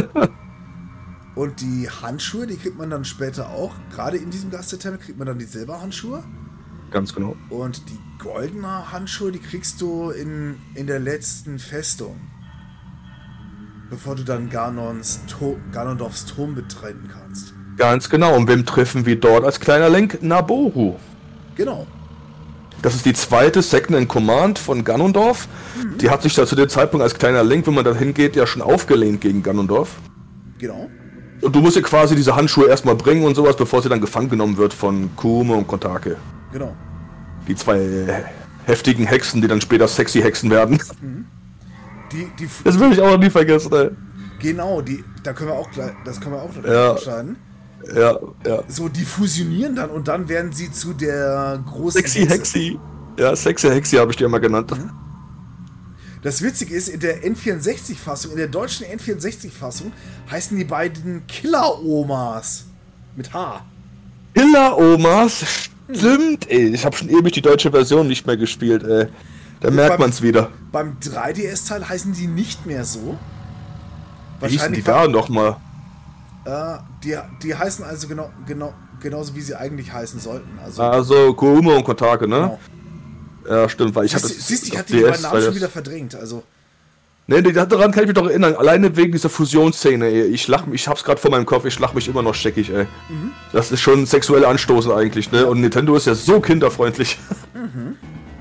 Und die Handschuhe, die kriegt man dann später auch. Gerade in diesem Geistertempel kriegt man dann die Silberhandschuhe. Ganz genau. Und die goldenen Handschuhe, die kriegst du in, in der letzten Festung. Bevor du dann Ganons to- Ganondorfs Turm betreten kannst. Ganz genau. Und wem treffen wir dort als kleiner Link? Naboru. Genau. Das ist die zweite Second in Command von Ganondorf. Mhm. Die hat sich da zu dem Zeitpunkt als kleiner Link, wenn man da hingeht, ja schon aufgelehnt gegen Ganondorf. Genau. Und du musst ihr quasi diese Handschuhe erstmal bringen und sowas, bevor sie dann gefangen genommen wird von Kume und Kontake. Genau. Die zwei heftigen Hexen, die dann später sexy Hexen werden. Mhm. Die, die, das will ich auch nie vergessen, ey. Genau, die, da können wir auch gleich, das können wir auch ja. entscheiden. Ja, ja. So, die fusionieren dann und dann werden sie zu der großen Sexy Hexe. Hexi. Ja, Sexy Hexi habe ich die immer genannt. Mhm. Das Witzige ist, in der N vierundsechzig-Fassung, in der deutschen N vierundsechzig-Fassung heißen die beiden Killer-Omas. Mit H. Killer-Omas? Stimmt, ey. Ich habe schon ewig die deutsche Version nicht mehr gespielt, ey. Da und merkt man es wieder. Beim drei D S-Teil heißen die nicht mehr so. Wie hießen die da noch mal? Äh, die, die heißen also genau, genau, genauso, wie sie eigentlich heißen sollten. Also, also Kume und Kontake, ne? Genau. Ja, stimmt, weil ich hatte das. Siehst du, ich hatte die beiden Namen schon wieder verdrängt, also. Ne, daran kann ich mich doch erinnern, alleine wegen dieser Fusionsszene, ey. Ich lach mich, ich hab's gerade vor meinem Kopf, ich lach mich immer noch scheckig, ey. Mhm. Das ist schon sexuell anstoßend eigentlich, ne? Und Nintendo ist ja so kinderfreundlich. Mhm.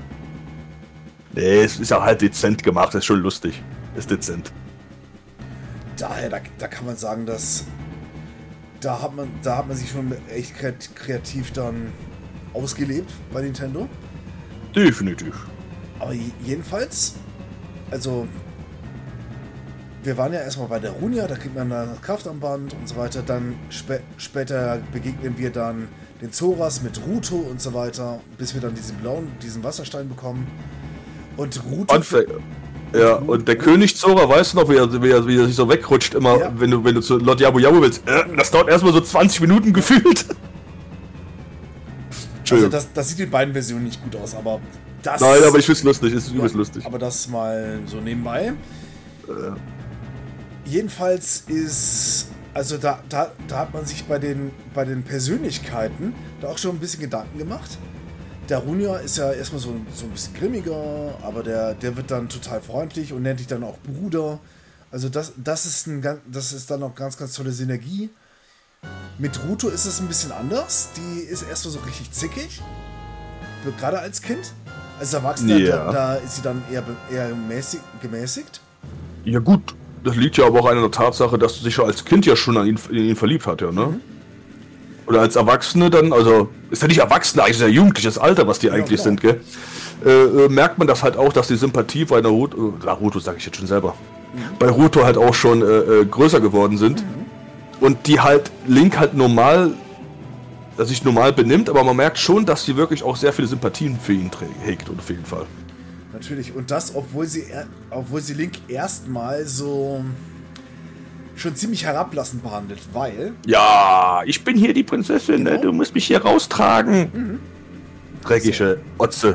Nee, es ist ja halt dezent gemacht, ist schon lustig. Ist dezent. Daher, da, da kann man sagen, dass da hat man, da hat man sich schon echt kreativ dann ausgelebt bei Nintendo. Definitiv. Aber jedenfalls, also wir waren ja erstmal bei der Darunia, da kriegt man dann Kraftarmband und so weiter. Dann spä- später begegnen wir dann den Zoras mit Ruto und so weiter, bis wir dann diesen blauen, diesen Wasserstein bekommen. Und Ruto... Anfänger. Ja, und der König Zora, weißt du noch, wie er, wie er, wie er sich so wegrutscht, immer, ja. wenn du wenn du zu Lord Yabu Yabu willst. Äh, das dauert erstmal so zwanzig Minuten gefühlt. Also das, das sieht in beiden Versionen nicht gut aus, aber das... Nein, aber ich find's lustig, es ist übelst ja, lustig. Aber das mal so nebenbei. Äh. Jedenfalls ist... Also da, da, da hat man sich bei den, bei den Persönlichkeiten da auch schon ein bisschen Gedanken gemacht. Der Darunia ist ja erstmal so, so ein bisschen grimmiger, aber der, der wird dann total freundlich und nennt dich dann auch Bruder. Also das, das, ist ein, das ist dann auch ganz, ganz tolle Synergie. Mit Ruto ist es ein bisschen anders. Die ist erstmal so richtig zickig. Gerade als Kind. Als Erwachsener, yeah. da, da ist sie dann eher, eher mäßig, gemäßigt. Ja gut, das liegt ja aber auch an der Tatsache, dass du dich ja als Kind ja schon an ihn, in ihn verliebt hat, ja, ne? Mhm. Oder als Erwachsene dann, also ist ja nicht Erwachsene, eigentlich ist ja jugendliches Alter, was die ja, eigentlich genau. sind, gell? Äh, äh, merkt man das halt auch, dass die Sympathie bei Naruto, äh, Naruto sage ich jetzt schon selber, mhm. bei Ruto halt auch schon äh, äh, größer geworden sind. Mhm. Und die halt Link halt normal, dass sich normal benimmt, aber man merkt schon, dass sie wirklich auch sehr viele Sympathien für ihn hegt, und auf jeden Fall. Natürlich, und das, obwohl sie, obwohl sie Link erstmal so schon ziemlich herablassend behandelt, weil... Ja, ich bin hier die Prinzessin, genau. ne? Du musst mich hier raustragen. Mhm. Dreckige so. Otze.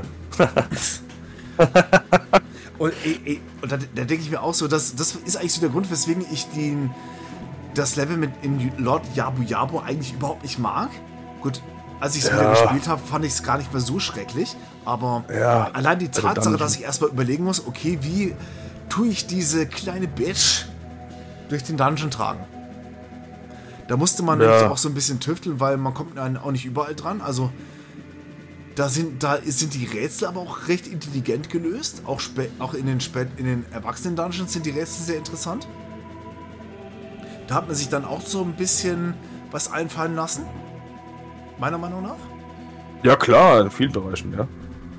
und ey, ey, und da, da denke ich mir auch so, dass, das ist eigentlich so der Grund, weswegen ich den, das Level mit in Lord Yabu Yabu eigentlich überhaupt nicht mag. Gut, als ich es Ja. wieder gespielt habe, fand ich es gar nicht mehr so schrecklich. Aber Ja. allein die Also Tatsache, dann- dass ich erstmal überlegen muss, okay, wie tue ich diese kleine Bitch durch den Dungeon tragen? Da musste man Ja. nämlich auch so ein bisschen tüfteln, weil man kommt auch nicht überall dran. Also da sind, da sind die Rätsel aber auch recht intelligent gelöst. Auch, spä auch in den, spät in den Erwachsenen-Dungeons sind die Rätsel sehr interessant. Da hat man sich dann auch so ein bisschen was einfallen lassen. Meiner Meinung nach. Ja klar, in vielen Bereichen, ja.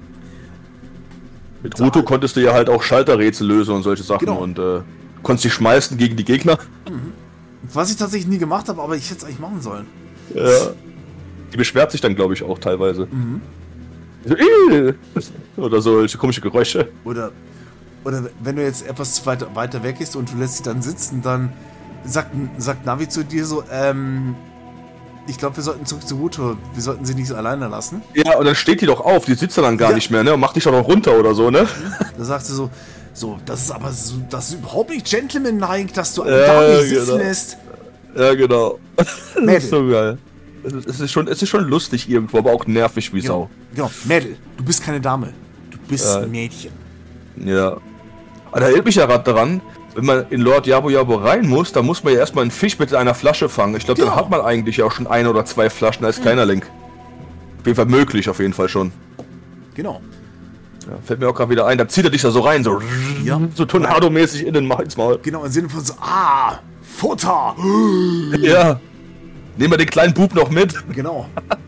Mit Da- Ruto konntest du ja halt auch Schalterrätsel lösen und solche Sachen Genau. und äh, konntest dich schmeißen gegen die Gegner. Was ich tatsächlich nie gemacht habe, aber ich hätte es eigentlich machen sollen. Ja. Die beschwert sich dann, glaube ich, auch teilweise. Mhm. So, "Ih!" oder solche komische Geräusche. Oder, oder wenn du jetzt etwas zu weiter, weiter weg bist und du lässt dich dann sitzen, dann sagt, sagt Navi zu dir so, ähm, ich glaube, wir sollten zurück zu Ruto. Wir sollten sie nicht so alleine lassen. Ja, und dann steht die doch auf, die sitzt dann gar Ja. nicht mehr, ne? Und macht dich doch noch runter oder so, ne? Da sagt sie so, so, das ist aber so, das ist überhaupt nicht Gentleman-like, dass du eine Ja, Dame hier sitzen genau. lässt. Ja, genau. Das Mädel. ist so geil. Es ist, es, ist schon, es ist schon lustig irgendwo, aber auch nervig wie Genau, Sau. genau. Mädel, du bist keine Dame. Du bist Ja. ein Mädchen. Ja. Aber da erinnert mich ja gerade daran, wenn man in Lord Yabu Yabu rein muss, dann muss man ja erstmal einen Fisch mit einer Flasche fangen. Ich glaube, Genau. dann hat man eigentlich ja auch schon eine oder zwei Flaschen als kleiner Link. Auf jeden Fall möglich, auf jeden Fall schon. Genau. Ja, fällt mir auch gerade wieder ein, da zieht er dich da so rein, so, Ja. so Tornado-mäßig in den Ma- ins Maul. Genau, im Sinne von so, ah, Futter. Ja. Nehmen wir den kleinen Bub noch mit. Genau.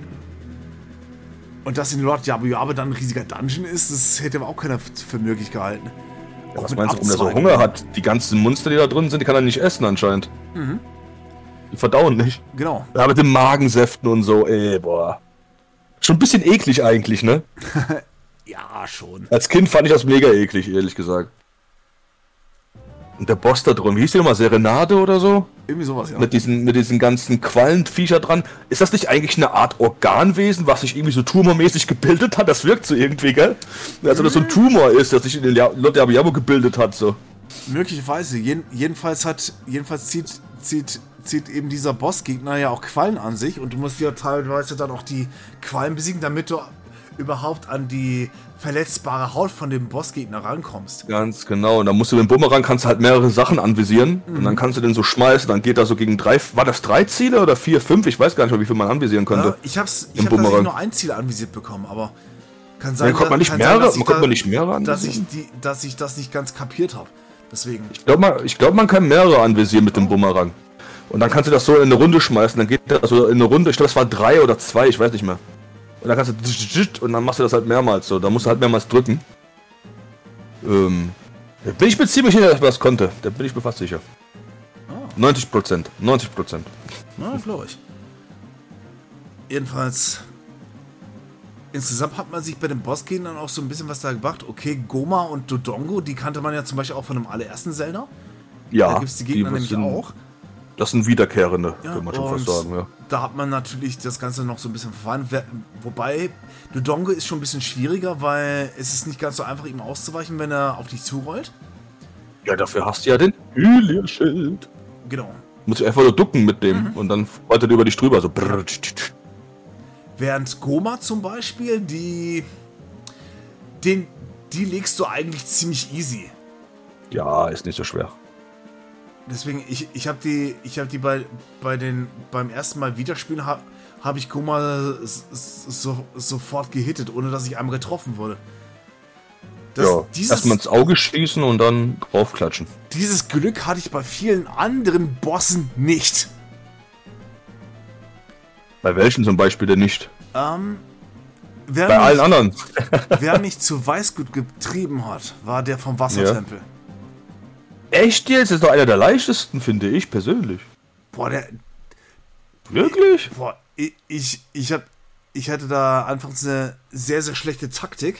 Und dass in Lord Yabu Yabu dann ein riesiger Dungeon ist, das hätte aber auch keiner für möglich gehalten. Auch Was mit meinst du, warum der so Abzweigen. Hunger hat? Die ganzen Monster, die da drin sind, die kann er nicht essen anscheinend. Mhm. Die verdauen nicht. Genau. Ja, mit den Magensäften und so, ey, boah. Schon ein bisschen eklig eigentlich, ne? Ja, schon. Als Kind fand ich das mega eklig, ehrlich gesagt. Und der Boss da drin, wie hieß der nochmal? Serenade oder so? Irgendwie sowas, ja. Mit diesen, mit diesen ganzen Quallenviecher dran. Ist das nicht eigentlich eine Art Organwesen, was sich irgendwie so tumormäßig gebildet hat? Das wirkt so irgendwie, gell? Also, dass so ein Tumor ist, das sich in den Lord Yabu Yabu gebildet hat, so. Möglicherweise. Jeden, jedenfalls hat, jedenfalls zieht, zieht, zieht eben dieser Bossgegner ja auch Quallen an sich und du musst ja teilweise dann auch die Quallen besiegen, damit du überhaupt an die verletzbare Haut von dem Bossgegner rankommst. Ganz genau. Und dann musst du mit dem Bumerang kannst du halt mehrere Sachen anvisieren. Und dann kannst du den so schmeißen. Dann geht er so gegen drei. War das drei Ziele oder vier, fünf? Ich weiß gar nicht mehr, wie viel man anvisieren konnte. Ja, ich hab's, ich Im hab tatsächlich Bumerang. nur ein Ziel anvisiert bekommen, aber kann sein, Dann konnte man nicht kann mehrere- dass ich man konnte da- man nicht mehrere dass ich, anvisieren? die, dass ich das nicht ganz kapiert habe. Deswegen. Ich glaube, man, ich glaub, man kann mehrere anvisieren mit dem Bumerang. Und dann kannst du das so in eine Runde schmeißen. Dann geht das so in eine Runde. Ich glaube, es war drei oder zwei, ich weiß nicht mehr. Und dann kannst du und dann machst du das halt mehrmals so. Da musst du halt mehrmals drücken. Ähm, da bin ich mir ziemlich sicher, dass ich das konnte. Da bin ich mir fast sicher. neunzig Prozent. neunzig Prozent. Na, glaube ich. Jedenfalls. Insgesamt hat man sich bei den Bossgegnern auch so ein bisschen was da gebracht. Okay, Goma und Dodongo, die kannte man ja zum Beispiel auch von dem allerersten Zelda. Ja. Da gibt es die Gegner nämlich sind, auch. Das sind Wiederkehrende, Ja, kann man schon und fast sagen, ja. Da hat man natürlich das Ganze noch so ein bisschen verfahren. Wobei, Dodongo ist schon ein bisschen schwieriger, weil es ist nicht ganz so einfach, ihm auszuweichen, wenn er auf dich zurollt. Ja, dafür hast du ja den Hylia-Schild. Genau. Muss ich einfach nur ducken mit dem Mhm. und dann rollt er über dich drüber, so. brrr, tsch, tsch, tsch. Während Goma zum Beispiel, die. Den, die legst du eigentlich ziemlich easy. Ja, ist nicht so schwer. Deswegen, ich, ich habe die, ich habe die bei, bei den, beim ersten Mal Wiederspielen, habe hab ich Goma s- s- so, sofort gehittet, ohne dass ich einmal getroffen wurde. Das, Ja, dieses, erstmal ins Auge schießen und dann draufklatschen. dieses Glück hatte ich bei vielen anderen Bossen nicht. Bei welchen zum Beispiel denn nicht? Ähm, wer, Bei mich, allen anderen. wer mich zu Weißgut getrieben hat, war der vom Wassertempel. Echt jetzt? Das ist doch einer der leichtesten, finde ich persönlich. Boah, der, Wirklich? boah, ich, ich, ich hab, ich hatte da anfangs eine sehr, sehr schlechte Taktik.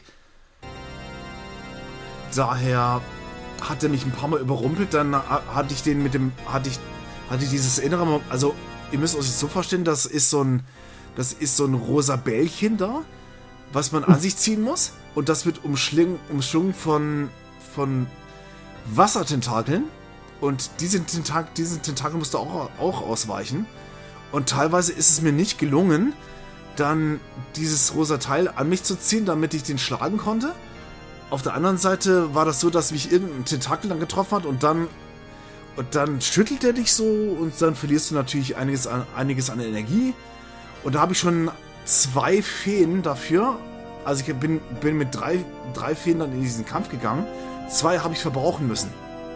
Daher hat er mich ein paar Mal überrumpelt, dann ha- hatte ich den mit dem, hatte ich, hatte ich dieses innere, also ihr müsst euch das so vorstellen, das ist so ein, das ist so ein rosa Bällchen da, was man an sich ziehen muss und das wird umschlingen, umschlungen von, von Wassertentakeln Und diesen Tentakel, diesen Tentakel musst du auch, auch ausweichen. Und teilweise ist es mir nicht gelungen, dann dieses rosa Teil an mich zu ziehen, damit ich den schlagen konnte. Auf der anderen Seite war das so, dass mich irgendein Tentakel dann getroffen hat und dann und dann schüttelt er dich so und dann verlierst du natürlich einiges an, einiges an Energie. Und da habe ich schon zwei Feen dafür. Also ich bin, bin mit drei, drei Feen dann in diesen Kampf gegangen. Zwei habe ich verbrauchen müssen.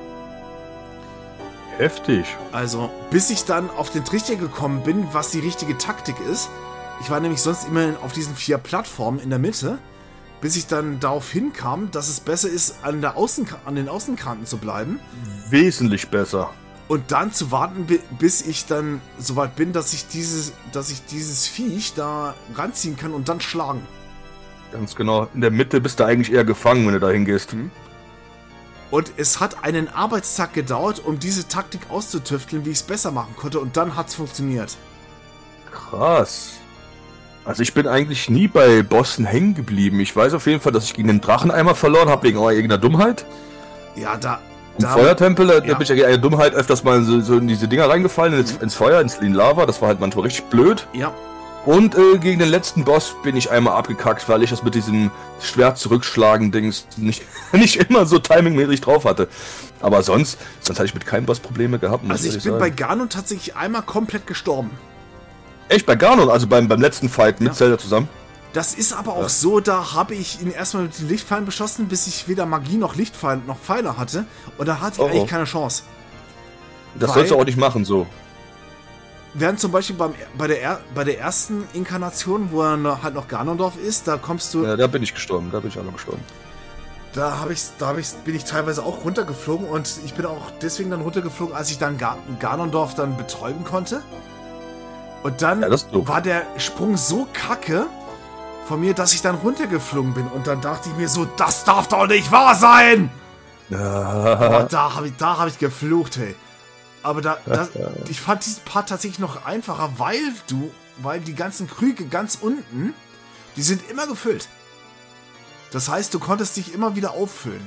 Heftig. Also, bis ich dann auf den Trichter gekommen bin, was die richtige Taktik ist. Ich war nämlich sonst immer auf diesen vier Plattformen in der Mitte. Bis ich dann darauf hinkam, dass es besser ist, an, der Außen, an den Außenkanten zu bleiben. Wesentlich besser. Und dann zu warten, bis ich dann so weit bin, dass ich dieses, dass ich dieses Viech da ranziehen kann und dann schlagen. Ganz genau. In der Mitte bist du eigentlich eher gefangen, wenn du da hingehst. Hm? Und es hat einen Arbeitstag gedauert, um diese Taktik auszutüfteln, wie ich es besser machen konnte. Und dann hat es funktioniert. Krass. Also ich bin eigentlich nie bei Bossen hängen geblieben. Ich weiß auf jeden Fall, dass ich gegen den Drachen einmal verloren habe, wegen irgendeiner Dummheit. Ja, da... Im da Feuertempel, da ja. bin ich ja gegen eine Dummheit öfters mal so, so in diese Dinger reingefallen, ins, ins Feuer, ins in Lava. Das war halt manchmal richtig blöd. Ja. Und äh, gegen den letzten Boss bin ich einmal abgekackt, weil ich das mit diesem Schwert zurückschlagen Dings nicht, nicht immer so timingmäßig drauf hatte. Aber sonst, sonst hatte ich mit keinem Boss Probleme gehabt. Also ich bin sagen. bei Ganon tatsächlich einmal komplett gestorben. Echt, bei Ganon? Also beim, beim letzten Fight mit ja. Zelda zusammen? Das ist aber auch ja. so, da habe ich ihn erstmal mit den Lichtpfeilen beschossen, bis ich weder Magie noch Lichtpfeile noch Pfeile hatte. Und da hatte ich oh, eigentlich oh. keine Chance. Das sollst du auch nicht machen, so. Während zum Beispiel beim, bei, der, bei der ersten Inkarnation, wo er noch, halt noch Ganondorf ist, da kommst du... Ja, da bin ich gestorben, da bin ich auch noch gestorben. Da, hab ich, da hab ich, bin ich teilweise auch runtergeflogen und ich bin auch deswegen dann runtergeflogen, als ich dann Ga Ganondorf dann betäuben konnte. Und dann ja, war der Sprung so kacke von mir, dass ich dann runtergeflogen bin. Und dann dachte ich mir so, das darf doch nicht wahr sein! Ja. Oh, da habe ich, da hab ich geflucht, hey. Aber da, das, ich fand diesen Part tatsächlich noch einfacher, weil du, weil die ganzen Krüge ganz unten, die sind immer gefüllt. Das heißt, du konntest dich immer wieder auffüllen.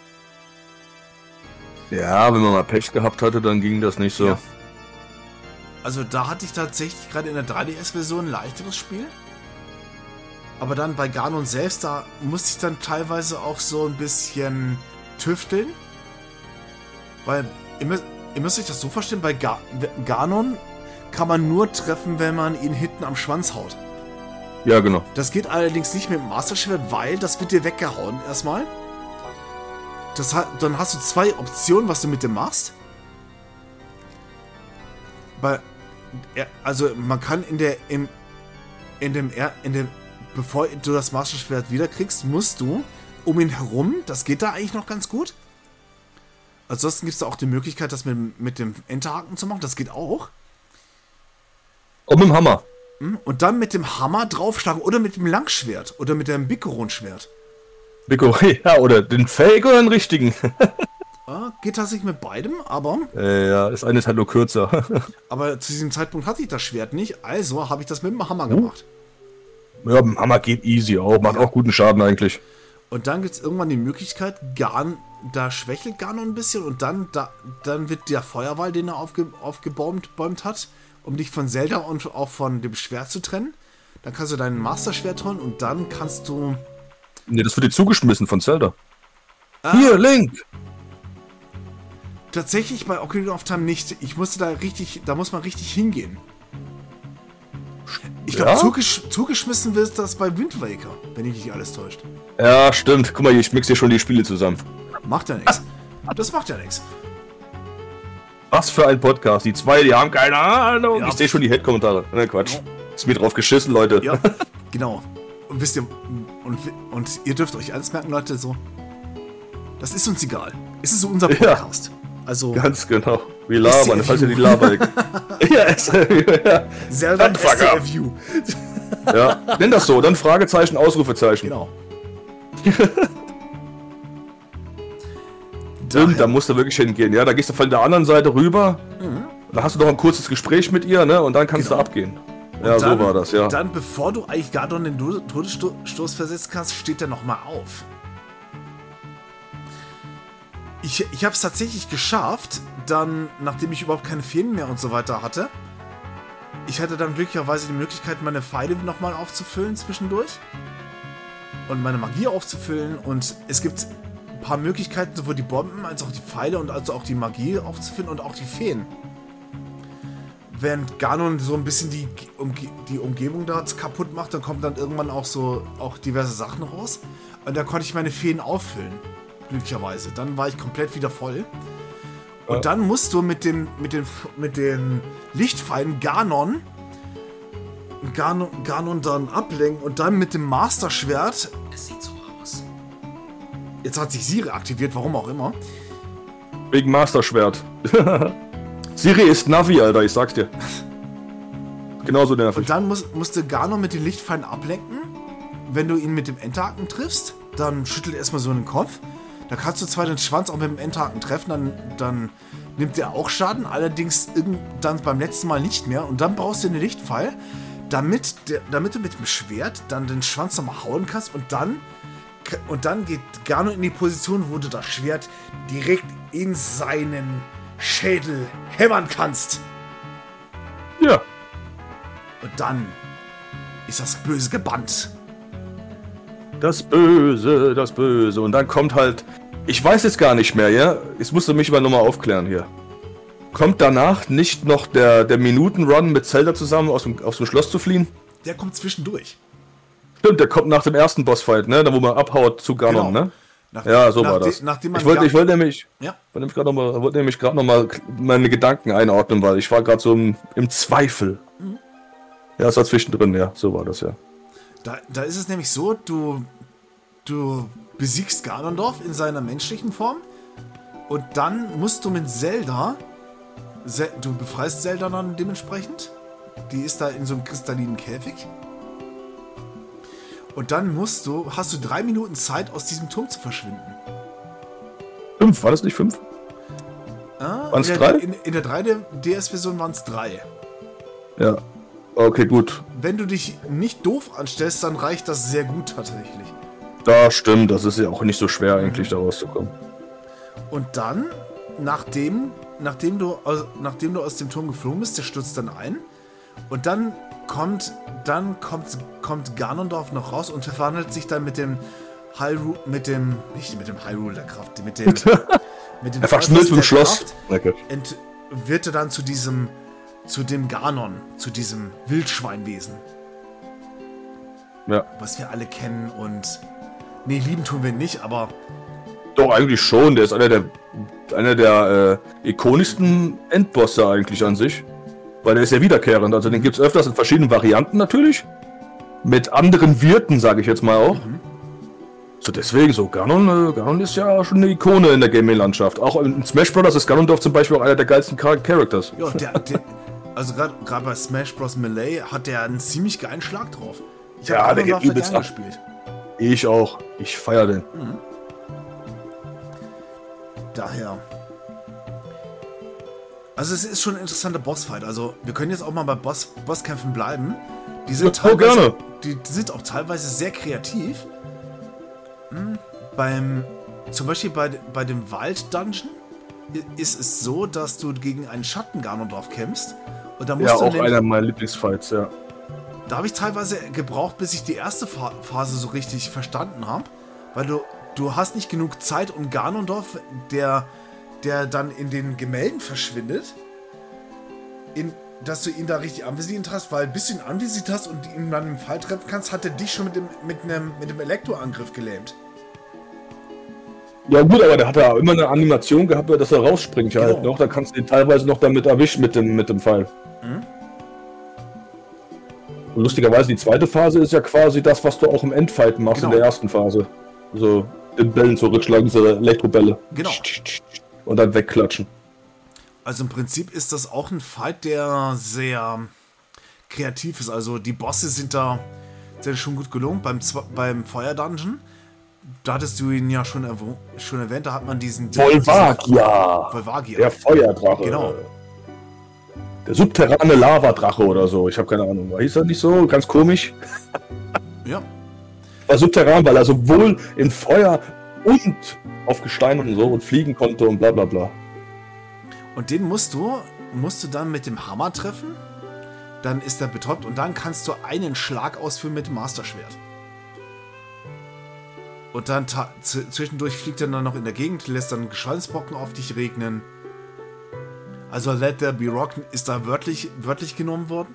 Ja, wenn man mal Pech gehabt hatte, dann ging das nicht so. Ja. Also da hatte ich tatsächlich gerade in der drei D S-Version ein leichteres Spiel. Aber dann bei Ganon selbst, da musste ich dann teilweise auch so ein bisschen tüfteln. Weil, ihr müsst, ihr müsst euch das so verstehen, bei Ga Ganon kann man nur treffen, wenn man ihn hinten am Schwanz haut. Ja, genau. Das geht allerdings nicht mit dem Master Schwert, weil das wird dir weggehauen erstmal. Das hat, dann hast du zwei Optionen, was du mit dem machst. Bei, also man kann in der, im, in dem, in dem, bevor du das Master Schwert wiederkriegst, musst du um ihn herum, das geht da eigentlich noch ganz gut. Ansonsten gibt es da auch die Möglichkeit, das mit, mit dem Enterhaken zu machen, das geht auch. Und mit dem Hammer. Und dann mit dem Hammer draufschlagen oder mit dem Langschwert oder mit dem Bikoron-Schwert. Bikoron, ja, oder den Fake oder den richtigen. Ja, geht tatsächlich mit beidem, aber... Äh, ja, das eine ist halt nur kürzer. Aber zu diesem Zeitpunkt hatte ich das Schwert nicht, also habe ich das mit dem Hammer gemacht. Ja, mit dem Hammer geht easy auch, macht ja. auch guten Schaden eigentlich. Und dann gibt es irgendwann die Möglichkeit, Gan, da schwächelt Ganon ein bisschen und dann, da, dann wird der Feuerwall, den er aufge, aufgebäumt bäumt hat, um dich von Zelda und auch von dem Schwert zu trennen. Dann kannst du dein Master-Schwert holen und dann kannst du... Ne, das wird dir zugeschmissen von Zelda. Ah, hier, Link! Tatsächlich bei Ocarina of Time nicht. Ich musste da richtig, da muss man richtig hingehen. Ich glaube, ja? zugesch zugeschmissen wird das bei Wind Waker, wenn ich nicht alles täuscht. Ja, stimmt. Guck mal, ich mix hier schon die Spiele zusammen. Macht ja nichts. Das macht ja nichts. Was für ein Podcast. Die zwei, die haben keine Ahnung. Ja. Ich sehe schon die Hate-Kommentare. Ne, Quatsch. Ja. Ist mir drauf geschissen, Leute. Ja, genau. Und wisst ihr, und, und ihr dürft euch alles merken, Leute, so. Das ist uns egal. Es ist so unser Podcast. Ja. Also, ganz genau. Wir labern, falls ihr die labern. Ja, S ja. Zelda S T F U. Ja, nenn das so. Dann Fragezeichen, Ausrufezeichen. Genau. Stimmt, da musst du wirklich hingehen. Ja, da gehst du von der anderen Seite rüber. Mhm. Da hast du noch ein kurzes Gespräch mit ihr, ne? Und dann kannst genau. du abgehen. Ja, und dann, so war das, ja. Dann, bevor du eigentlich Ganon den Todesstoß versetzt kannst, steht er nochmal auf. Ich, ich habe es tatsächlich geschafft, dann, nachdem ich überhaupt keine Feen mehr und so weiter hatte, ich hatte dann glücklicherweise die Möglichkeit, meine Pfeile nochmal aufzufüllen zwischendurch. Und meine Magie aufzufüllen. Und es gibt ein paar Möglichkeiten, sowohl die Bomben, als auch die Pfeile und also auch die Magie aufzufüllen und auch die Feen. Während Ganon so ein bisschen die, Umge die Umgebung da kaputt macht, dann kommen dann irgendwann auch so auch diverse Sachen raus. Und da konnte ich meine Feen auffüllen. Glücklicherweise. Dann war ich komplett wieder voll. Und dann musst du mit den, mit den, mit den Lichtpfeilen Ganon, Ganon, Ganon dann ablenken und dann mit dem Master-Schwert. Es sieht so aus. Jetzt hat sich Siri aktiviert, warum auch immer. Wegen Master-Schwert. Siri ist Navi, Alter, ich sag's dir. Genauso nervig. Und dann muss, musst du Ganon mit den Lichtpfeilen ablenken. Wenn du ihn mit dem Endhaken triffst, dann schüttelt er erstmal so den Kopf. Da kannst du zwar den Schwanz auch mit dem Endhaken treffen, dann, dann nimmt er auch Schaden, allerdings dann beim letzten Mal nicht mehr. Und dann brauchst du einen Lichtpfeil, damit, der, damit du mit dem Schwert dann den Schwanz nochmal hauen kannst. Und dann, und dann geht Ganon in die Position, wo du das Schwert direkt in seinen Schädel hämmern kannst. Ja. Und dann ist das Böse gebannt. Das Böse, das Böse. Und dann kommt halt... Ich weiß jetzt gar nicht mehr, ja? Jetzt musst du mich aber nochmal aufklären hier. Kommt danach nicht noch der, der Minuten-Run mit Zelda zusammen aus dem, aus dem Schloss zu fliehen? Der kommt zwischendurch. Stimmt, der kommt nach dem ersten Bossfight, ne? Da wo man abhaut zu Ganon, genau. Ne? Nach, ja, so war das. Nachdem man ich wollte, ich wollte nämlich... Ja. Wollte nämlich gerade nochmal wollte nämlich gerade noch mal meine Gedanken einordnen, weil ich war gerade so im, im Zweifel. Mhm. Ja, das war zwischendrin, ja. So war das, ja. Da, da ist es nämlich so, du, du besiegst Ganondorf in seiner menschlichen Form und dann musst du mit Zelda, Ze du befreist Zelda dann dementsprechend, die ist da in so einem kristallinen Käfig und dann musst du, hast du drei Minuten Zeit, aus diesem Turm zu verschwinden. Fünf, war das nicht fünf? Ah, waren es drei? In, in der drei D S-Version waren es drei. Ja. Okay, gut. Wenn du dich nicht doof anstellst, dann reicht das sehr gut tatsächlich. Da stimmt, das ist ja auch nicht so schwer eigentlich, da rauszukommen. Und dann, nachdem, nachdem, du, also, nachdem du aus dem Turm geflogen bist, der stürzt dann ein. Und dann kommt, dann kommt, kommt Ganondorf noch raus und verwandelt sich dann mit dem Hyrule, mit dem, nicht mit dem Hyrule der Kraft, mit dem, mit dem er verschmilzt im Schloss. Und wird er dann zu diesem zu dem Ganon, zu diesem Wildschweinwesen. Ja. Was wir alle kennen und... Nee, lieben tun wir nicht, aber... Doch, eigentlich schon. Der ist einer der, einer der äh, ikonischsten Endbosse eigentlich an sich. Weil der ist ja wiederkehrend. Also den gibt es öfters in verschiedenen Varianten natürlich. Mit anderen Wirten, sage ich jetzt mal auch. Mhm. So deswegen, so Ganon, äh, Ganon ist ja schon eine Ikone in der Gaming-Landschaft. Auch in Smash Bros. Ist Ganondorf zum Beispiel auch einer der geilsten Char Characters. Ja, der... der Also gerade bei Smash Bros. Melee hat der einen ziemlich geilen Schlag drauf. Ich ja, habe der geht übelst ab. Gespielt. Ich auch. Ich feiere den. Mhm. Daher. Also es ist schon ein interessanter Bossfight. Also wir können jetzt auch mal bei Boss Bosskämpfen bleiben. Die sind, ja, teilweise, gerne. Die, die sind auch teilweise sehr kreativ. Mhm. Beim, zum Beispiel bei, bei dem Wald-Dungeon ist es so, dass du gegen einen Schatten-Ganondorf kämpfst. Und da musst ja, du auch einer meiner Lieblingsfights, ja. Da habe ich teilweise gebraucht, bis ich die erste Phase so richtig verstanden habe. Weil du, du hast nicht genug Zeit, um Ganondorf, der, der dann in den Gemälden verschwindet, in, dass du ihn da richtig anvisiert hast, weil bis du ihn anvisiert hast und ihn dann im Fall treffen kannst, hat er dich schon mit dem, mit einem, mit dem Elektroangriff gelähmt. Ja gut, aber der hat ja immer eine Animation gehabt, dass er rausspringt genau. Halt noch. Da kannst du ihn teilweise noch damit erwischen mit dem, mit dem Pfeil. Mhm. Und lustigerweise, die zweite Phase ist ja quasi das, was du auch im Endfight machst genau. In der ersten Phase. So, den Bällen zurückschlagen, diese Elektrobälle. Genau. Und dann wegklatschen. Also im Prinzip ist das auch ein Fight, der sehr kreativ ist. Also die Bosse sind da sind schon gut gelungen. Beim, beim Feuer-Dungeon, da hattest du ihn ja schon, schon erwähnt, da hat man diesen... Volvagia! Volvagia. Der Feuerdrache. Genau. Der subterrane Lavadrache oder so. Ich habe keine Ahnung. War hieß das nicht so? Ganz komisch. Ja. War subterran, weil er sowohl in Feuer und auf Gestein und so und fliegen konnte und bla bla bla. Und den musst du, musst du dann mit dem Hammer treffen. Dann ist er betäubt und dann kannst du einen Schlag ausführen mit dem Master-Schwert. Und dann ta- z- zwischendurch fliegt er dann noch in der Gegend, lässt dann Geschweinsbrocken auf dich regnen. Also Let There Be Rock ist da wörtlich, wörtlich genommen worden.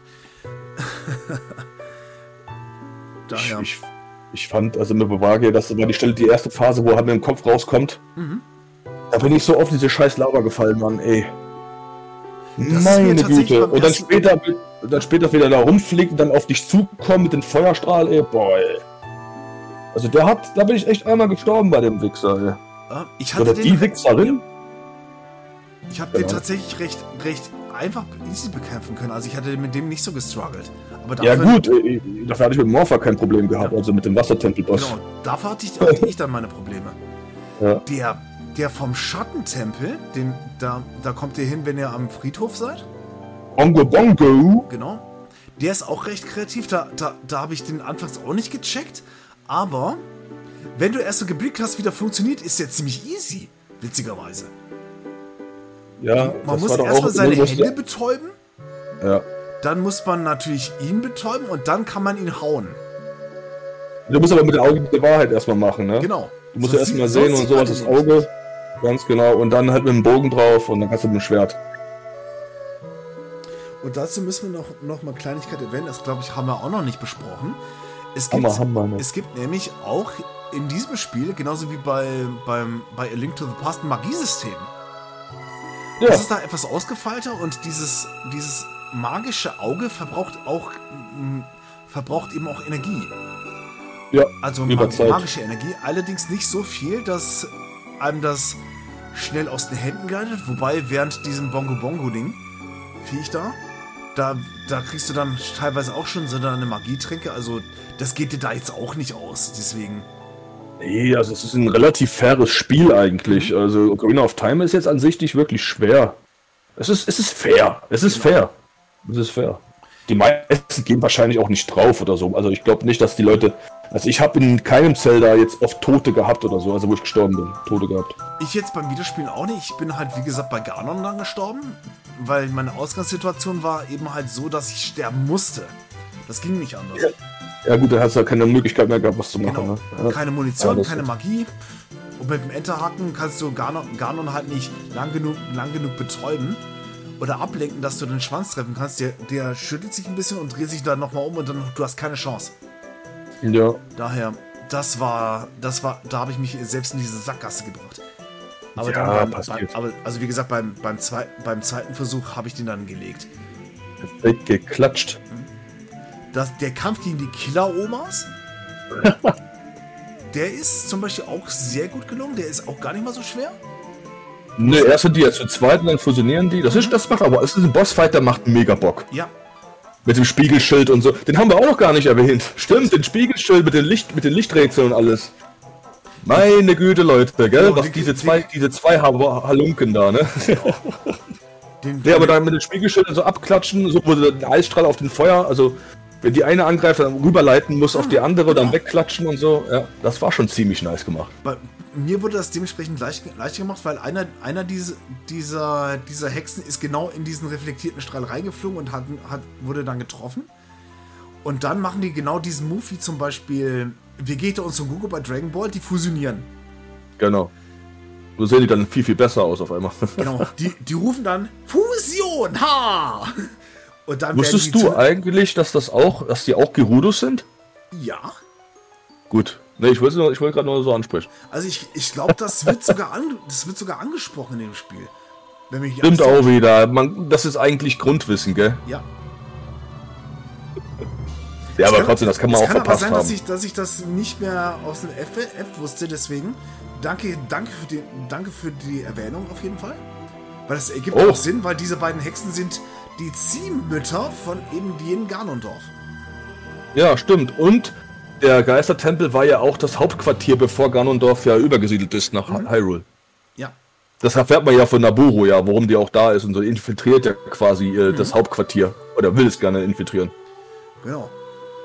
ich, ich, ich fand, also mit Bavaria, das war die Stelle, die erste Phase, wo er mir im Kopf rauskommt. Mhm. Da bin ich so oft diese scheiß Lava gefallen, Mann, ey. Das Meine Güte. Und dann später, dann später wieder da rumfliegt und dann auf dich zukommt mit dem Feuerstrahl, ey, boah, ey. Also der hat, da bin ich echt einmal gestorben bei dem Wichser, ey. Ja, ich hatte Oder den, die Wichserin? Ich habe genau. den tatsächlich recht, recht einfach easy bekämpfen können. Also ich hatte mit dem nicht so gestruggelt. Aber dafür, ja gut, äh, dafür hatte ich mit Morpha kein Problem gehabt, ja. Also mit dem Wassertempel-Boss. Genau, dafür hatte ich, hatte ich dann meine Probleme. Ja. Der, der vom Schattentempel, den, da, da kommt ihr hin, wenn ihr am Friedhof seid. Bongo Bongo. Genau. Der ist auch recht kreativ. Da, da, da habe ich den anfangs auch nicht gecheckt. Aber wenn du erst so geblickt hast, wie der funktioniert, ist der ziemlich easy. Witzigerweise. Ja, man muss erstmal seine Hände betäuben. Ja. Dann muss man natürlich ihn betäuben und dann kann man ihn hauen. Du musst aber mit den Augen die Wahrheit erstmal machen, ne? Genau. Du musst so ja erstmal sehen und sowas das Auge. Ganz genau. Und dann halt mit dem Bogen drauf und dann kannst du mit dem Schwert. Und dazu müssen wir noch, noch mal Kleinigkeit erwähnen. Das, glaube ich, haben wir auch noch nicht besprochen. Es gibt, Hammer, Hammer, ne? es gibt nämlich auch in diesem Spiel, genauso wie bei, beim, bei A Link to the Past, ein Magiesystem. Ja. Das ist da etwas ausgefeilter und dieses, dieses magische Auge verbraucht auch m, verbraucht eben auch Energie. Ja, also mag, magische Energie, allerdings nicht so viel, dass einem das schnell aus den Händen gleitet, wobei während diesem Bongo-Bongo-Ding, Viech da, da, da kriegst du dann teilweise auch schon so eine Magietränke, also das geht dir da jetzt auch nicht aus, deswegen... Nee, also es ist ein relativ faires Spiel eigentlich. Also Ocarina of Time ist jetzt an sich nicht wirklich schwer. Es ist, es ist fair. Es ist fair. Es ist fair. Die meisten gehen wahrscheinlich auch nicht drauf oder so. Also ich glaube nicht, dass die Leute... Also ich habe in keinem Zelda jetzt oft Tote gehabt oder so, also wo ich gestorben bin. Tote gehabt. Ich jetzt beim Videospielen auch nicht. Ich bin halt, wie gesagt, bei Ganon dann gestorben, weil meine Ausgangssituation war eben halt so, dass ich sterben musste. Das ging nicht anders. Ja. Ja gut, da hast du ja keine Möglichkeit mehr gehabt, was zu machen. Genau. Ne? Ja. Keine Munition, ja, keine Magie. Und mit dem Enterhaken kannst du Ganon, Ganon halt nicht lang genug, lang genug betäuben oder ablenken, dass du den Schwanz treffen kannst. Der, der schüttelt sich ein bisschen und dreht sich dann nochmal um und dann du hast keine Chance. Ja. Daher, das war, das war, da habe ich mich selbst in diese Sackgasse gebracht. Aber ja, dann beim, passiert. beim, aber, also wie gesagt, beim, beim, zwei, beim zweiten Versuch habe ich den dann gelegt. Perfekt geklatscht. Das, der Kampf gegen die Killer-Omas, der ist zum Beispiel auch sehr gut gelungen. Der ist auch gar nicht mal so schwer. Ne, erst sind die ja zu zweit und dann fusionieren die. Das, ist, das macht aber, es ist ein Bossfight, der macht mega Bock. Ja. Mit dem Spiegelschild und so. Den haben wir auch noch gar nicht erwähnt. Stimmt, den Spiegelschild mit den, Licht, mit den Lichträtseln und alles. Meine Güte, Leute, gell? Ja, was den, diese zwei, den, diese zwei Halunken da, ne? Genau. Den, der aber dann mit den Spiegelschildern so abklatschen, so wo der Eisstrahl auf den Feuer, also wenn die eine angreift, dann rüberleiten muss auf die andere, dann wegklatschen und so. Ja, das war schon ziemlich nice gemacht. Bei mir wurde das dementsprechend leicht, leicht gemacht, weil einer, einer diese, dieser, dieser Hexen ist genau in diesen reflektierten Strahl reingeflogen und hat, hat, wurde dann getroffen. Und dann machen die genau diesen Move, wie zum Beispiel Vegeta und Son Goku bei Dragon Ball, die fusionieren. Genau. So sehen die dann viel, viel besser aus auf einmal. Genau, die, die rufen dann Fusion, ha! Und dann wusstest du eigentlich, dass das auch, dass die auch Gerudos sind? Ja. Gut. Ne, ich wollte ich wollte gerade nur so ansprechen. Also ich, ich glaube, das wird sogar an, das wird sogar angesprochen in dem Spiel. Wenn mich Stimmt auch wieder. Man, das ist eigentlich Grundwissen, gell? Ja. Ja, aber trotzdem, das kann man auch verpasst haben. Es kann aber sein, dass ich, dass ich das nicht mehr aus dem F F wusste, deswegen danke, danke, für die, danke für die Erwähnung auf jeden Fall. Weil das ergibt oh. auch Sinn, weil diese beiden Hexen sind die Ziehmütter von eben jenem Ganondorf. Ja, stimmt. Und der Geistertempel war ja auch das Hauptquartier, bevor Ganondorf ja übergesiedelt ist nach mhm. Hyrule. Ja. Das erfährt man ja von Nabooru, ja, warum die auch da ist und so infiltriert ja quasi äh, mhm. das Hauptquartier. Oder will es gerne infiltrieren. Genau.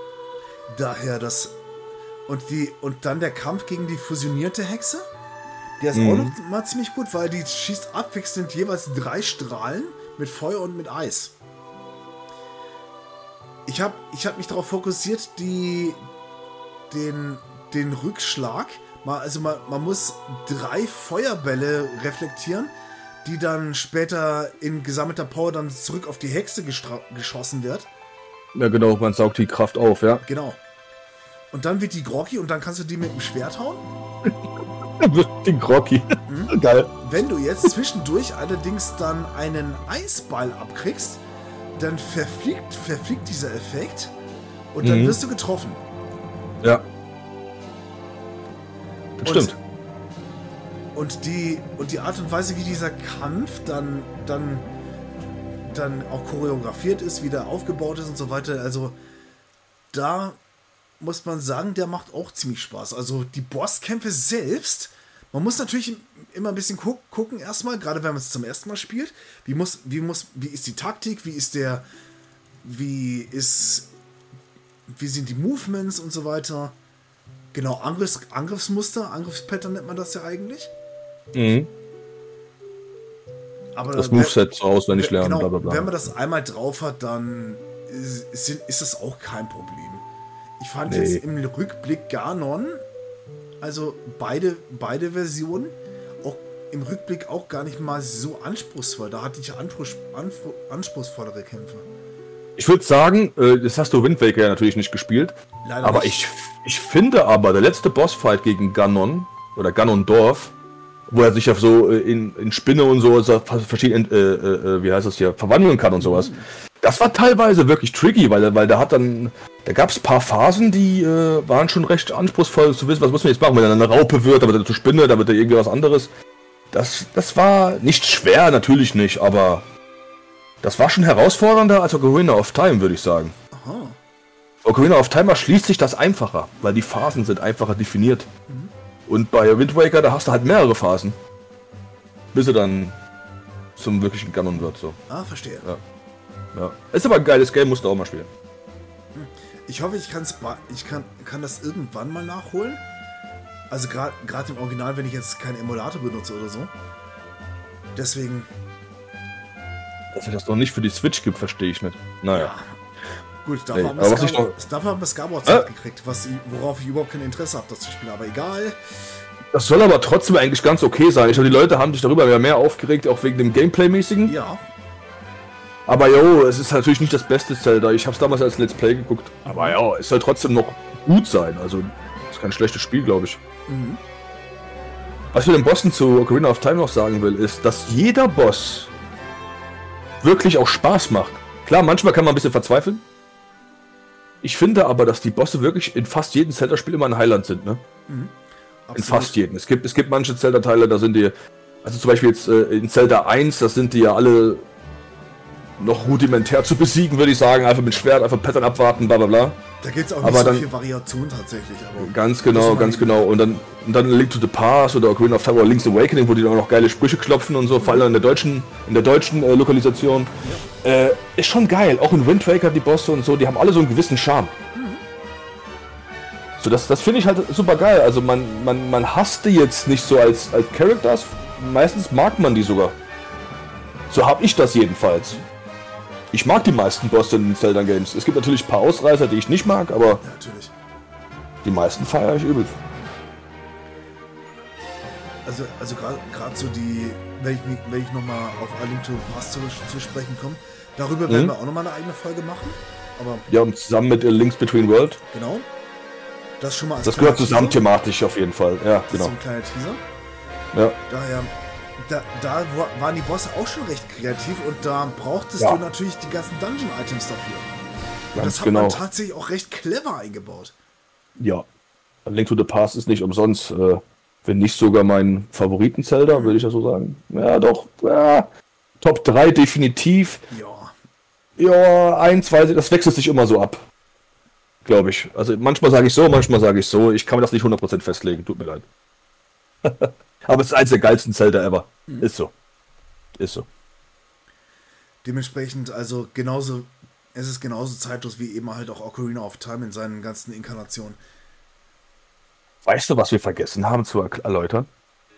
Daher das... Und, die, und dann der Kampf gegen die fusionierte Hexe. Der ist mhm. auch noch mal ziemlich gut, weil die schießt abwechselnd jeweils drei Strahlen mit Feuer und mit Eis. Ich habe ich hab mich darauf fokussiert, die, den, den Rückschlag, mal, also man, man muss drei Feuerbälle reflektieren, die dann später in gesammelter Power dann zurück auf die Hexe geschossen wird. Ja genau, man saugt die Kraft auf, ja. Genau. Und dann wird die groggy und dann kannst du die mit dem Schwert hauen. Wird die groggy. Mhm. Geil. Wenn du jetzt zwischendurch allerdings dann einen Eisball abkriegst, dann verfliegt, verfliegt dieser Effekt und dann mhm. wirst du getroffen. Ja. Das und, stimmt. Und die, und die Art und Weise, wie dieser Kampf dann, dann, dann auch choreografiert ist, wie der aufgebaut ist und so weiter, also da muss man sagen, der macht auch ziemlich Spaß. Also die Bosskämpfe selbst, man muss natürlich immer ein bisschen gu- gucken erstmal, gerade wenn man es zum ersten Mal spielt, wie muss, wie muss, wie ist die Taktik, wie ist der, wie ist, wie sind die Movements und so weiter. Genau, Angriffs, Angriffsmuster, Angriffspattern nennt man das ja eigentlich. Mhm. Aber das Moveset so auswendig lernen, genau, bla bla bla. Wenn man das einmal drauf hat, dann ist, ist, ist das auch kein Problem. Ich fand nee. jetzt im Rückblick Ganon, also beide, beide Versionen, auch im Rückblick auch gar nicht mal so anspruchsvoll. Da hatte ich anspruch, anspruch, anspruchsvollere Kämpfe. Ich würde sagen, äh, das hast du Wind Waker ja natürlich nicht gespielt. Leider aber nicht. Ich, ich finde aber, der letzte Bossfight gegen Ganon, oder Ganondorf, wo er sich ja so in, in Spinne und so, so verschiedene, äh, äh, wie heißt das hier, verwandeln kann und sowas. Mhm. Das war teilweise wirklich tricky, weil, weil da hat dann, da gab es ein paar Phasen, die äh, waren schon recht anspruchsvoll zu wissen, was muss man jetzt machen, wenn er eine Raupe wird, dann wird er zur Spinne, dann wird er irgendwie was anderes. Das, das war nicht schwer, natürlich nicht, aber das war schon herausfordernder als Ocarina of Time, würde ich sagen. Aha. Ocarina of Time erschließt sich das einfacher, weil die Phasen sind einfacher definiert. Mhm. Und bei Wind Waker, da hast du halt mehrere Phasen, bis er dann zum wirklichen Ganon wird. So. Ah, verstehe. Ja. Ja. Ist aber ein geiles Game, musst du auch mal spielen. Ich hoffe, ich, kann's, ich kann, kann das irgendwann mal nachholen. Also gerade im Original, wenn ich jetzt keinen Emulator benutze oder so. Deswegen... Dass es das noch nicht für die Switch gibt, verstehe ich nicht. Naja. Ja. Gut, dafür hey, haben wir Scar- noch... dafür haben wir Skyward-Zeit äh? gekriegt, was, worauf ich überhaupt kein Interesse habe, das zu spielen. Aber egal. Das soll aber trotzdem eigentlich ganz okay sein. Ich glaube, die Leute haben sich darüber mehr aufgeregt, auch wegen dem Gameplay-mäßigen. Ja. Aber jo, es ist natürlich nicht das beste Zelda. Ich habe es damals als Let's Play geguckt. Aber ja, es soll trotzdem noch gut sein. Also, ist kein schlechtes Spiel, glaube ich. Mhm. Was ich mit den Bossen zu Ocarina of Time noch sagen will, ist, dass jeder Boss wirklich auch Spaß macht. Klar, manchmal kann man ein bisschen verzweifeln. Ich finde aber, dass die Bosse wirklich in fast jedem Zelda-Spiel immer ein Highland sind, ne? Mhm. In fast jedem. Es gibt, es gibt manche Zelda-Teile, da sind die... Also zum Beispiel jetzt äh, in Zelda eins, das sind die ja alle... noch rudimentär zu besiegen, würde ich sagen. Einfach mit Schwert, einfach Pattern abwarten, bla bla bla. Da gibt es auch nicht aber so dann, viel Variation tatsächlich. Aber ganz genau, ganz genau. Und dann, und dann Link to the Past oder Ocarina of Time oder Link's Awakening, wo die dann auch noch geile Sprüche klopfen und so, mhm. vor allem in der deutschen, in der deutschen äh, Lokalisation. Ja. Äh, ist schon geil. Auch in Wind Waker, die Bosse und so, die haben alle so einen gewissen Charme. Mhm. So, das, das finde ich halt super geil. Also man, man, man hasst die jetzt nicht so als, als Characters. Meistens mag man die sogar. So habe ich das jedenfalls. Ich mag die meisten Bosse in den Zelda Games. Es gibt natürlich ein paar Ausreißer, die ich nicht mag, aber ja, natürlich. Die meisten feiere ich übel. Also, also gerade so die, wenn ich, wenn ich nochmal auf A Link to the Past zu, zu sprechen komme, darüber mhm. werden wir auch nochmal eine eigene Folge machen. Aber ja, und zusammen mit Links Between World. Genau. Das schon mal als Das gehört zusammen Teaser. Thematisch auf jeden Fall. Ja, das genau. ist so ein kleiner Teaser. Ja. Daher, da, da waren die Bosse auch schon recht kreativ und da brauchtest ja. du natürlich die ganzen Dungeon-Items dafür. Und Ganz das hat genau. man tatsächlich auch recht clever eingebaut. Ja. A Link to the Past ist nicht umsonst, äh, wenn nicht sogar mein Favoriten-Zelda, würde ich ja so sagen. Ja, doch. Ja, Top drei definitiv. Ja. Ja, ein, zwei, das wechselt sich immer so ab. Glaube ich. Also manchmal sage ich so, manchmal sage ich so. Ich kann mir das nicht hundert Prozent festlegen. Tut mir leid. Aber es ist eins der geilsten Zelda ever. Mhm. Ist so. Ist so. Dementsprechend, also genauso, es ist genauso zeitlos wie eben halt auch Ocarina of Time in seinen ganzen Inkarnationen. Weißt du, was wir vergessen haben zu erläutern?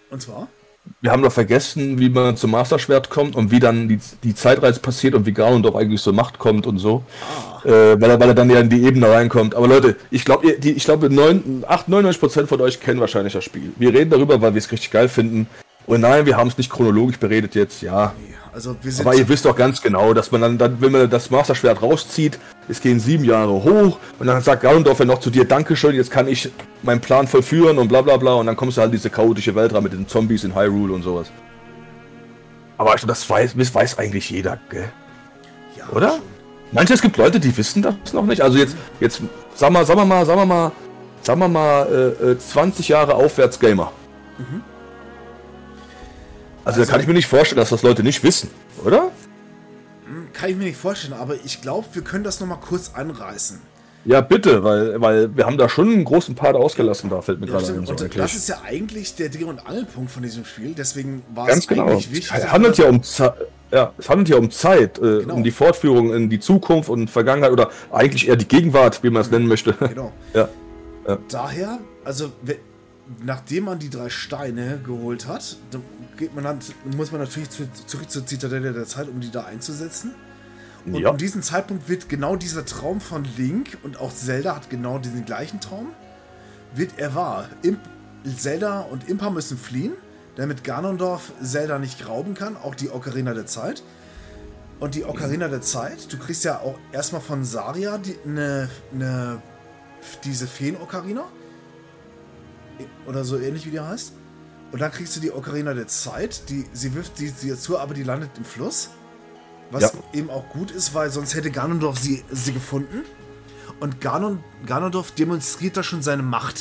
Und zwar? Wir haben doch vergessen, wie man zum Masterschwert kommt und wie dann die, die Zeitreise passiert und wie Ganondorf eigentlich zur Macht kommt und so. Ah. Äh, weil, er, weil er dann ja in die Ebene reinkommt. Aber Leute, ich glaube, ich glaube, acht, neunundneunzig Prozent von euch kennen wahrscheinlich das Spiel. Wir reden darüber, weil wir es richtig geil finden. Und nein, wir haben es nicht chronologisch beredet jetzt, ja. Also wir sind aber ihr wisst doch ganz genau, dass man dann, dann, wenn man das Masterschwert rauszieht, es gehen sieben Jahre hoch und dann sagt Ganondorf ja noch zu dir, Dankeschön, jetzt kann ich meinen Plan vollführen und bla bla bla und dann kommst du halt in diese chaotische Welt rein mit den Zombies in Hyrule und sowas. Aber also das weiß, das weiß eigentlich jeder, gell? Ja, oder? Schon. Manche, es gibt Leute, die wissen das noch nicht. Also jetzt, jetzt, sagen wir, sagen wir mal, sagen wir mal, sagen wir mal, äh, zwanzig Jahre aufwärts Gamer. Mhm. Also, also da kann ich mir nicht vorstellen, dass das Leute nicht wissen, oder? Kann ich mir nicht vorstellen, aber ich glaube, wir können das nochmal kurz anreißen. Ja, bitte, weil, weil wir haben da schon einen großen Part ausgelassen, da fällt mir ja, gerade ein. So und das ist ja eigentlich der Dreh- und Angelpunkt von diesem Spiel, deswegen war Ganz es genau. eigentlich wichtig. Es handelt ja um, Ze- ja, es handelt ja um Zeit, äh, genau. um die Fortführung in die Zukunft und Vergangenheit oder eigentlich eher die Gegenwart, wie man es nennen möchte. Genau. ja. Ja. Daher, also nachdem man die drei Steine geholt hat, dann geht man dann, muss man natürlich zu, zurück zur Zitadelle der Zeit, um die da einzusetzen. Und ja. um diesen Zeitpunkt wird genau dieser Traum von Link, und auch Zelda hat genau diesen gleichen Traum, wird er wahr. Imp, Zelda und Impa müssen fliehen, damit Ganondorf Zelda nicht rauben kann, auch die Ocarina der Zeit. Und die Ocarina der Zeit, du kriegst ja auch erstmal von Saria die, ne, ne, diese Feen-Ocarina. Oder so ähnlich wie die heißt. Und dann kriegst du die Ocarina der Zeit, die, sie wirft die, sie zu, aber die landet im Fluss. Was ja. eben auch gut ist, weil sonst hätte Ganondorf sie, sie gefunden. Und Ganon, Ganondorf demonstriert da schon seine Macht.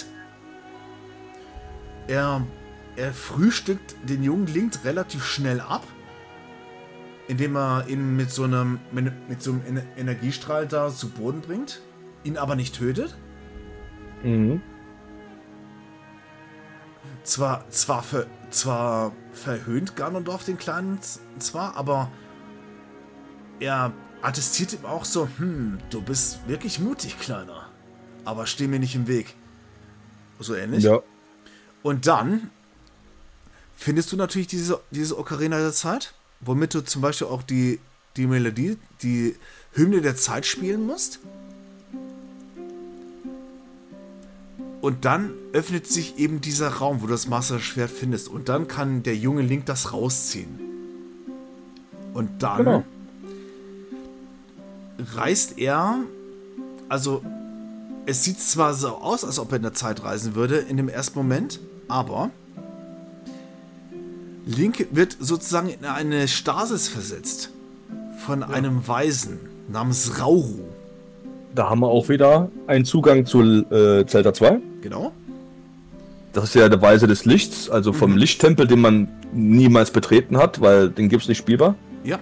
Er, er frühstückt den jungen Link relativ schnell ab, indem er ihn mit so einem, mit, mit so einem Energiestrahl da zu Boden bringt, ihn aber nicht tötet. Mhm. Zwar, zwar, ver, zwar verhöhnt Ganondorf den Kleinen zwar, aber er attestiert ihm auch so, hm, du bist wirklich mutig, Kleiner, aber steh mir nicht im Weg. So ähnlich. Ja. Und dann findest du natürlich diese, diese Ocarina der Zeit, womit du zum Beispiel auch die, die Melodie, die Hymne der Zeit spielen musst. Und dann öffnet sich eben dieser Raum, wo du das Master-Schwert findest. Und dann kann der junge Link das rausziehen. Und dann genau. reist er, also es sieht zwar so aus, als ob er in der Zeit reisen würde, in dem ersten Moment, aber Link wird sozusagen in eine Stasis versetzt von ja. einem Weisen namens Rauru. Da haben wir auch wieder einen Zugang zu äh, Zelda zwei. Genau. Das ist ja der Weise des Lichts, also vom mhm. Lichttempel, den man niemals betreten hat, weil den gibt es nicht spielbar. Ja.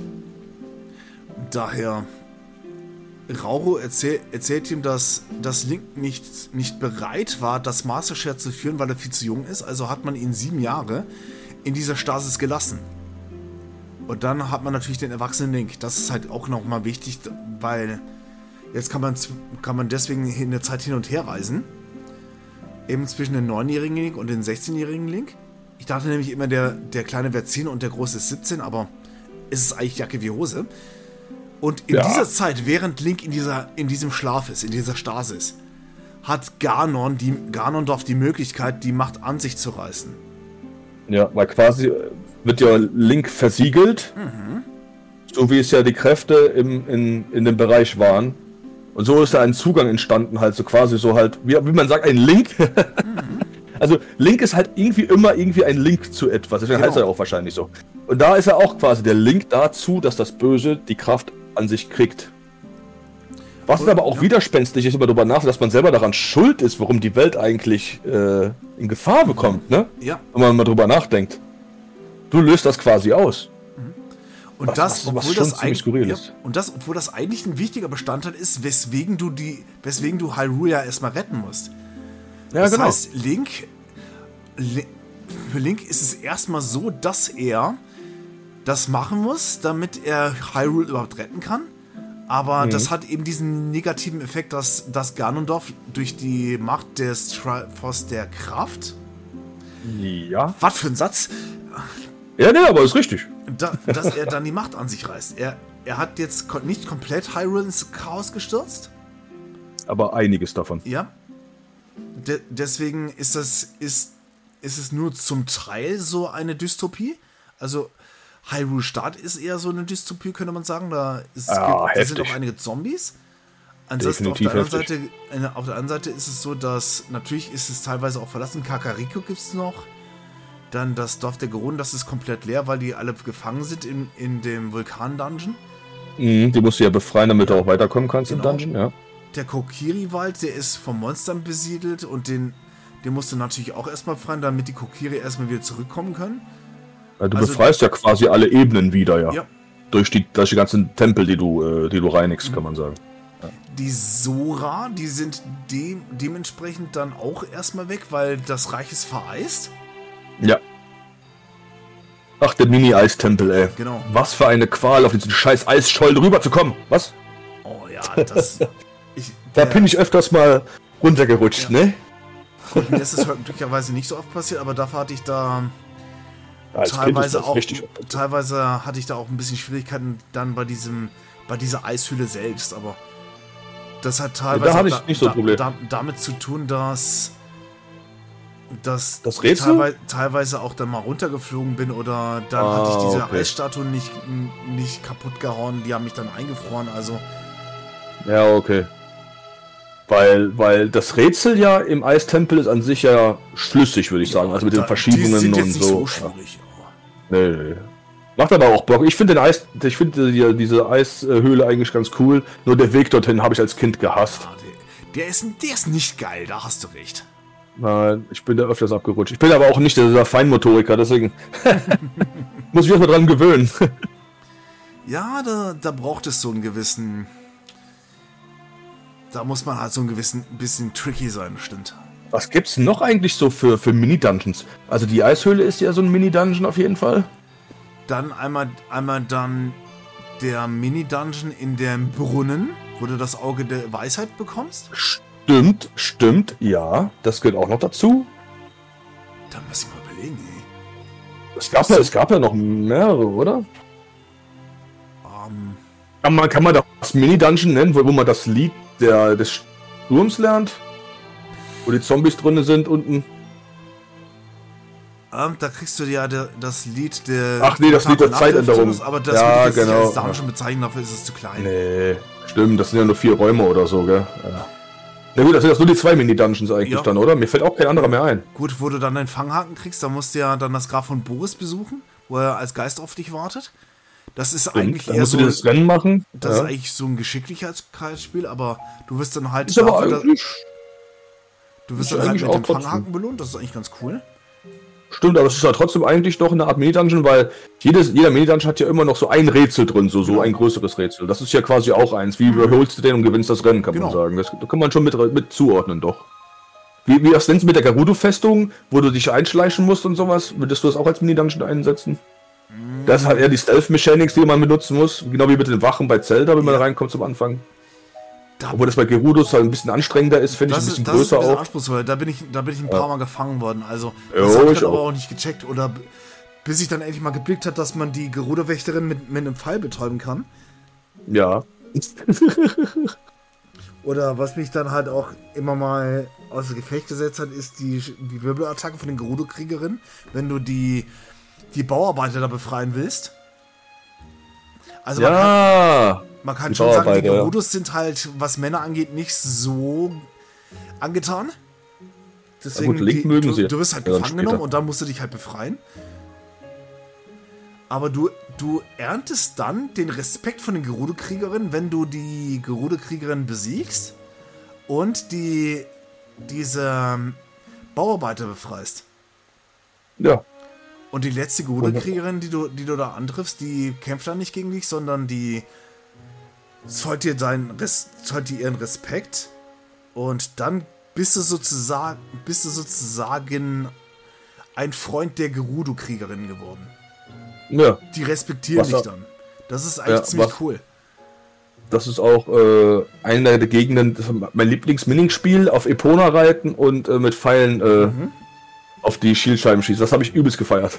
Daher Rauru erzähl, erzählt ihm, dass, dass Link nicht, nicht bereit war, das Master Schwert zu führen, weil er viel zu jung ist. Also hat man ihn sieben Jahre in dieser Stasis gelassen. Und dann hat man natürlich den erwachsenen Link. Das ist halt auch nochmal wichtig, weil jetzt kann man, kann man deswegen in der Zeit hin und her reisen. Eben zwischen dem neunjährigen Link und dem sechzehnjährigen Link. Ich dachte nämlich immer, der, der Kleine wäre zehn und der Große ist siebzehn, aber es ist eigentlich Jacke wie Hose. Und in ja. dieser Zeit, während Link in, dieser, in diesem Schlaf ist, in dieser Stasis, hat Ganon, die, Ganondorf die Möglichkeit, die Macht an sich zu reißen. Ja, weil quasi wird ja Link versiegelt, mhm. so wie es ja die Kräfte im, in, in dem Bereich waren. Und so ist da ein Zugang entstanden, halt so quasi so halt, wie, wie man sagt, ein Link. mhm. Also Link ist halt irgendwie immer irgendwie ein Link zu etwas, deswegen genau. heißt er auch wahrscheinlich so. Und da ist er auch quasi der Link dazu, dass das Böse die Kraft an sich kriegt. Was und, aber auch ja. widerspenstig ist, über darüber nachdenken, dass man selber daran schuld ist, warum die Welt eigentlich äh, in Gefahr bekommt, ne? Ja. Wenn man mal drüber nachdenkt. Du löst das quasi aus. Und was, das, was, obwohl was schon das ziemlich skurril ja, ist. und das, obwohl das eigentlich ein wichtiger Bestandteil ist, weswegen du die, weswegen du Hyrule ja erstmal retten musst. Ja, das genau. heißt, Link, Link, für Link ist es erstmal so, dass er das machen muss, damit er Hyrule überhaupt retten kann. Aber mhm. das hat eben diesen negativen Effekt, dass, dass Ganondorf durch die Macht des Triforce der Kraft Ja. Was für ein Satz. Ja, ne, aber ist richtig. Da, dass er dann die Macht an sich reißt. Er, er hat jetzt ko- nicht komplett Hyrule ins Chaos gestürzt. Aber einiges davon. Ja. De- deswegen ist das, ist, ist es nur zum Teil so eine Dystopie. Also Hyrule Stadt ist eher so eine Dystopie, könnte man sagen. Da, ist, Ah, gibt, da sind heftig. auch einige Zombies. Ansonsten auf Definitiv der, anderen heftig. Seite, äh, auf der anderen Seite ist es so, dass natürlich ist es teilweise auch verlassen. Kakariko gibt es noch. Dann das Dorf der Gerunen, das ist komplett leer, weil die alle gefangen sind in, in dem Vulkan-Dungeon. Mhm, die musst du ja befreien, damit du auch weiterkommen kannst Genau. im Dungeon, ja. Der Kokiri-Wald, der ist von Monstern besiedelt und den, den musst du natürlich auch erstmal befreien, damit die Kokiri erstmal wieder zurückkommen können. Weil du Also- befreist ja quasi alle Ebenen wieder, ja. Ja. Durch die, durch die ganzen Tempel, die du, äh, die du reinigst, kann man sagen. Die Sora, die sind de dementsprechend dann auch erstmal weg, weil das Reich ist vereist. Ja. Ach, der Mini-Eistempel, ey. Genau. Was für eine Qual, auf diesen scheiß Eisschollen rüberzukommen. Was? Oh ja, das... ich, Da der- bin ich öfters mal runtergerutscht, Ja. ne? Gut, mir ist es glücklicherweise nicht so oft passiert, aber dafür hatte ich da Als Kind ist teilweise das auch, richtig. teilweise hatte ich da auch ein bisschen Schwierigkeiten dann bei diesem, bei dieser Eishöhle selbst, aber das hat teilweise da hatte auch ich nicht so ein Problem. da, damit zu tun, dass, dass Das ich Rätsel? teilweise, teilweise auch dann mal runtergeflogen bin oder dann Ah, hatte ich diese okay. Eisstatuen nicht, nicht kaputt gehauen, die haben mich dann eingefroren, also Ja, okay. Weil, weil das Rätsel ja im Eistempel ist an sich ja schlüssig, würde ich sagen. Also mit den da- Verschiebungen die sind jetzt und nicht so. so schwierig. aber- Nee, nee. Macht aber auch Bock. Ich finde den Eis, ich finde die, diese Eishöhle eigentlich ganz cool. Nur der Weg dorthin habe ich als Kind gehasst. Ah, der, der, ist, der ist nicht geil, da hast du recht. Nein, ich bin da öfters abgerutscht. Ich bin aber auch nicht dieser Feinmotoriker, deswegen muss ich mich mal dran gewöhnen. Ja, da, da braucht es so einen gewissen. Da muss man halt so ein gewissen bisschen tricky sein, stimmt. Was gibt's noch eigentlich so für, für Mini-Dungeons? Also die Eishöhle ist ja so ein Mini-Dungeon auf jeden Fall. Dann einmal, einmal dann der Mini-Dungeon in dem Brunnen, wo du das Auge der Weisheit bekommst. Stimmt, stimmt, ja. Das gehört auch noch dazu. Da muss ich mal überlegen, ey. Es gab, ja, es gab ja noch mehrere, oder? Ähm, Kann man, kann man das Mini-Dungeon nennen, wo, wo man das Lied der, des Sturms lernt? Wo die Zombies drin sind unten? ähm, da kriegst du ja der, das Lied der. Ach nee, das Lied der Zeitänderung. Aber das Ja, würde ich jetzt genau. nicht als Dungeon bezeichnen, dafür ist es zu klein. Nee, stimmt, das sind ja nur vier Räume oder so, gell? Ja. Na gut, das sind das nur die zwei Mini-Dungeons eigentlich Ja. dann, oder? Mir fällt auch kein anderer mehr ein. Gut, wo du dann den Fanghaken kriegst, da musst du ja dann das Grab von Boris besuchen, wo er als Geist auf dich wartet. Das ist eigentlich Dann eher musst so. du dieses Rennen machen. Das ja. ist eigentlich so ein Geschicklichkeitsspiel, aber du wirst dann halt Ist aber dafür, eigentlich... du wirst ist dann halt eigentlich mit auch dem trotzdem- Fanghaken belohnt, das ist eigentlich ganz cool. Stimmt, aber es ist ja trotzdem eigentlich doch eine Art Mini-Dungeon, weil jedes, jeder Mini-Dungeon hat ja immer noch so ein Rätsel drin, so, so Genau. ein größeres Rätsel. Das ist ja quasi auch eins. Wie überholst du den und gewinnst das Rennen, kann Genau. man sagen. Das, da kann man schon mit, mit zuordnen, doch. Wie, wie das nennst du mit der Gerudo-Festung, wo du dich einschleichen musst und sowas? Würdest du das auch als Mini-Dungeon einsetzen? Das ist halt eher die Stealth-Mechanics, die man benutzen muss. Genau wie mit den Wachen bei Zelda, wenn man Ja. da reinkommt zum Anfang. Da, Obwohl das bei Gerudos halt ein bisschen anstrengender ist, finde ich, das ein ist, bisschen das ist größer ein bisschen auch. anspruchsvoll. Da bin ich, da bin ich ein paar Mal gefangen worden. Also, Jo, das habe ich ich dann aber auch. auch nicht gecheckt. Oder b- bis ich dann endlich mal geblickt hat, dass man die Gerudo-Wächterin mit, mit einem Pfeil betäuben kann. Ja. Oder was mich dann halt auch immer mal außer Gefecht gesetzt hat, ist die, die Wirbelattacke von den Gerudo-Kriegerinnen, wenn du die, die Bauarbeiter da befreien willst. Also man kann, Ja. man kann die schon sagen, die Bauarbeiter, ja. Gerudos sind halt, was Männer angeht, nicht so angetan. Deswegen, gut, Link die, mögen du, sie. du wirst halt Ja, dann gefangen genommen später. und dann musst du dich halt befreien. Aber du, du erntest dann den Respekt von den Gerudo-Kriegerinnen, wenn du die Gerudo-Kriegerinnen besiegst und die diese ähm, Bauarbeiter befreist. Ja. Und die letzte Gerudo-Kriegerin, die du, die du da antriffst, die kämpft dann nicht gegen dich, sondern die zollt dir, deinen Res zollt dir ihren Respekt und dann bist du sozusagen, bist du sozusagen ein Freund der Gerudo-Kriegerinnen geworden. Ja. Die respektieren Was dich auch- dann. Das ist eigentlich Ja, ziemlich was- cool. Das ist auch äh, einer der Gegenden, das ist mein Lieblings-Minispiel, auf Epona reiten und äh, mit Pfeilen äh, Mhm. auf die Shield-Scheiben schießt. Das habe ich übelst gefeiert.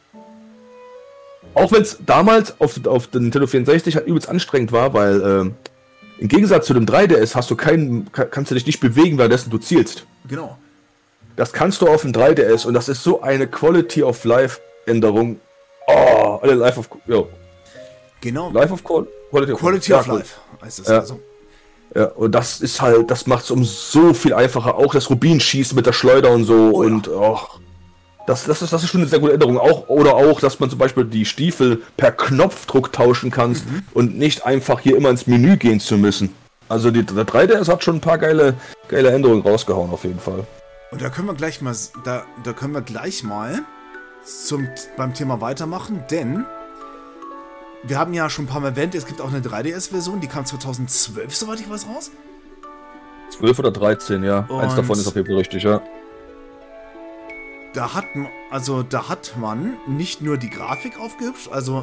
Auch wenn es damals auf, auf den Nintendo vierundsechzig halt übelst anstrengend war, weil ähm, im Gegensatz zu dem drei D S hast du keinen, kannst du dich nicht bewegen, währenddessen du zielst. Genau. Das kannst du auf dem drei D S und das ist so eine Quality of Life Änderung. Oh, Life of, ja. Genau. Life of Quality, Quality of, Quality of ja, Life heißt es ja. also. Ja, und das ist halt, das macht es um so viel einfacher. Auch das Rubinschießen mit der Schleuder und so. Oh, und ja. oh, das, das, ist, das ist schon eine sehr gute Änderung. Auch, oder auch, dass man zum Beispiel die Stiefel per Knopfdruck tauschen kann mhm. und nicht einfach hier immer ins Menü gehen zu müssen. Also die, der drei D S hat schon ein paar geile, geile Änderungen rausgehauen auf jeden Fall. Und da können wir gleich mal, da, da können wir gleich mal zum, beim Thema weitermachen, denn wir haben ja schon ein paar Mal erwähnt, es gibt auch eine drei D S-Version, die kam zweitausendzwölf, soweit ich weiß, raus. zwölf oder dreizehn, ja. Und eins davon ist auf jeden Fall richtig, ja. Da hat, also, da hat man nicht nur die Grafik aufgehübscht, also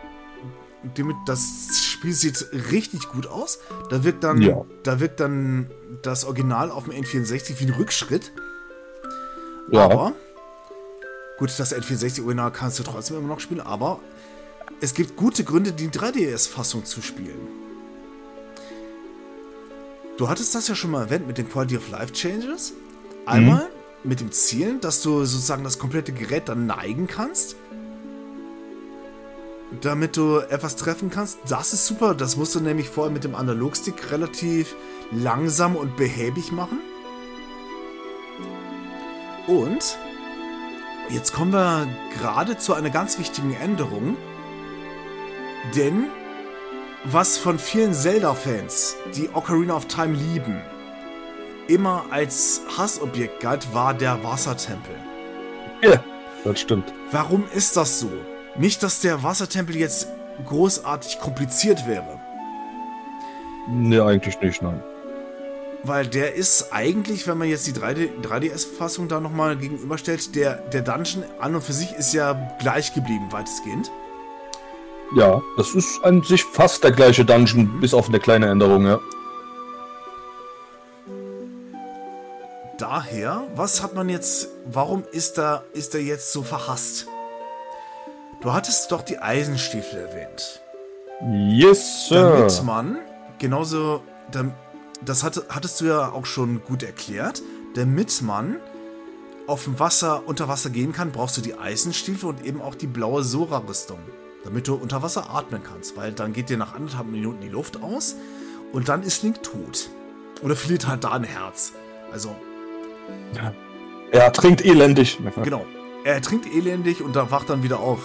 das Spiel sieht richtig gut aus. Da wirkt dann, ja. da wirkt dann das Original auf dem N vierundsechzig wie ein Rückschritt. Ja. Aber gut, das N vierundsechzig-Original kannst du trotzdem immer noch spielen, aber es gibt gute Gründe, die drei D S-Fassung zu spielen. Du hattest das ja schon mal erwähnt mit den Quality of Life Changes. Einmal mhm. mit dem Zielen, dass du sozusagen das komplette Gerät dann neigen kannst, damit du etwas treffen kannst. Das ist super. Das musst du nämlich vorher mit dem Analogstick relativ langsam und behäbig machen. Und jetzt kommen wir gerade zu einer ganz wichtigen Änderung. Denn was von vielen Zelda-Fans, die Ocarina of Time lieben, immer als Hassobjekt galt, war der Wassertempel. Ja, das stimmt. Warum ist das so? Nicht, dass der Wassertempel jetzt großartig kompliziert wäre. Ne, eigentlich nicht, nein. Weil der ist eigentlich, wenn man jetzt die drei D S-Fassung da nochmal gegenüberstellt, der, der Dungeon an und für sich ist ja gleich geblieben, weitestgehend. Ja, das ist an sich fast der gleiche Dungeon, mhm. bis auf eine kleine Änderung, ja. Daher, was hat man jetzt, warum ist da, ist er jetzt so verhasst? Du hattest doch die Eisenstiefel erwähnt. Yes, Sir. Damit man, genauso, das hatte, hattest du ja auch schon gut erklärt, damit man auf dem Wasser, unter Wasser gehen kann, brauchst du die Eisenstiefel und eben auch die blaue Sora-Rüstung. Damit du unter Wasser atmen kannst, weil dann geht dir nach anderthalb Minuten die Luft aus und dann ist Link tot. Oder verliert halt da ein Herz. Also. Ja. Er trinkt elendig. Genau. Er trinkt elendig und da wacht dann wieder auf.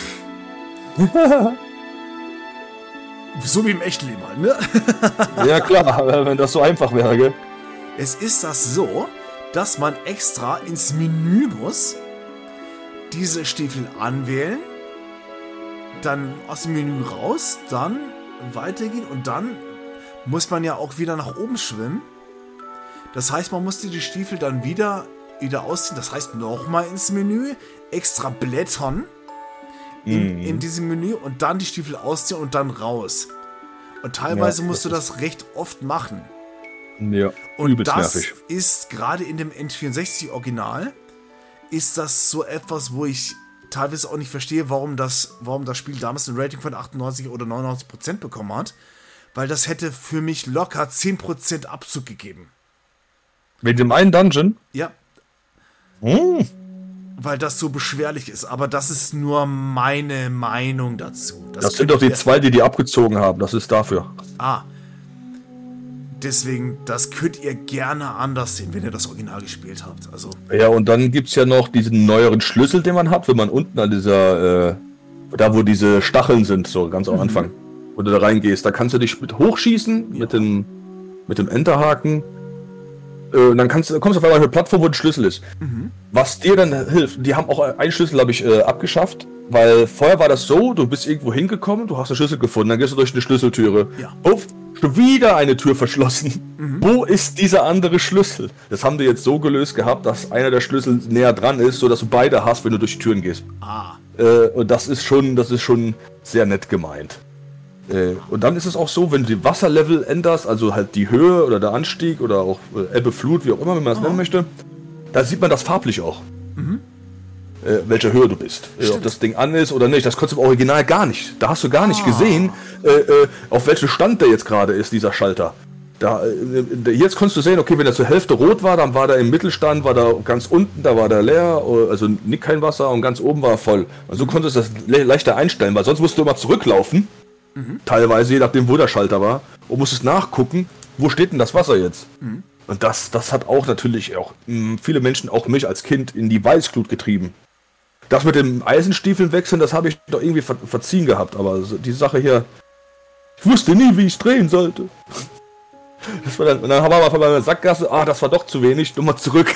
So wie im echten Leben halt, ne? Ja klar, wenn das so einfach wäre, gell? Es ist das so, dass man extra ins Menü muss, diese Stiefel anwählen, dann aus dem Menü raus, dann weitergehen und dann muss man ja auch wieder nach oben schwimmen. Das heißt, man musste die Stiefel dann wieder, wieder ausziehen. Das heißt, nochmal ins Menü, extra blättern in, mm. in diesem Menü und dann die Stiefel ausziehen und dann raus. Und teilweise ja, musst du das recht oft machen. Ja, und das nervig. Ist gerade in dem N vierundsechzig Original ist das so etwas, wo ich teilweise auch nicht verstehe, warum das, warum das Spiel damals ein Rating von achtundneunzig oder neunundneunzig Prozent bekommen hat, weil das hätte für mich locker zehn Prozent Abzug gegeben. Mit dem einen Dungeon? Ja. Hm. Weil das so beschwerlich ist, aber das ist nur meine Meinung dazu. Das, das sind doch die zwei, die die abgezogen haben, das ist dafür. Ah. Deswegen, das könnt ihr gerne anders sehen, wenn ihr das Original gespielt habt. Also. Ja, und dann gibt es ja noch diesen neueren Schlüssel, den man hat, wenn man unten an dieser, äh, da wo diese Stacheln sind, so ganz am mhm. Anfang, wo du da reingehst, da kannst du dich mit hochschießen, ja. mit dem, mit dem Enterhaken. Äh, dann kannst, kommst du auf einmal auf eine Plattform, wo ein Schlüssel ist. Mhm. Was dir dann hilft, die haben auch einen Schlüssel, habe ich, äh, abgeschafft, weil vorher war das so, du bist irgendwo hingekommen, du hast einen Schlüssel gefunden, dann gehst du durch eine Schlüsseltüre. Ja. Uff, schon wieder eine Tür verschlossen. Mhm. Wo ist dieser andere Schlüssel? Das haben die jetzt so gelöst gehabt, dass einer der Schlüssel näher dran ist, sodass du beide hast, wenn du durch die Türen gehst. Ah. Äh, und das ist schon, das ist schon sehr nett gemeint. Äh, und dann ist es auch so, wenn du die Wasserlevel änderst, also halt die Höhe oder der Anstieg oder auch äh, Ebbe, Flut, wie auch immer, wenn man das oh. nennen möchte, da sieht man das farblich auch. Mhm. Äh, welcher Höhe du bist. Äh, ob das Ding an ist oder nicht. Das konntest du im Original gar nicht. Da hast du gar nicht ah. gesehen, äh, äh, auf welchem Stand der jetzt gerade ist, dieser Schalter. Da, äh, jetzt konntest du sehen, okay, wenn er zur Hälfte rot war, dann war der im Mittelstand, war da ganz unten, da war der leer, also nicht kein Wasser und ganz oben war er voll. Und so konntest du das le- leichter einstellen, weil sonst musst du immer zurücklaufen, mhm. teilweise, je nachdem, wo der Schalter war, und musstest nachgucken, wo steht denn das Wasser jetzt. Mhm. Und das, das hat auch natürlich auch mh, viele Menschen, auch mich als Kind, in die Weißglut getrieben. Das mit dem Eisenstiefeln wechseln, das habe ich doch irgendwie ver- verziehen gehabt, aber die Sache hier, ich wusste nie, wie ich es drehen sollte. Das war dann, und dann haben wir mal von meiner Sackgasse, ah, das war doch zu wenig, nochmal zurück.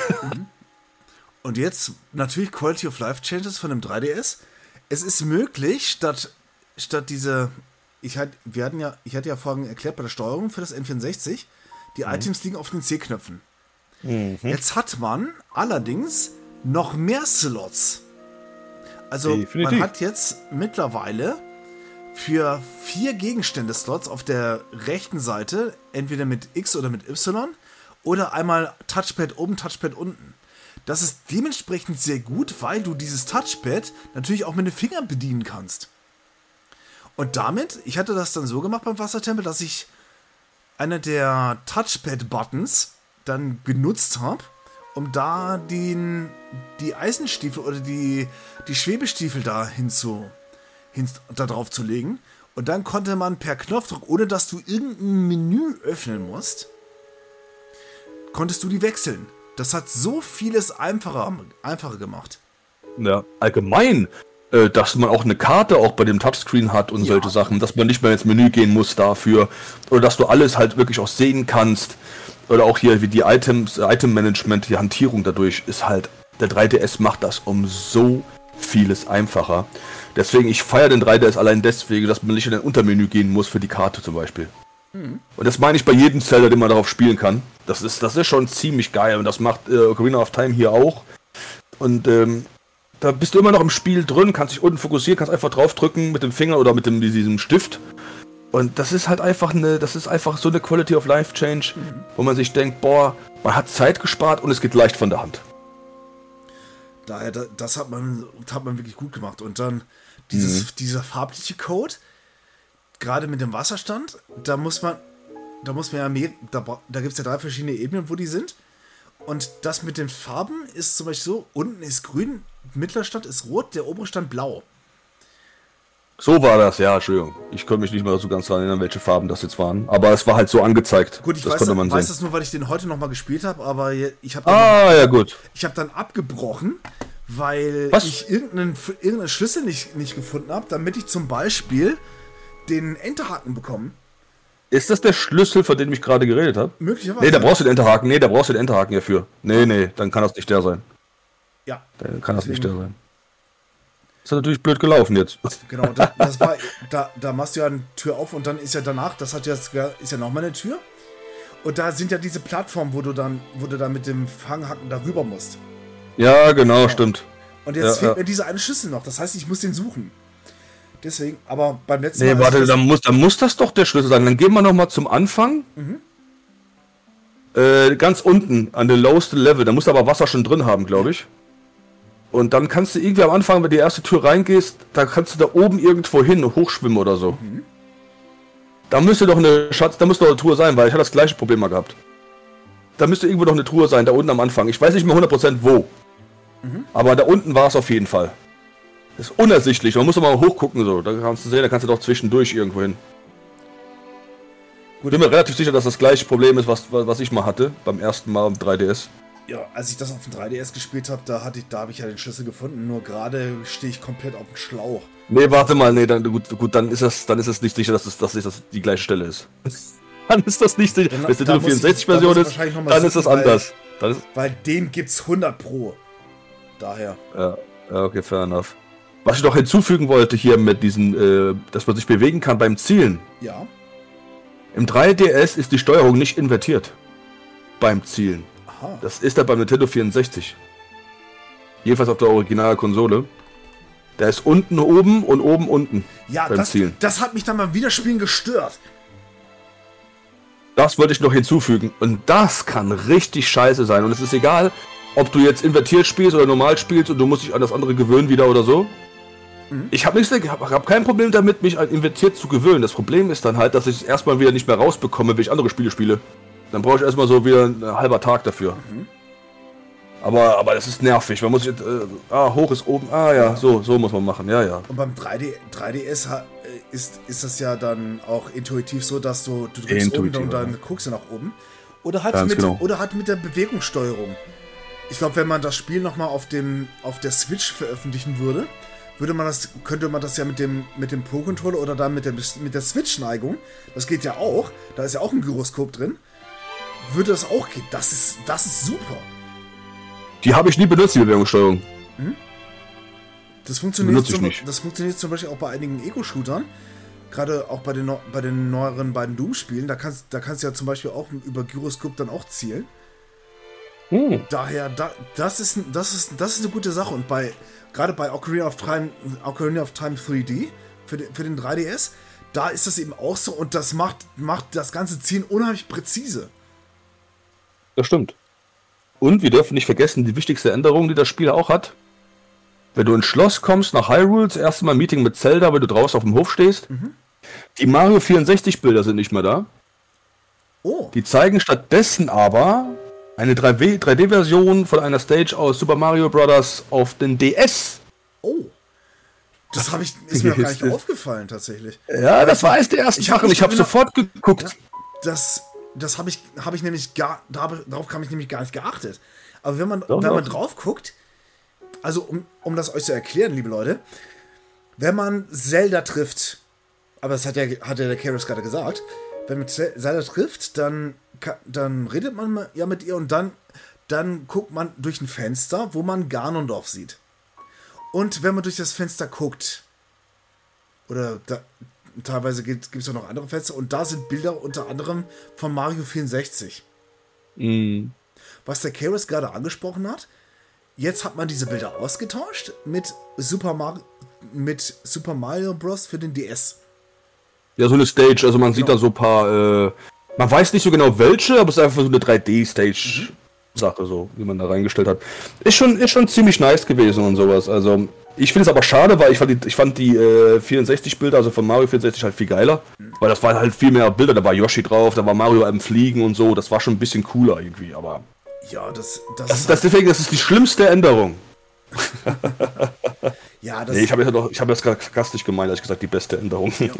Und jetzt natürlich Quality of Life Changes von dem drei D S. Es ist möglich, statt, statt diese, ich hatte, wir hatten ja, ich hatte ja vorhin erklärt, bei der Steuerung für das N vierundsechzig, die mhm. Items liegen auf den C-Knöpfen. Mhm. Jetzt hat man allerdings noch mehr Slots. Also Definitiv. Man hat jetzt mittlerweile für vier Gegenstände-Slots auf der rechten Seite, entweder mit X oder mit Y, oder einmal Touchpad oben, Touchpad unten. Das ist dementsprechend sehr gut, weil du dieses Touchpad natürlich auch mit den Fingern bedienen kannst. Und damit, ich hatte das dann so gemacht beim Wassertempel, dass ich eine der Touchpad-Buttons dann genutzt habe, um da den, die Eisenstiefel oder die, die Schwebestiefel da hinzu, hin, da drauf zu legen. Und dann konnte man per Knopfdruck, ohne dass du irgendein Menü öffnen musst, konntest du die wechseln. Das hat so vieles einfacher, einfacher gemacht. Ja, allgemein, äh, dass man auch eine Karte auch bei dem Touchscreen hat und ja. solche Sachen, dass man nicht mehr ins Menü gehen muss dafür. Oder dass du alles halt wirklich auch sehen kannst. Oder auch hier wie die Items, Item-Management, die Hantierung dadurch ist halt, der drei D S macht das um so vieles einfacher. Deswegen, ich feiere den drei D S allein deswegen, dass man nicht in ein Untermenü gehen muss für die Karte zum Beispiel. Mhm. Und das meine ich bei jedem Zelda, den man darauf spielen kann. Das ist, das ist schon ziemlich geil und das macht äh, Ocarina of Time hier auch. Und ähm, da bist du immer noch im Spiel drin, kannst dich unten fokussieren, kannst einfach draufdrücken mit dem Finger oder mit dem, diesem Stift. Und das ist halt einfach eine, das ist einfach so eine Quality of Life Change, mhm. wo man sich denkt, boah, man hat Zeit gespart und es geht leicht von der Hand. Daher, das hat man, hat man wirklich gut gemacht. Und dann dieses, mhm. dieser farbliche Code, gerade mit dem Wasserstand, da muss man, da muss man ja mehr, da, da gibt es ja drei verschiedene Ebenen, wo die sind. Und das mit den Farben ist zum Beispiel so, unten ist grün, mittlerer Stand ist rot, der obere Stand blau. So war das, ja, Entschuldigung. Ich konnte mich nicht mehr so ganz daran erinnern, welche Farben das jetzt waren. Aber es war halt so angezeigt. Gut, ich das weiß, konnte man weiß das nur, weil ich den heute nochmal gespielt habe, aber ich habe Ah, dann, ja gut. Ich habe dann abgebrochen, weil Was? ich irgendeinen, irgendeinen Schlüssel nicht, nicht gefunden habe, damit ich zum Beispiel den Enterhaken bekomme. Ist das der Schlüssel, von dem ich gerade geredet habe? Möglicherweise. Nee, da brauchst du den Enterhaken. Nee, da brauchst du den Enterhaken hierfür. Nee, nee, dann kann das nicht der sein. Ja. Dann kann das nicht der sein. Ist natürlich blöd gelaufen jetzt. Genau, das, das war, da, da machst du ja eine Tür auf und dann ist ja danach, das hat ja, ist ja nochmal eine Tür. Und da sind ja diese Plattformen, wo du dann, wo du dann mit dem Fanghaken darüber musst. Ja, genau, genau. Stimmt. Und jetzt ja, fehlt ja. mir diese eine Schlüssel noch, das heißt, ich muss den suchen. Deswegen, aber beim letzten nee, Mal... Nee, warte, dann muss, dann muss das doch der Schlüssel sein. Dann gehen wir nochmal zum Anfang. Mhm. Äh, ganz unten, an den lowest Level. Da muss aber Wasser schon drin haben, glaube ich. Und dann kannst du irgendwie am Anfang, wenn du die erste Tür reingehst, da kannst du da oben irgendwo hin hochschwimmen oder so. Mhm. Da müsste doch eine Schatz, da müsste doch eine Truhe sein, weil ich hatte das gleiche Problem mal gehabt. Da müsste irgendwo noch eine Truhe sein, da unten am Anfang. Ich weiß nicht mehr hundert Prozent wo. Mhm. Aber da unten war es auf jeden Fall. Das ist unersichtlich, man muss doch mal hochgucken, so. Da kannst du sehen, da kannst du doch zwischendurch irgendwo hin. Ich bin mir relativ sicher, dass das gleiche Problem ist, was, was ich mal hatte, beim ersten Mal am drei D S. Ja, als ich das auf dem drei D S gespielt habe, da hatte ich, da habe ich ja den Schlüssel gefunden, nur gerade stehe ich komplett auf dem Schlauch. Nee, warte mal, nee, dann, gut, gut, dann ist das, dann ist es nicht sicher, dass das, dass das die gleiche Stelle ist. Dann ist das nicht sicher. Wenn es die Nintendo vierundsechzig-Version ist, dann ist das anders. Weil, weil den gibt's hundert Pro. Daher. Ja, ja, okay, fair enough. Was ich noch hinzufügen wollte hier mit diesen, äh, dass man sich bewegen kann beim Zielen. Ja. Im drei D S ist die Steuerung nicht invertiert. Beim Zielen. Aha. Das ist da beim Nintendo vierundsechzig. Jedenfalls auf der Originalkonsole. Da ist unten oben und oben unten. Ja, beim das, Zielen. Das hat mich dann beim Wiederspielen gestört. Das wollte ich noch hinzufügen. Und das kann richtig scheiße sein. Und es ist egal, ob du jetzt invertiert spielst oder normal spielst und du musst dich an das andere gewöhnen wieder oder so. Mhm. Ich habe nichts, hab, hab kein Problem damit, mich an invertiert zu gewöhnen. Das Problem ist dann halt, dass ich es erstmal wieder nicht mehr rausbekomme, wenn ich andere Spiele spiele. Dann brauche ich erstmal so wieder ein halber Tag dafür. Mhm. Aber, aber das ist nervig. Man muss jetzt, äh, ah, hoch ist oben, ah ja, so, so muss man machen, ja, ja. Und beim drei D, drei D S ist, ist das ja dann auch intuitiv so, dass du, du drückst intuitiv, oben und dann ja. guckst du nach oben. Oder halt, Ganz mit, genau. oder halt mit der Bewegungssteuerung. Ich glaube, wenn man das Spiel nochmal auf dem auf der Switch veröffentlichen würde, würde man das, könnte man das ja mit dem, mit dem Pro-Controller oder dann mit der, mit der Switch-Neigung, das geht ja auch, da ist ja auch ein Gyroskop drin, würde das auch gehen. Das ist, das ist super. Die habe ich nie benutzt, die Bewegungssteuerung. Hm? Das funktioniert, ich zum, nicht. das funktioniert zum Beispiel auch bei einigen Ego-Shootern. Gerade auch bei den, bei den neueren beiden Doom-Spielen. Da kannst, da kannst du ja zum Beispiel auch über Gyroskop dann auch zielen. Hm. Daher, da, das, ist, das, ist, das ist eine gute Sache. Und bei gerade bei Ocarina of Time, Ocarina of Time drei D für den, für den drei D S, da ist das eben auch so. Und das macht, macht das ganze Zielen unheimlich präzise. Das stimmt. Und wir dürfen nicht vergessen, die wichtigste Änderung, die das Spiel auch hat. Wenn du ins Schloss kommst, nach Hyrule, das erste Mal ein Meeting mit Zelda, wenn du draußen auf dem Hof stehst, mhm. die Mario vierundsechzig Bilder sind nicht mehr da. Oh. Die zeigen stattdessen aber eine drei D-Version von einer Stage aus Super Mario Bros. Auf den D S. Oh. Das hab ich, ist mir noch gar nicht aufgefallen, tatsächlich. Ja, das war eins der ersten Sachen. Ich habe sofort geguckt. Ja, das... Das habe ich, hab ich nämlich gar, darauf habe ich nämlich gar nicht geachtet. Aber wenn man, doch, wenn doch. man drauf guckt, also um, um das euch zu erklären, liebe Leute, wenn man Zelda trifft, aber das hat ja, hat ja der Keras gerade gesagt, wenn man Zelda trifft, dann, dann redet man ja mit ihr und dann, dann guckt man durch ein Fenster, wo man Ganondorf sieht. Und wenn man durch das Fenster guckt, oder da, teilweise gibt es auch noch andere Fenster und da sind Bilder unter anderem von Mario vierundsechzig. Mm. Was der Keras gerade angesprochen hat, jetzt hat man diese Bilder ausgetauscht mit Super, Mar- mit Super Mario Bros. Für den D S. Ja, so eine Stage, also man genau. sieht da so ein paar, äh, man weiß nicht so genau welche, aber es ist einfach so eine drei D-Stage-Sache, so, wie man da reingestellt hat. Ist schon, ist schon ziemlich nice gewesen und sowas, also... Ich finde es aber schade, weil ich fand die, ich fand die äh, vierundsechzig-Bilder, also von Mario vierundsechzig, halt viel geiler. Mhm. Weil das waren halt viel mehr Bilder, da war Yoshi drauf, da war Mario am Fliegen und so, das war schon ein bisschen cooler irgendwie, aber... Ja, das... Das, das ist das, deswegen, das ist die schlimmste Änderung. Ja, das... Nee, ich habe jetzt, ich hab jetzt gerade sarkastisch gemeint, als ich gesagt, die beste Änderung. Ja.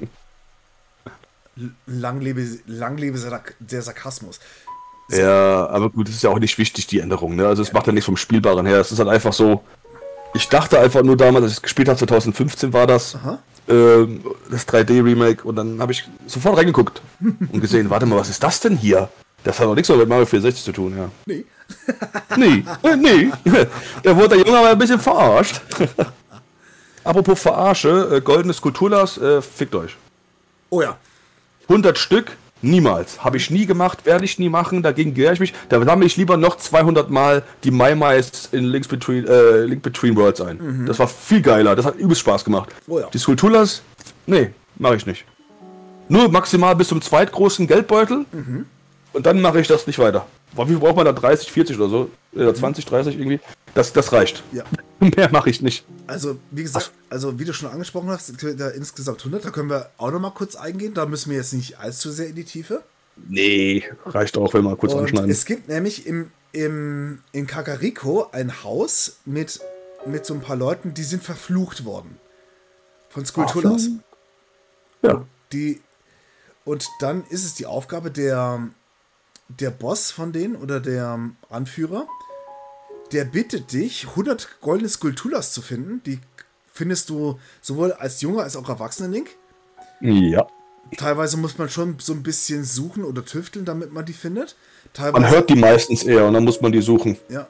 Lang lebe, lang lebe der Sarkasmus. So. Ja, aber gut, das ist ja auch nicht wichtig, die Änderung, ne? Also es ja. macht ja nichts vom Spielbaren her, es ist halt einfach so... Ich dachte einfach nur damals, als ich es gespielt habe, zwanzig fünfzehn war das, äh, das drei D-Remake, und dann habe ich sofort reingeguckt und gesehen, warte mal, was ist das denn hier? Das hat doch nichts mehr mit Mario vierundsechzig zu tun, ja. Nee. nee, äh, nee. Da wurde der Junge aber ein bisschen verarscht. Apropos Verarsche, äh, goldene Skulpturas, äh, fickt euch. Oh ja. hundert Stück, niemals. Habe ich nie gemacht, werde ich nie machen, dagegen wehre ich mich. Da sammle ich lieber noch zweihundert Mal die Mai-Mais in Links Between, äh, Link Between Worlds ein. Mhm. Das war viel geiler, das hat übelst Spaß gemacht. Oh ja. Die Skulpturas, nee, mache ich nicht. Nur maximal bis zum zweitgroßen Geldbeutel, mhm. und dann mache ich das nicht weiter. Wie viel braucht man da? dreißig, vierzig oder so? Oder zwanzig, dreißig irgendwie? Das, das reicht. Ja. Mehr mache ich nicht. Also, wie gesagt, also wie du schon angesprochen hast, da insgesamt hundert, da können wir auch noch mal kurz eingehen. Da müssen wir jetzt nicht allzu sehr in die Tiefe. Nee, reicht auch, wenn wir mal kurz und anschneiden. Es gibt nämlich im, im, in Kakariko ein Haus mit, mit so ein paar Leuten, die sind verflucht worden. Von Skulltulas. Ja. Die, und dann ist es die Aufgabe der, der Boss von denen oder der Anführer, der bittet dich, hundert goldene Skulltulas zu finden. Die findest du sowohl als junger als auch erwachsener Link. Ja. Teilweise muss man schon so ein bisschen suchen oder tüfteln, damit man die findet. Teilweise, man hört die meistens eher und dann muss man die suchen. Ja.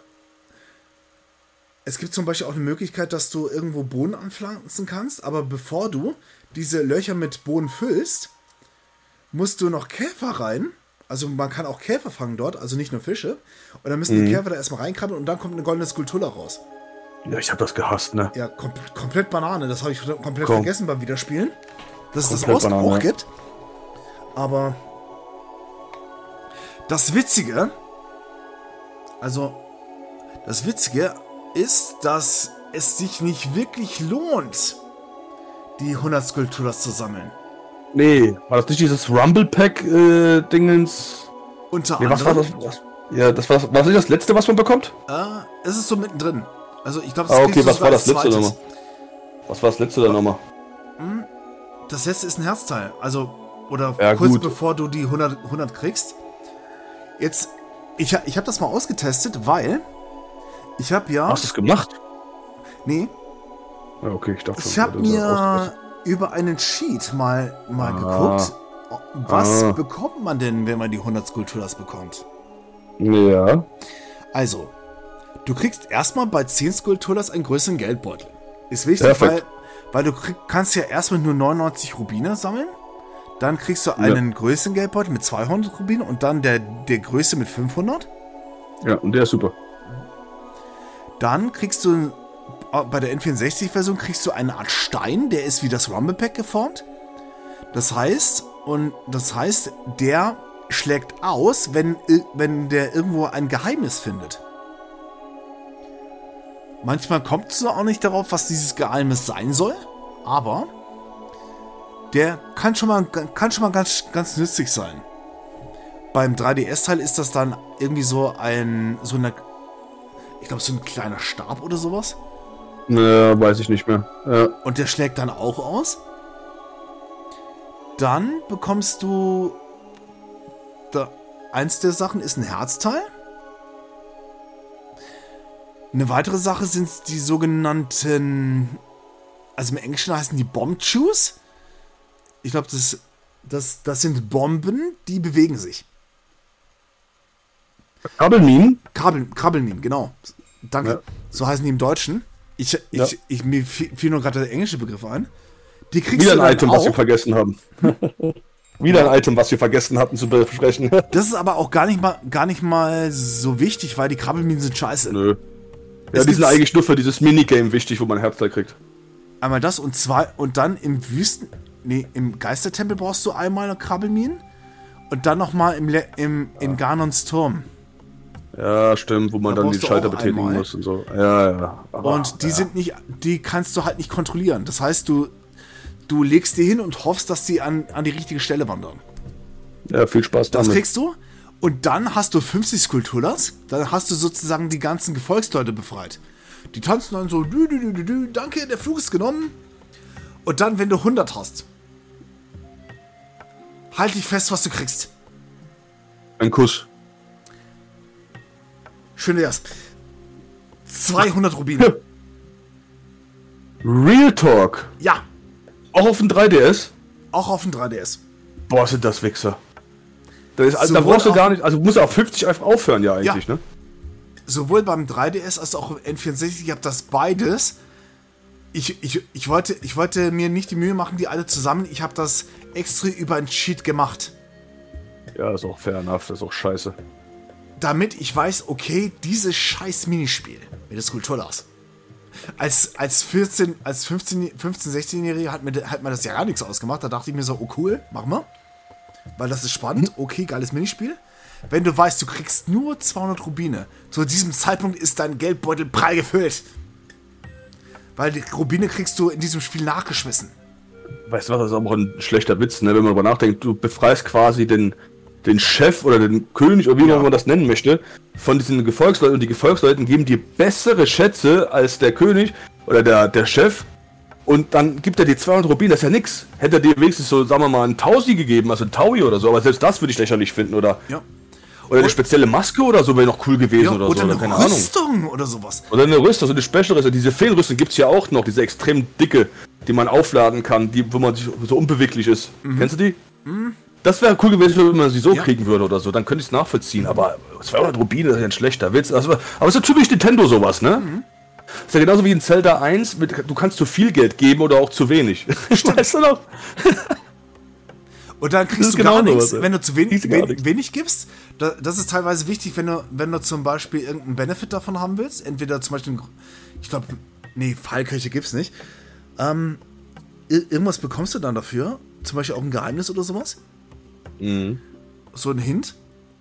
Es gibt zum Beispiel auch eine Möglichkeit, dass du irgendwo Bohnen anpflanzen kannst, aber bevor du diese Löcher mit Bohnen füllst, musst du noch Käfer rein. Also man kann auch Käfer fangen dort, also nicht nur Fische. Und dann müssen mhm. die Käfer da erstmal reinkrabbeln und dann kommt eine goldene Skulptur raus. Ja, ich habe das gehasst, ne? Ja, kom komplett Banane. Das habe ich komplett Komm. vergessen beim Wiederspielen. Dass es das auch, Banane, auch gibt. Aber das Witzige, also Das Witzige ist, dass es sich nicht wirklich lohnt, die hundert Skulltulas zu sammeln. Nee, war das nicht dieses Rumble-Pack-Dingens? Äh, Unter nee, anderem. Was war das? Was? Ja, das war, war das nicht das letzte, was man bekommt? Äh, es ist so mittendrin. Also ich glaube, Ah, okay, was war das letzte nochmal? Was war das letzte da nochmal? Das letzte ist ein Herzteil. Also, oder ja, kurz gut. bevor du die hundert, hundert kriegst. Jetzt, ich, ich habe das mal ausgetestet, weil ich habe ja... Hast du es gemacht? Nee. Ja, okay, ich dachte schon. Ich habe mir über einen Cheat mal, mal ah. geguckt, was ah. bekommt man denn, wenn man die hundert Skulltulas bekommt? Ja. Also, du kriegst erstmal bei zehn Skulltulas einen größeren Geldbeutel. Ist wichtig, weil, weil du krieg, kannst ja erstmal nur neunundneunzig Rubine sammeln. Dann kriegst du einen ja. größeren Geldbeutel mit zweihundert Rubine und dann der, der größte mit fünfhundert. Ja, und der ist super. Dann kriegst du bei der N vierundsechzig-Version kriegst du eine Art Stein, der ist wie das Rumble-Pack geformt. Das heißt, und das heißt, der schlägt aus, wenn, wenn der irgendwo ein Geheimnis findet. Manchmal kommt es auch nicht darauf, was dieses Geheimnis sein soll, aber der kann schon mal, kann schon mal ganz, ganz nützlich sein. Beim drei D S-Teil ist das dann irgendwie so ein, so eine, ich glaube, so ein kleiner Stab oder sowas. Ja, weiß ich nicht mehr. Ja. Und der schlägt dann auch aus. Dann bekommst du, da, eins der Sachen ist ein Herzteil. Eine weitere Sache sind die sogenannten, also im Englischen heißen die Bomb Chews. Ich glaube, das, das, das sind Bomben, die bewegen sich. Krabbelminen? Krabbel, Krabbelminen, genau. Danke. Ja. So heißen die im Deutschen. Ich, ich, ja. ich, mir fiel nur gerade der englische Begriff ein. Die kriegst Wieder du ein Item, auch. was wir vergessen haben. Wieder ja. ein Item, was wir vergessen hatten zu besprechen. Das ist aber auch gar nicht mal, gar nicht mal so wichtig, weil die Krabbelminen sind scheiße. Nö. Ja, es die sind eigentlich nur für dieses Minigame wichtig, wo man Herzteil kriegt. Einmal das und zwei und dann im Wüsten... Nee, im Geistertempel brauchst du einmal eine Krabbelminen und dann nochmal im, Le im in Ganons Turm. Ja, stimmt, wo man da dann die Schalter betätigen einmal. muss und so. Ja, ja. Aber, und die ja. sind nicht, die kannst du halt nicht kontrollieren. Das heißt, du, du legst die hin und hoffst, dass die an, an die richtige Stelle wandern. Ja, viel Spaß damit. Das kriegst du. Und dann hast du fünfzig Skulltulas. Dann hast du sozusagen die ganzen Gefolgsleute befreit. Die tanzen dann so, dü, dü, dü, dü, dü, danke, der Flug ist genommen. Und dann, wenn du hundert hast, halt dich fest, was du kriegst. Ein Kuss. Schön wär's. zweihundert Rubine. Real Talk? Ja. Auch auf dem drei D S? Auch auf dem drei D S. Boah, sind das Wichser. Das ist, also, da brauchst du gar nicht, also muss auf fünfzig einfach aufhören, ja eigentlich, ja. ne? Sowohl beim drei D S als auch im N vierundsechzig, ich habe das beides. Ich, ich, ich, wollte, ich wollte mir nicht die Mühe machen, die alle zusammen. Ich habe das extra über einen Cheat gemacht. Ja, ist auch fair enough, das ist auch scheiße. Damit ich weiß, okay, dieses scheiß Minispiel mit der Skulltulas. Als, als vierzehn, als fünfzehn, fünfzehn, sechzehnjährige hat mir, hat mir das ja gar nichts ausgemacht. Da dachte ich mir so, oh cool, machen wir. Weil das ist spannend. Okay, geiles Minispiel. Wenn du weißt, du kriegst nur zweihundert Rubine, zu diesem Zeitpunkt ist dein Geldbeutel prall gefüllt. Weil die Rubine kriegst du in diesem Spiel nachgeschmissen. Weißt du was, das ist auch ein schlechter Witz, ne? Wenn man darüber nachdenkt, du befreist quasi den, den Chef oder den König oder wie ja. man das nennen möchte, von diesen Gefolgsleuten, und die Gefolgsleuten geben dir bessere Schätze als der König oder der, der Chef, und dann gibt er dir zweihundert Rubine, das ist ja nix. Hätte er dir wenigstens so, sagen wir mal, einen Tausi gegeben, also ein Taui oder so, aber selbst das würde ich lächerlich finden, oder? Ja. Oder eine spezielle Maske oder so wäre noch cool gewesen ja, oder, oder so. Oder eine keine Rüstung Ahnung. Oder sowas. Oder eine Rüstung, so eine Special-Rüstung. Diese Feenrüstung gibt es ja auch noch, diese extrem dicke, die man aufladen kann, die, wo man sich so unbeweglich ist. Mhm. Kennst du die? Mhm. Das wäre cool gewesen, wenn man sie so ja. kriegen würde oder so. Dann könnte ich es nachvollziehen. Aber zweihundert Rubine, das ist ja ein schlechter Witz. Also, aber es ist ja typisch Nintendo sowas, ne? Mhm. Das ist ja genauso wie in Zelda eins, mit, du kannst zu viel Geld geben oder auch zu wenig. Weißt du noch? Und dann kriegst du genau gar nichts, wenn du zu wenig, wenig, wenig gibst. Das ist teilweise wichtig, wenn du, wenn du zum Beispiel irgendeinen Benefit davon haben willst. Entweder zum Beispiel, ich glaube, nee, Fallkirche gibt's nicht. Ähm, irgendwas bekommst du dann dafür. Zum Beispiel auch ein Geheimnis oder sowas. Mhm. So ein Hint.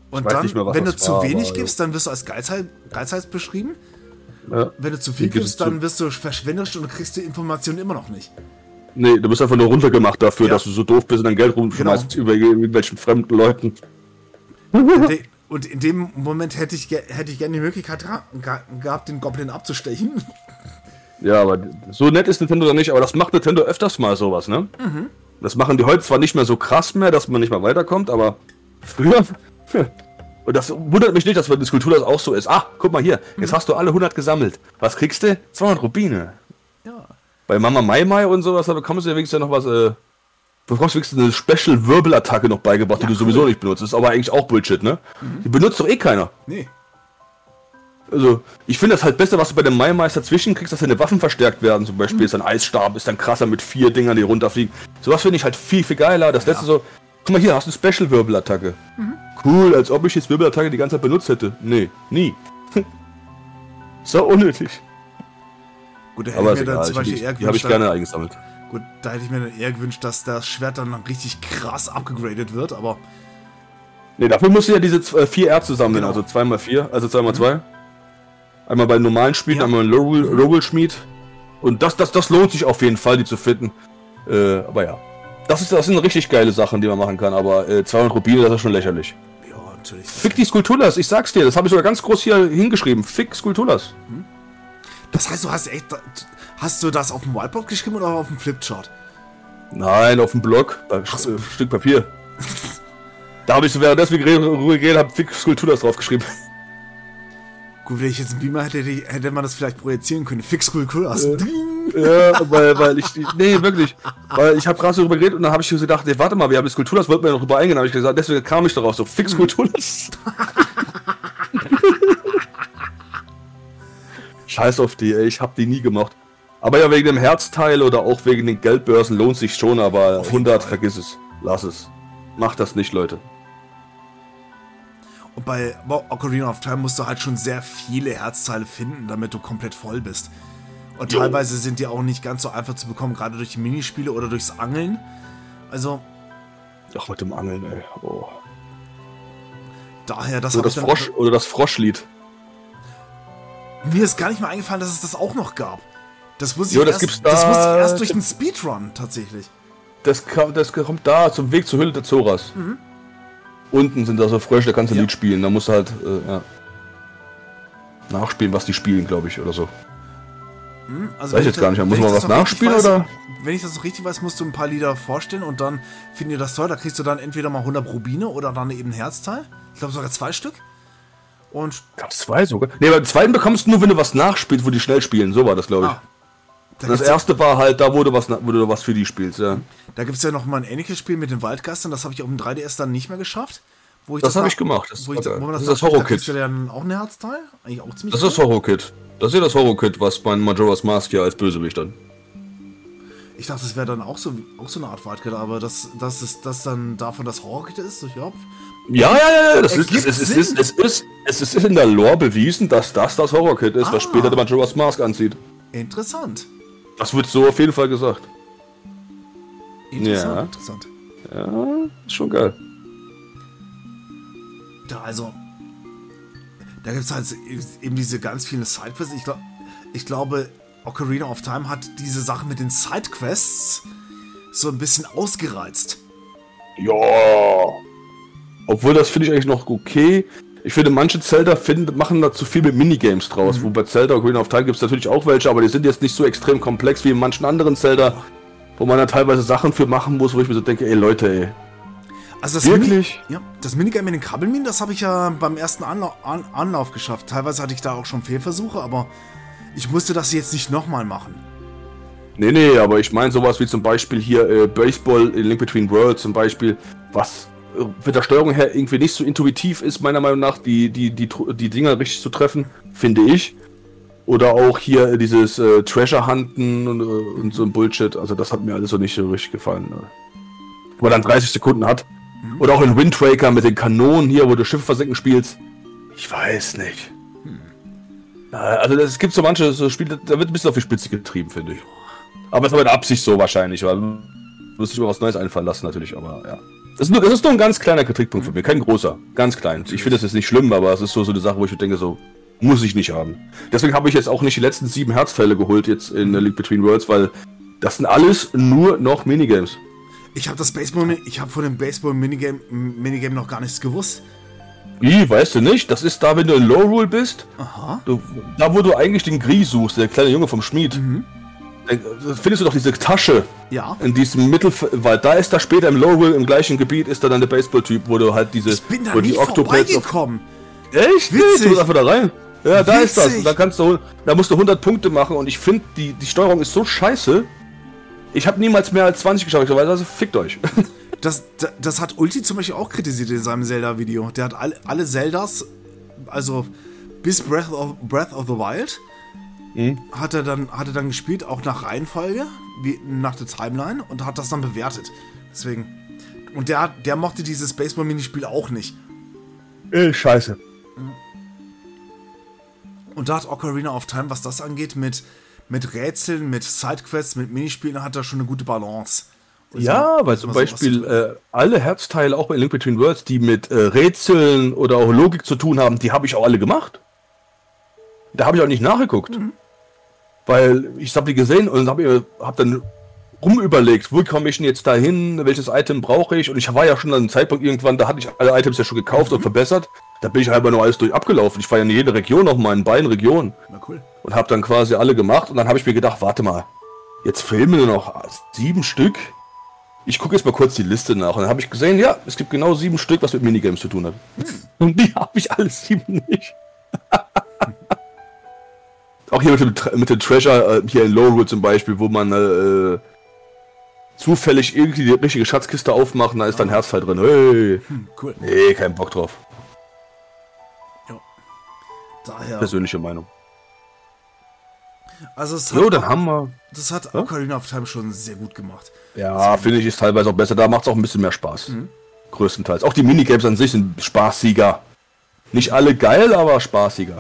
Und dann, mehr, wenn du zu war, wenig aber, gibst, dann wirst du als Geizhals, Geizhals beschrieben. Ja. Wenn du zu viel gibst, dann wirst du verschwenderisch und kriegst die Informationen immer noch nicht. Nee, du bist einfach nur runtergemacht dafür, ja. dass du so doof bist und dein Geld rumschmeißt genau. über irgendwelchen fremden Leuten. Und in dem Moment hätte ich, hätte ich gerne die Möglichkeit gehabt, den Goblin abzustechen. Ja, aber so nett ist Nintendo dann nicht, aber das macht Nintendo öfters mal sowas, ne? Mhm. Das machen die heute zwar nicht mehr so krass mehr, dass man nicht mehr weiterkommt, aber früher... Und das wundert mich nicht, dass bei Diskultur das auch so ist. Ah, guck mal hier, jetzt mhm. hast du alle hundert gesammelt. Was kriegst du? zweihundert Rubine. Ja. Bei Mama Mai Mai und sowas, da bekommst du ja wenigstens noch was, äh, du bekommst wenigstens eine Special-Wirbelattacke noch beigebracht, ja, die du cool. sowieso nicht benutzt. Das ist aber eigentlich auch Bullshit, ne? Mhm. Die benutzt doch eh keiner. Nee. Also, ich finde das halt besser, was du bei dem Mai Mai dazwischen kriegst, dass deine Waffen verstärkt werden. Zum Beispiel mhm. ist ein Eisstab, ist dann krasser mit vier Dingern, die runterfliegen. Sowas finde ich halt viel, viel geiler. Das ja. letzte so, guck mal hier, hast du eine Special-Wirbelattacke. Mhm. Cool, als ob ich jetzt Wirbelattacke die ganze Zeit benutzt hätte. Nee, nie. So unnötig. Gut, da hätte ich mir dann zum Beispiel eher gewünscht, die habe ich gerne eingesammelt. Gut, da hätte ich mir dann eher gewünscht, dass das Schwert dann richtig krass abgegradet wird, aber... Nee, dafür musst du ja diese zwei, vier Erze sammeln, genau. Also zwei mal vier, also zwei mal zwei. Einmal bei normalen Schmieden, ja. einmal in Lowell-Schmied. Und das, das, das lohnt sich auf jeden Fall, die zu finden. Äh, aber ja. Das, ist, das sind richtig geile Sachen, die man machen kann, aber äh, zweihundert Rubine, das ist schon lächerlich. Ja, natürlich. Fick die Skulpturas, ich sag's dir, das habe ich sogar ganz groß hier hingeschrieben. Fick Skulpturas. Hm? Das heißt, du hast echt. Hast du das auf dem Whiteboard geschrieben oder auf dem Flipchart? Nein, auf dem Blog, ein äh, Stück Papier. Da habe ich so, während wir geredet haben, Fick Skulpturas draufgeschrieben. Gut, wenn ich jetzt einen Beamer hätte, hätte man das vielleicht projizieren können. Fick Skulpturas. Äh. Ja, weil, weil ich, nee, wirklich, weil ich habe gerade so darüber geredet und dann habe ich so gedacht, nee, warte mal, wir haben die Skulptur, das wollten wir ja noch drüber eingehen, habe ich gesagt, deswegen kam ich darauf, so, fix Skulptur. Scheiß auf die, ey, ich hab die nie gemacht. Aber ja, wegen dem Herzteil oder auch wegen den Geldbörsen lohnt sich schon, aber hundert, vergiss es, lass es. Mach das nicht, Leute. Und bei Ocarina of Time musst du halt schon sehr viele Herzteile finden, damit du komplett voll bist. Und jo. teilweise sind die auch nicht ganz so einfach zu bekommen, gerade durch die Minispiele oder durchs Angeln. Also... Ach, mit dem Angeln, ey. Oh. Daher, das oder das Frosch Oder das Froschlied. Mir ist gar nicht mal eingefallen, dass es das auch noch gab. Das wusste jo, ich, das erst, gibt's da, das wusste ich erst durch den Speedrun, tatsächlich. Das, das kommt da, zum Weg zur Hülle der Zoras. Mhm. Unten sind da so Frösche, da kannst du ein ja. Lied spielen. Da musst du halt, äh, ja... nachspielen, was die spielen, glaube ich, oder so. Also weiß ich jetzt gar nicht, muss man was nachspielen weiß, oder? Wenn ich das so richtig weiß, musst du ein paar Lieder vorstellen und dann finden die das toll. Da kriegst du dann entweder mal hundert Rubine oder dann eben ein Herzteil. Ich glaube sogar zwei Stück. Und gab's zwei sogar? Ne, beim zweiten bekommst du nur, wenn du was nachspielst, wo die schnell spielen. So war das, glaube ich. Ah, da das erste ja, war halt da, wo du, was, wo du was für die spielst, ja. Da gibt es ja noch mal ein ähnliches Spiel mit den Waldgeistern. Das habe ich auf dem drei D S dann nicht mehr geschafft. Wo ich das das habe ich gemacht. Das, wo ich, da, wo man das, das das ist das Horror-Kit. Da kriegst du dann auch ein Herzteil? Eigentlich auch ziemlich Das ist das Horror-Kit. Das ist ja das Horror-Kit, was mein Majora's Mask hier als Bösewicht dann. Ich dachte, das wäre dann auch so, auch so eine Art Waldkit, aber dass das, das, das dann davon das Horror-Kit ist, ja. Ja, ja, ja, ja, das ist, es, es, ist, es, ist, es ist in der Lore bewiesen, dass das das Horror-Kit ist, ah. was später der Majora's Mask anzieht. Interessant. Das wird so auf jeden Fall gesagt. Interessant, ja. interessant. Ja, ist schon geil. Da also, da gibt es halt eben diese ganz vielen Sidequests. Ich, glaub, ich glaube, Ocarina of Time hat diese Sache mit den Sidequests so ein bisschen ausgereizt. Ja. Obwohl, das finde ich eigentlich noch okay. Ich finde, manche Zelda finden, machen da zu viel mit Minigames draus. Mhm. Wo bei Zelda Ocarina of Time gibt es natürlich auch welche, aber die sind jetzt nicht so extrem komplex wie in manchen anderen Zelda, ja. wo man da teilweise Sachen für machen muss, wo ich mir so denke, ey Leute, ey. Also das Wirklich? Mini, ja, das Minigame mit den Krabbelminen, das habe ich ja beim ersten Anlauf, An, Anlauf geschafft. Teilweise hatte ich da auch schon Fehlversuche, aber ich musste das jetzt nicht nochmal machen. Nee, nee, aber ich meine sowas wie zum Beispiel hier äh, Baseball in Link Between Worlds zum Beispiel, was äh, mit der Steuerung her irgendwie nicht so intuitiv ist, meiner Meinung nach, die, die, die, die Dinger richtig zu treffen, finde ich. Oder auch hier äh, dieses äh, Treasure Hunten und, äh, und so ein Bullshit, also das hat mir alles so nicht so richtig gefallen. Ne? Wo man dann dreißig Sekunden hat. Oder auch in Wind Waker mit den Kanonen hier, wo du Schiffe versenken spielst. Ich weiß nicht. Hm. Also es gibt so manche so Spiele, da wird ein bisschen auf die Spitze getrieben, finde ich. Aber es ist aber in Absicht so wahrscheinlich, weil du musst dich über was Neues einfallen lassen natürlich, aber ja. Das ist, nur, das ist nur ein ganz kleiner Kritikpunkt von mir, kein großer, ganz klein. Ich finde das jetzt nicht schlimm, aber es ist so, so eine Sache, wo ich denke, so, muss ich nicht haben. Deswegen habe ich jetzt auch nicht die letzten sieben Herzteile geholt jetzt in der League Between Worlds, weil das sind alles nur noch Minigames. Ich habe das Baseball, ich habe von dem Baseball-Minigame Minigame noch gar nichts gewusst. Wie, weißt du nicht? Das ist da, wenn du in Low Rule bist, Aha. Du, da wo du eigentlich den Gris suchst, der kleine Junge vom Schmied. Mhm. Da findest du doch diese Tasche ja. in diesem Mittelwald. Da ist da später im Low Rule, im gleichen Gebiet, ist da dann der Baseball-Typ, wo du halt diese... Ich bin da wo nie die Octopads vorbeigekommen. Echt? Witzig. Du musst einfach da rein. Ja, da Witzig. ist das. Und da kannst du, da musst du hundert Punkte machen und ich finde, die, die Steuerung ist so scheiße. Ich habe niemals mehr als zwanzig geschafft. Also fickt euch. Das, das, das hat Ulti zum Beispiel auch kritisiert in seinem Zelda-Video. Der hat alle, alle Zeldas, also bis Breath of, Breath of the Wild, mhm. hat, er dann, hat er dann gespielt, auch nach Reihenfolge, wie nach der Timeline, und hat das dann bewertet. Deswegen. Und der, der mochte dieses Baseball-Minispiel auch nicht. Äh, scheiße. Und da hat Ocarina of Time, was das angeht, mit, mit Rätseln, mit Sidequests, mit Minispielen, hat er schon eine gute Balance. Also, ja, weil zum Beispiel äh, alle Herzteile, auch bei Link Between Worlds, die mit äh, Rätseln oder auch Logik zu tun haben, die habe ich auch alle gemacht. Da habe ich auch nicht nachgeguckt. Mhm. Weil ich habe die gesehen und habe hab dann rumüberlegt, wo komme ich denn jetzt dahin, welches Item brauche ich? Und ich war ja schon an einem Zeitpunkt irgendwann, da hatte ich alle Items ja schon gekauft mhm. und verbessert. Da bin ich einfach nur alles durch abgelaufen. Ich war ja in jeder Region nochmal, in beiden Regionen. Na cool. Und habe dann quasi alle gemacht. Und dann habe ich mir gedacht, warte mal, jetzt fehlen mir nur noch sieben Stück. Ich gucke jetzt mal kurz die Liste nach. Und dann habe ich gesehen, ja, es gibt genau sieben Stück, was mit Minigames zu tun hat. Hm. Und die habe ich alle sieben nicht. Auch hier mit dem, mit dem Treasure, äh, hier in Lowwood zum Beispiel, wo man äh, zufällig irgendwie die richtige Schatzkiste aufmachen, da ist dann Herzteil drin. Hey. Hm, cool. Nee, kein Bock drauf. Daher. Persönliche Meinung. Also es so, hat dann auch, haben wir... Das hat ja? Ocarina of Time schon sehr gut gemacht. Ja, finde ich, ist teilweise auch besser. Da macht es auch ein bisschen mehr Spaß. Mhm. Größtenteils. Auch die Minigames an sich sind spaßiger. Nicht alle geil, aber spaßiger.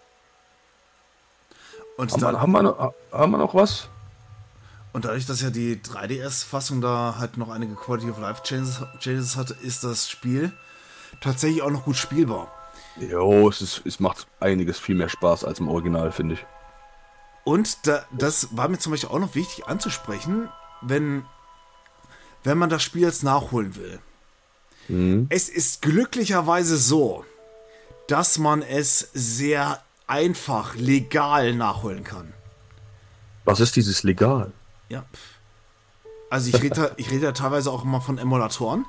Und haben, dann, wir, haben, wir noch, haben wir noch was? Und dadurch, dass ja die drei D S-Fassung da halt noch einige Quality of Life Changes, Changes hatte, ist das Spiel tatsächlich auch noch gut spielbar. Jo, es, ist, es macht einiges viel mehr Spaß als im Original, finde ich. Und da, das war mir zum Beispiel auch noch wichtig anzusprechen, wenn, wenn man das Spiel jetzt nachholen will. Mhm. Es ist glücklicherweise so, dass man es sehr einfach, legal nachholen kann. Was ist dieses legal? Ja. Also ich rede da, ich rede da teilweise auch immer von Emulatoren.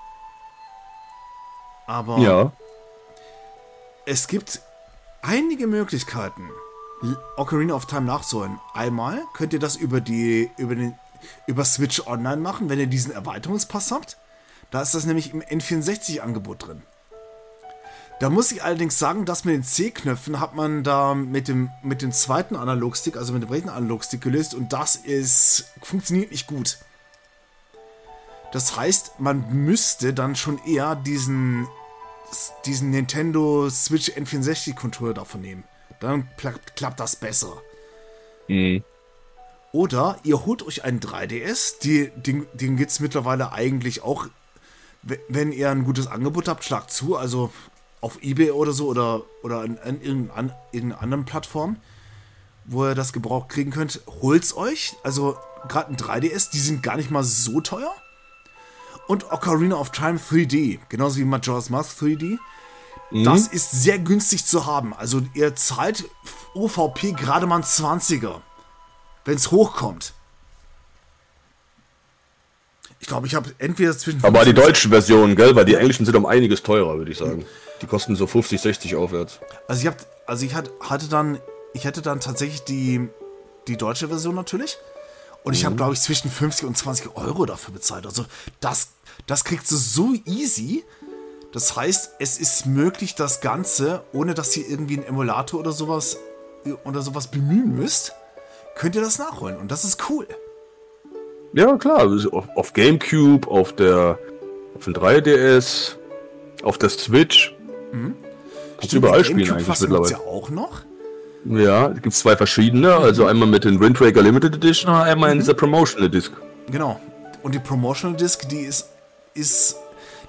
Aber ja. Es gibt einige Möglichkeiten, Ocarina of Time nachzuholen. Einmal könnt ihr das über die über den über Switch Online machen, wenn ihr diesen Erweiterungspass habt. Da ist das nämlich im N vierundsechzig-Angebot drin. Da muss ich allerdings sagen, dass mit den C-Knöpfen hat man da mit dem, mit dem zweiten Analogstick, also mit dem rechten Analogstick gelöst und das ist funktioniert nicht gut. Das heißt, man müsste dann schon eher diesen diesen Nintendo Switch N vierundsechzig-Controller davon nehmen. Dann klappt, klappt das besser. Mhm. Oder ihr holt euch einen drei D S, die, den, den gibt es mittlerweile eigentlich auch, wenn ihr ein gutes Angebot habt, schlagt zu, also auf eBay oder so oder, oder an, an irgendeiner an, anderen Plattform, wo ihr das gebraucht kriegen könnt, holt's euch. Also gerade ein drei D S, die sind gar nicht mal so teuer. Und Ocarina of Time drei D, genauso wie Majora's Mask drei D, mhm. das ist sehr günstig zu haben. Also ihr zahlt O V P gerade mal ein zwanziger, wenn es hochkommt. Ich glaube, ich habe entweder zwischen... Aber die deutschen Versionen, gell? Weil die englischen sind um einiges teurer, würde ich sagen. Die kosten so fünfzig, sechzig aufwärts. Also ich, hab, also ich hatte dann, ich hätte dann tatsächlich die, die deutsche Version natürlich. Und ich mhm. habe, glaube ich, zwischen fünfzig und zwanzig Euro dafür bezahlt. Also das, das kriegst du so easy. Das heißt, es ist möglich, das Ganze, ohne dass ihr irgendwie einen Emulator oder sowas oder sowas bemühen müsst, könnt ihr das nachholen. Und das ist cool. Ja, klar. Auf, auf GameCube, auf der auf dem drei D S, auf der Switch. Mhm. Kannst du überall spielen eigentlich mittlerweile. Ja auch noch? Ja, es gibt zwei verschiedene. Mhm. Also einmal mit den Wind Waker Limited Edition und einmal mhm. in dieser Promotional Disc. Genau. Und die Promotional Disc, die ist, ist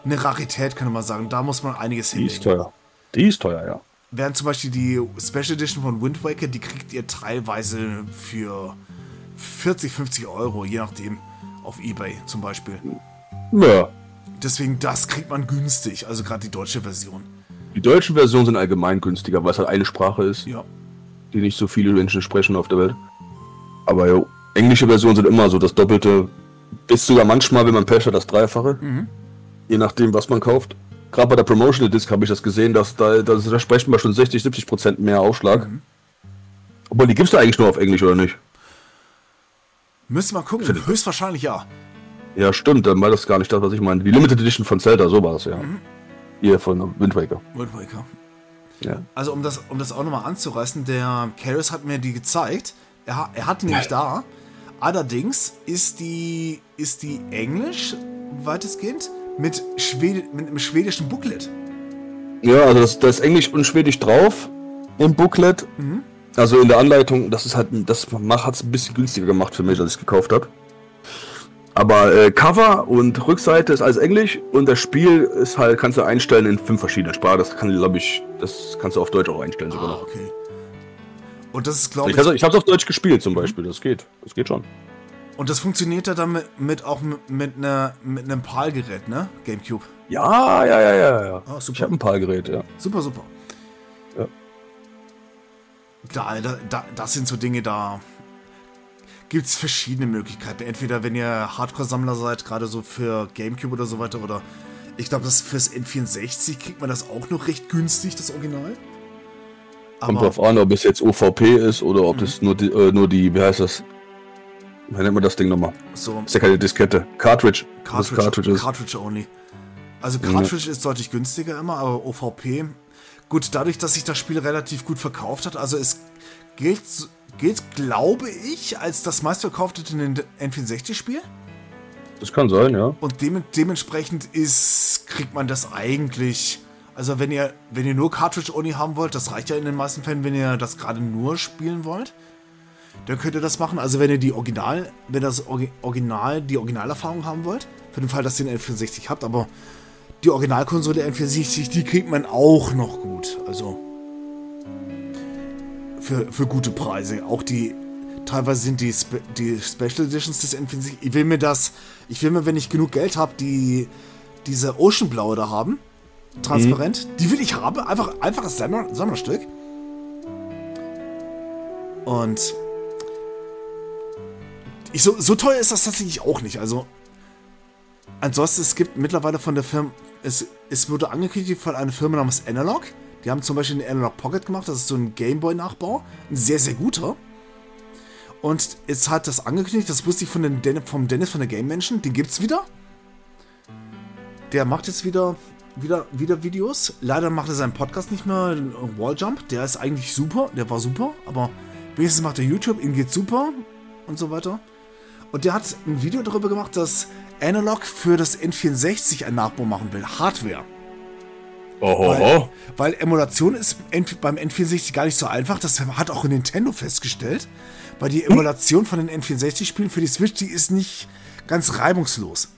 eine Rarität, kann man sagen. Da muss man einiges Die hinlegen. ist teuer. Die ist teuer, ja. Während zum Beispiel die Special Edition von Wind Waker, die kriegt ihr teilweise für vierzig, fünfzig Euro, je nachdem, auf eBay zum Beispiel. Ja. Deswegen, das kriegt man günstig, also gerade die deutsche Version. Die deutschen Versionen sind allgemein günstiger, weil es halt eine Sprache ist, Ja. die nicht so viele Menschen sprechen auf der Welt. Aber jo, englische Versionen sind immer so das Doppelte, bis sogar manchmal, wenn man Pech hat, das Dreifache. Mhm. Je nachdem, was man kauft. Gerade bei der Promotional Disc habe ich das gesehen, dass da, da, da sprechen wir schon sechzig, siebzig Prozent mehr Aufschlag. Mhm. Obwohl, die gibt's da eigentlich nur auf Englisch, oder nicht? Müssen wir gucken, Finde- höchstwahrscheinlich ja. Ja, stimmt, dann war das gar nicht das, was ich meine. Die Limited Edition von Zelda, so war das ja. Mhm. Hier von Wind Waker. Wind Waker. Ja. Also um das, um das auch nochmal anzureißen, der Karis hat mir die gezeigt. Er, ha- er hat die nämlich da. Allerdings ist die, ist die Englisch weitestgehend mit, Schwede, mit einem schwedischen Booklet. Ja, also das, da ist Englisch und Schwedisch drauf im Booklet. Mhm. Also in der Anleitung, das ist halt, das hat es ein bisschen günstiger gemacht für mich, als ich es gekauft habe. Aber äh, Cover und Rückseite ist alles Englisch und das Spiel ist halt, kannst du einstellen in fünf verschiedenen Sprachen. Das kann, glaube ich, das kannst du auf Deutsch auch einstellen sogar Ah, noch. okay. Und das ist, glaube Ich, ich, also, ich habe es auf Deutsch gespielt zum Beispiel, das geht, das geht schon. und das funktioniert ja dann mit, mit auch mit, mit, einer, mit einem PAL-Gerät, ne? Gamecube. Ja, ja, ja, ja, ja. Ah, super. Ich habe ein paar Geräte, ja. Super, super. Ja. Da, da, da, das sind so Dinge, da gibt es verschiedene Möglichkeiten. Entweder wenn ihr Hardcore-Sammler seid, gerade so für Gamecube oder so weiter, oder ich glaube, das fürs N vierundsechzig kriegt man das auch noch recht günstig, das Original. Kommt Aber drauf an, ob es jetzt O V P ist oder ob das nur die, äh, nur die, wie heißt das? Wie nennt man das Ding nochmal? so Ist ja keine Diskette. Cartridge. Das Cartridge, Cartridge ist. Cartridge only. Also Cartridge ist deutlich günstiger immer, aber O V P. Gut, dadurch, dass sich das Spiel relativ gut verkauft hat, also es gilt, gilt glaube ich, als das meistverkaufte N vierundsechzig-Spiel. Das kann sein, ja. Und dem, dementsprechend ist, kriegt man das eigentlich. Also wenn ihr, wenn ihr nur Cartridge-Only haben wollt, das reicht ja in den meisten Fällen, wenn ihr das gerade nur spielen wollt, dann könnt ihr das machen. Also wenn ihr die Original, wenn das Orgi- Original, die Originalerfahrung haben wollt, für den Fall, dass ihr den N vierundsechzig habt, aber die Originalkonsole N vierundsechzig, die kriegt man auch noch gut. Also für, für gute Preise. Auch die, teilweise sind die, Spe die Special Editions des N vierundsechzig. Ich will mir das, ich will mir, wenn ich genug Geld habe, die diese Ocean-Blaue da haben. Transparent. Mhm. Die will ich haben. Einfach, einfach das Sammler, Sammlerstück. Und ich, so, so teuer ist das tatsächlich auch nicht. Also ansonsten, es gibt mittlerweile von der Firma, es, es wurde angekündigt von einer Firma namens Analog. Die haben zum Beispiel den Analog Pocket gemacht. Das ist so ein Gameboy-Nachbau. Ein sehr, sehr guter. Und es hat das angekündigt, das wusste ich von den Den vom Dennis von der Game Menschen. Den gibt's wieder. Der macht jetzt wieder, wieder, wieder Videos. Leider macht er seinen Podcast nicht mehr. Walljump. Der ist eigentlich super. Der war super. Aber wenigstens macht er YouTube. Ihm geht's super. Und so weiter. Und der hat ein Video darüber gemacht, dass Analog für das N vierundsechzig ein Nachbau machen will. Hardware. Oho. Weil, weil Emulation ist beim N vierundsechzig gar nicht so einfach. Das hat auch Nintendo festgestellt. Weil die Emulation von den N vierundsechzig-Spielen für die Switch, die ist nicht ganz reibungslos.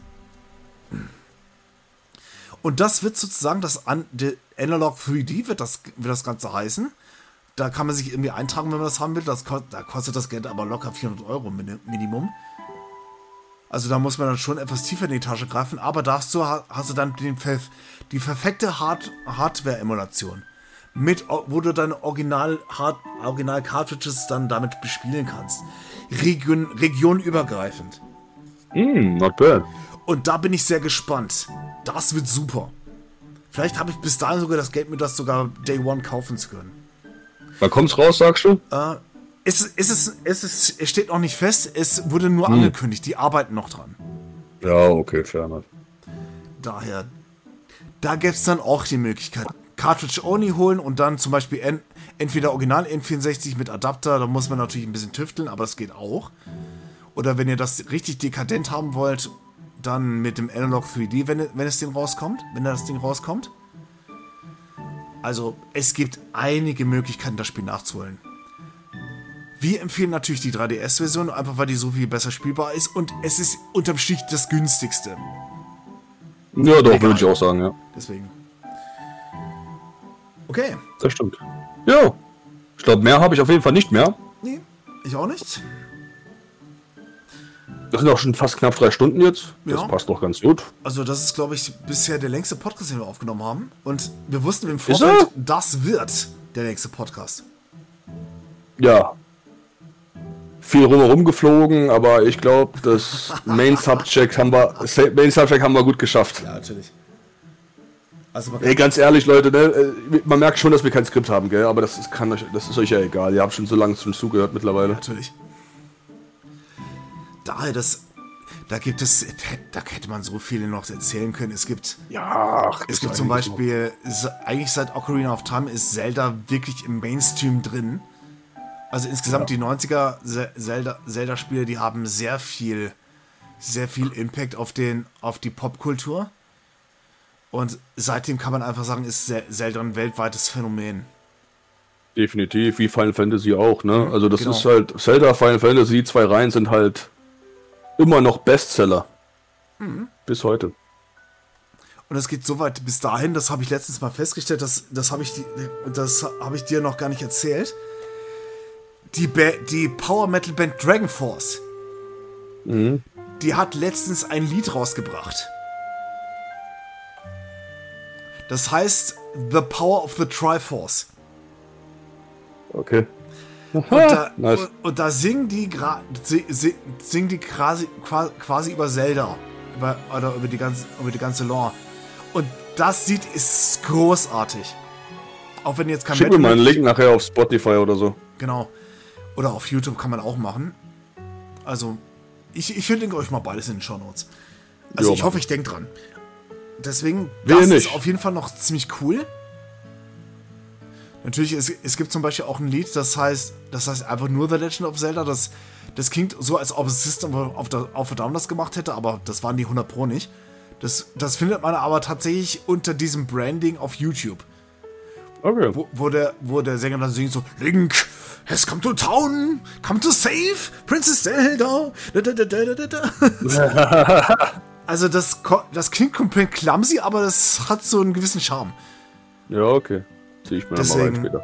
Und das wird sozusagen das An Analog drei D, wird das, wird das Ganze heißen. Da kann man sich irgendwie eintragen, wenn man das haben will. Das, da kostet das Geld aber locker vierhundert Euro Minimum. Also da muss man dann schon etwas tiefer in die Tasche greifen. Aber dazu hast du dann den, die perfekte Hard Hardware-Emulation. Mit, wo du deine Original, Hard, Original Cartridges dann damit bespielen kannst. Region, regionübergreifend. Mm, not bad. Und da bin ich sehr gespannt. Das wird super. Vielleicht habe ich bis dahin sogar das Geld, mir das sogar Day One kaufen zu können. Wann kommt's raus, sagst du? Äh, es, es, ist, es, ist, es steht noch nicht fest, es wurde nur hm. angekündigt, die arbeiten noch dran. Ja, okay, fair enough. Daher, da gäbe es dann auch die Möglichkeit, Cartridge Only holen und dann zum Beispiel en, entweder Original N vierundsechzig mit Adapter, da muss man natürlich ein bisschen tüfteln, aber das geht auch. Oder wenn ihr das richtig dekadent haben wollt, dann mit dem Analog drei D, wenn, wenn es den rauskommt, wenn das Ding rauskommt. Also, es gibt einige Möglichkeiten, das Spiel nachzuholen. Wir empfehlen natürlich die drei D S-Version, einfach weil die so viel besser spielbar ist und es ist unterm Strich das günstigste. Ja, doch, würde ich auch sagen, ja. Deswegen. Okay. Das stimmt. Ja. Ich glaube, mehr habe ich auf jeden Fall nicht mehr. Nee, ich auch nicht. Das sind auch schon fast knapp drei Stunden jetzt. Das Ja. passt doch ganz gut. Also das ist, glaube ich, bisher der längste Podcast, den wir aufgenommen haben. Und wir wussten im Ist Vorfeld, er? das wird der nächste Podcast. Ja. Viel rumherum geflogen, aber ich glaube, das Main Subject haben wir, das Main Subject haben wir gut geschafft. Ja, natürlich. Also man Ey, ganz ehrlich, Leute, ne, man merkt schon, dass wir kein Skript haben, gell? Aber das ist, kann euch, das ist euch ja egal. Ihr habt schon so lange schon zugehört mittlerweile. Natürlich. Daher, das, da gibt es, da hätte man so viele noch erzählen können. Es gibt, Ja, ach, es gibt zum Beispiel, so. Eigentlich seit Ocarina of Time ist Zelda wirklich im Mainstream drin. Also insgesamt Ja. die neunziger Zelda, Zelda-Spiele, die haben sehr viel, sehr viel Impact auf den, auf die Popkultur. Und seitdem kann man einfach sagen, ist Zelda ein weltweites Phänomen. Definitiv, wie Final Fantasy auch, ne? Also das Genau. ist halt, Zelda, Final Fantasy, die zwei Reihen sind halt immer noch Bestseller. Mhm. Bis heute. Und es geht so weit bis dahin, das habe ich letztens mal festgestellt, das, das habe ich, die- das habe ich dir noch gar nicht erzählt. Die, ba die Power Metal Band Dragon Force, Mhm. die hat letztens ein Lied rausgebracht. Das heißt The Power of the Triforce. Okay. Und da, Nice. und, und da singen die, gra si si singen die quasi, qua- quasi über Zelda. Über, oder über die, ganze, über die ganze Lore. Und das Lied ist großartig. Auch wenn jetzt kein Schick mir mal einen Metal- Link nachher auf Spotify oder so. Genau. Oder auf YouTube kann man auch machen. Also, ich, ich verlinke euch mal beides in den Shownotes. Also, Jo, ich Mann. hoffe, ich denke dran. Deswegen, Wer das ist nicht? auf jeden Fall noch ziemlich cool. Natürlich, es, es gibt zum Beispiel auch ein Lied, das heißt, das heißt einfach nur The Legend of Zelda. Das, das klingt so, als ob es System of the, of a Down das gemacht hätte, aber das waren die hundert Pro nicht. Das, das findet man aber tatsächlich unter diesem Branding auf YouTube. Okay. Wo, wo, der, wo der Sänger dann singt so, Link has come to town, come to save Princess Zelda. Da, da, da, da, da, da. Also das, ko- das klingt komplett clumsy, aber das hat so einen gewissen Charme. Ja, okay. Zieh ich mir dann mal rein Deswegen- später.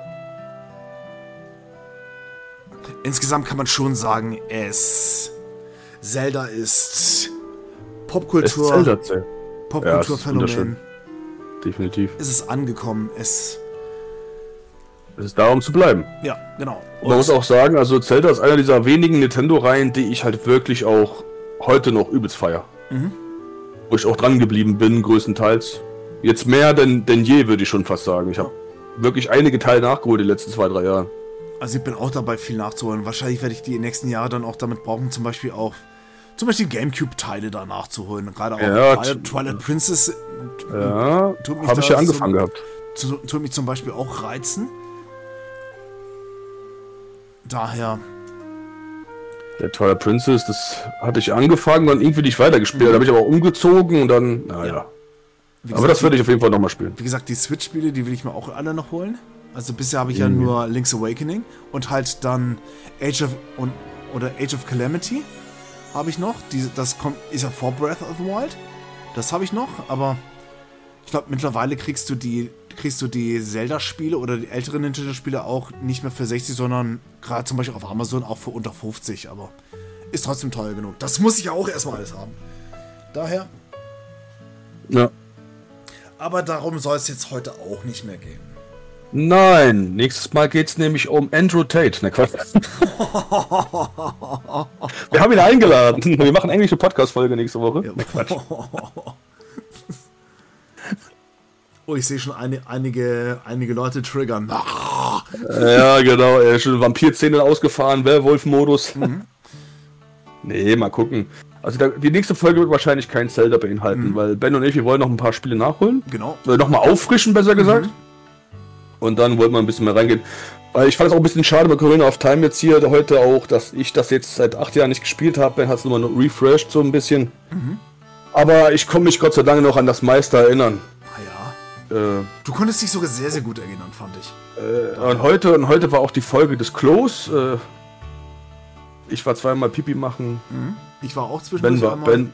Insgesamt kann man schon sagen, es Zelda ist Popkultur, Es Zelda zählt. Popkulturphänomen. Ja, es ist Definitiv. Es ist angekommen, es, Es ist da, um zu bleiben. ja, genau. Und man muss auch sagen, also Zelda ist einer dieser wenigen Nintendo-Reihen, die ich halt wirklich auch heute noch übelst feier. Mhm. Wo ich auch dran geblieben bin, größtenteils. Jetzt mehr denn, denn je, würde ich schon fast sagen. Ich habe wirklich einige Teile nachgeholt in den letzten zwei, drei Jahren. Also ich bin auch dabei, viel nachzuholen. Wahrscheinlich werde ich die nächsten Jahre dann auch damit brauchen, zum Beispiel auch zum Beispiel Gamecube-Teile da nachzuholen. Gerade auch Ja, Twilight, Twilight Princess Ja, tut mich habe ich da ja angefangen so- gehabt. zu- tut mich zum Beispiel auch reizen. Daher, Der Twilight Princess, das hatte ich angefangen und irgendwie nicht weitergespielt. Da habe ich aber auch umgezogen und dann, naja. Ja. wie Aber das gesagt, werde ich auf jeden Fall nochmal spielen. wie gesagt, die Switch-Spiele, die will ich mir auch alle noch holen. Also bisher habe ich ja nur Link's Awakening und halt dann Age of und, oder Age of Calamity habe ich noch. Diese, das kommt, ist ja vor Breath of the Wild. Das habe ich noch, aber ich glaube mittlerweile kriegst du die kriegst du die Zelda-Spiele oder die älteren Nintendo-Spiele auch nicht mehr für sechzig, sondern gerade zum Beispiel auf Amazon auch für unter fünfzig, aber ist trotzdem teuer genug. Das muss ich ja auch erstmal alles haben. Daher, Ja. aber darum soll es jetzt heute auch nicht mehr gehen. Nein, nächstes Mal geht's nämlich um Andrew Tate. Ne, Quatsch. Wir haben ihn eingeladen. Wir machen englische Podcast-Folge nächste Woche. Ne, Quatsch. Oh, ich sehe schon eine, einige, einige Leute triggern. Ja, genau. Er ist schon Vampirzähne ausgefahren, Werwolf-Modus. Nee, mal gucken. Also da, die nächste Folge wird wahrscheinlich kein Zelda beinhalten, weil Ben und ich, wir wollen noch ein paar Spiele nachholen. Genau. Oder nochmal auffrischen, besser gesagt. Und dann wollten wir ein bisschen mehr reingehen. Weil ich fand es auch ein bisschen schade bei Ocarina of Time jetzt hier heute auch, dass ich das jetzt seit acht Jahren nicht gespielt habe. Ben hat es nochmal refreshed so ein bisschen. Aber ich komme mich Gott sei Dank noch an das meiste erinnern. Ah ja. Äh, Du konntest dich sogar sehr, sehr gut erinnern, fand ich. äh, und, heute, und heute war auch die Folge des Klos. Äh, ich war zweimal Pipi machen. Ich war auch zwischendurch Ben war, einmal. ben,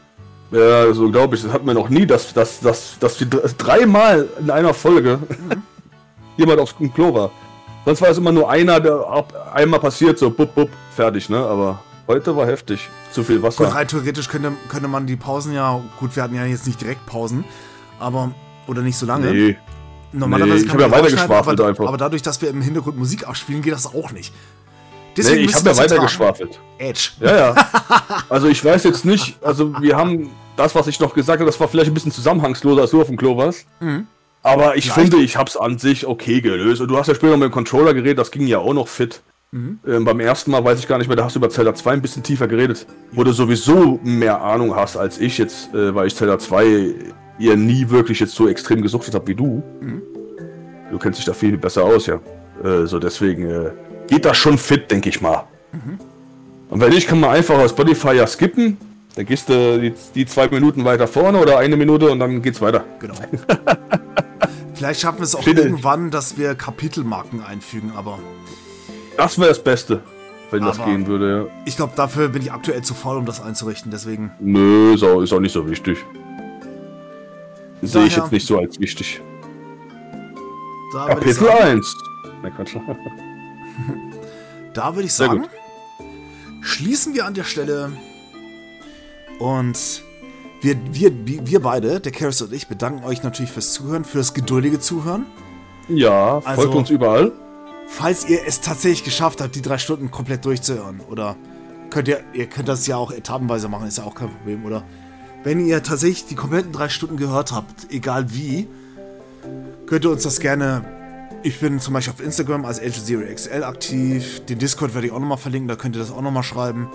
Ja, so glaube ich, das hatten wir noch nie, dass, dass, dass, dass wir dreimal in einer Folge mhm. jemand aufs Klo war. Sonst war es immer nur einer, der ab, einmal passiert, so bup, bup, fertig, ne? Aber heute war heftig. Zu viel Wasser. Gut, rein theoretisch könnte, könnte man die Pausen ja, gut, wir hatten ja jetzt nicht direkt Pausen, aber, oder nicht so lange. Nee. Normalerweise nee, kann ich man ja weitergeschwafelt aber, einfach. aber dadurch, dass wir im Hintergrund Musik abspielen, geht das auch nicht. Deswegen nee, ich habe ja weitergeschwafelt. Edge. Ja, ja. Also ich weiß jetzt nicht, also wir haben das, was ich noch gesagt habe, das war vielleicht ein bisschen zusammenhangsloser, als du auf dem Klo warst. Mhm. Aber ich vielleicht. finde, ich hab's an sich okay gelöst. Und du hast ja später mit dem Controller geredet, das ging ja auch noch fit. Mhm. Ähm, beim ersten Mal weiß ich gar nicht mehr, da hast du über Zelda zwei ein bisschen tiefer geredet. Wo du sowieso mehr Ahnung hast als ich jetzt, äh, weil ich Zelda zwei ihr nie wirklich jetzt so extrem gesuchtet habe wie du. Mhm. Du kennst dich da viel besser aus, ja. Äh, so deswegen äh, geht das schon fit, denke ich mal. Mhm. Und wenn nicht, kann man einfach auf Spotify ja skippen. Dann gehst du die, die zwei Minuten weiter vorne oder eine Minute und dann geht's weiter. Genau. Vielleicht schaffen wir es auch Steht irgendwann, dass wir Kapitelmarken einfügen, aber... Das wäre das Beste, wenn aber das gehen würde, ja. Ich glaube, dafür bin ich aktuell zu faul, um das einzurichten, deswegen... Nö, ist auch, ist auch nicht so wichtig. Sehe ich jetzt nicht so als wichtig. Kapitel eins. Na, Quatsch. Da würde ich sagen, schließen wir an der Stelle und wir, wir, wir beide, der Karis und ich, bedanken euch natürlich fürs Zuhören, fürs geduldige Zuhören. Ja, folgt also, uns überall. Falls ihr es tatsächlich geschafft habt, die drei Stunden komplett durchzuhören, oder könnt ihr, ihr könnt das ja auch etappenweise machen, ist ja auch kein Problem, oder wenn ihr tatsächlich die kompletten drei Stunden gehört habt, egal wie, könnt ihr uns das gerne... Ich bin zum Beispiel auf Instagram als Agent Zero X L aktiv. Den Discord werde ich auch nochmal verlinken, da könnt ihr das auch nochmal schreiben.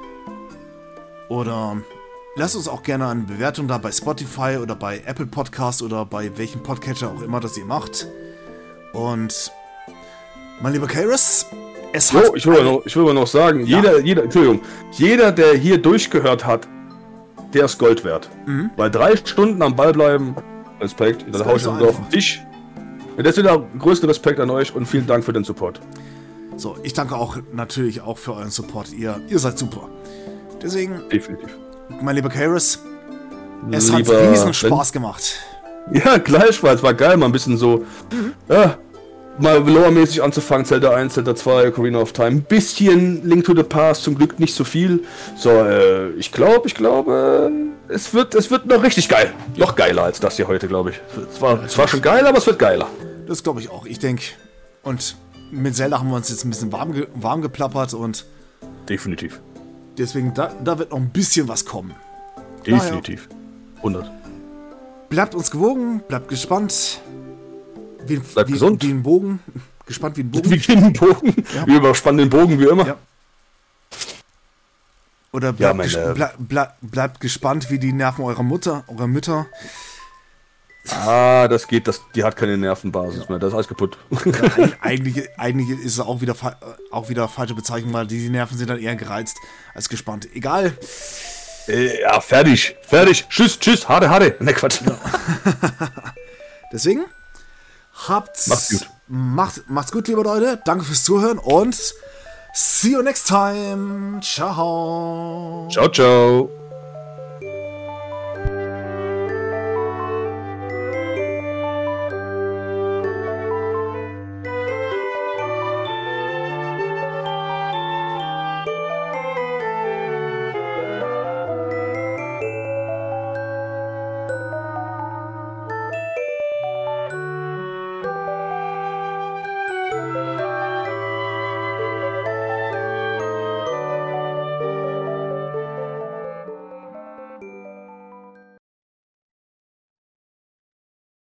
Oder lasst uns auch gerne eine Bewertung da bei Spotify oder bei Apple Podcast oder bei welchem Podcatcher auch immer das ihr macht. Und mein lieber Karis, es hat... Oh, ich will, noch, ich will mal noch sagen, ja? jeder, jeder, Entschuldigung, jeder, der hier durchgehört hat, der ist Gold wert. Mhm. Weil drei Stunden am Ball bleiben, Respekt, dann hau ich uns auf den Tisch. Und deswegen auch größten Respekt an euch und vielen Dank für den Support. So, ich danke auch natürlich auch für euren Support. Ihr, ihr seid super. Deswegen, definitiv. Mein lieber Karis, es hat riesen Spaß gemacht. Ja, gleichfalls, war geil, mal ein bisschen so, mhm. ja, mal Lore-mäßig anzufangen, Zelda eins, Zelda zwei, Ocarina of Time, ein bisschen Link to the Past, zum Glück nicht so viel. So, äh, ich glaube, ich glaube, es wird, es wird noch richtig geil. Noch geiler als das hier heute, glaube ich. Es war, ja, es war schon geil, aber es wird geiler. Das glaube ich auch, ich denke. Und mit Zelda haben wir uns jetzt ein bisschen warm, ge warm geplappert und... Definitiv. Deswegen, da, da wird noch ein bisschen was kommen. Definitiv. hundert. Bleibt uns gewogen, bleibt gespannt. Wie, bleibt wie, gesund. Wie ein Bogen. Gespannt wie ein Bogen. Wie ein Bogen. Ja. Wir überspannen den Bogen wie immer. Ja. Oder bleibt, ja, ges ble ble bleibt gespannt wie die Nerven eurer Mutter, eurer Mütter. Ah, das geht, das, die hat keine Nervenbasis ja. mehr, das ist alles kaputt. Ja, eigentlich, eigentlich ist es auch wieder, auch wieder falsche Bezeichnung, weil die Nerven sind dann eher gereizt als gespannt. Egal. Äh, ja, fertig, fertig. Tschüss, tschüss, hade, hade. Ne, Quatsch. Ja. Deswegen, habt's... Macht's gut. Macht, macht's gut, liebe Leute. Danke fürs Zuhören und see you next time. Ciao. Ciao, ciao.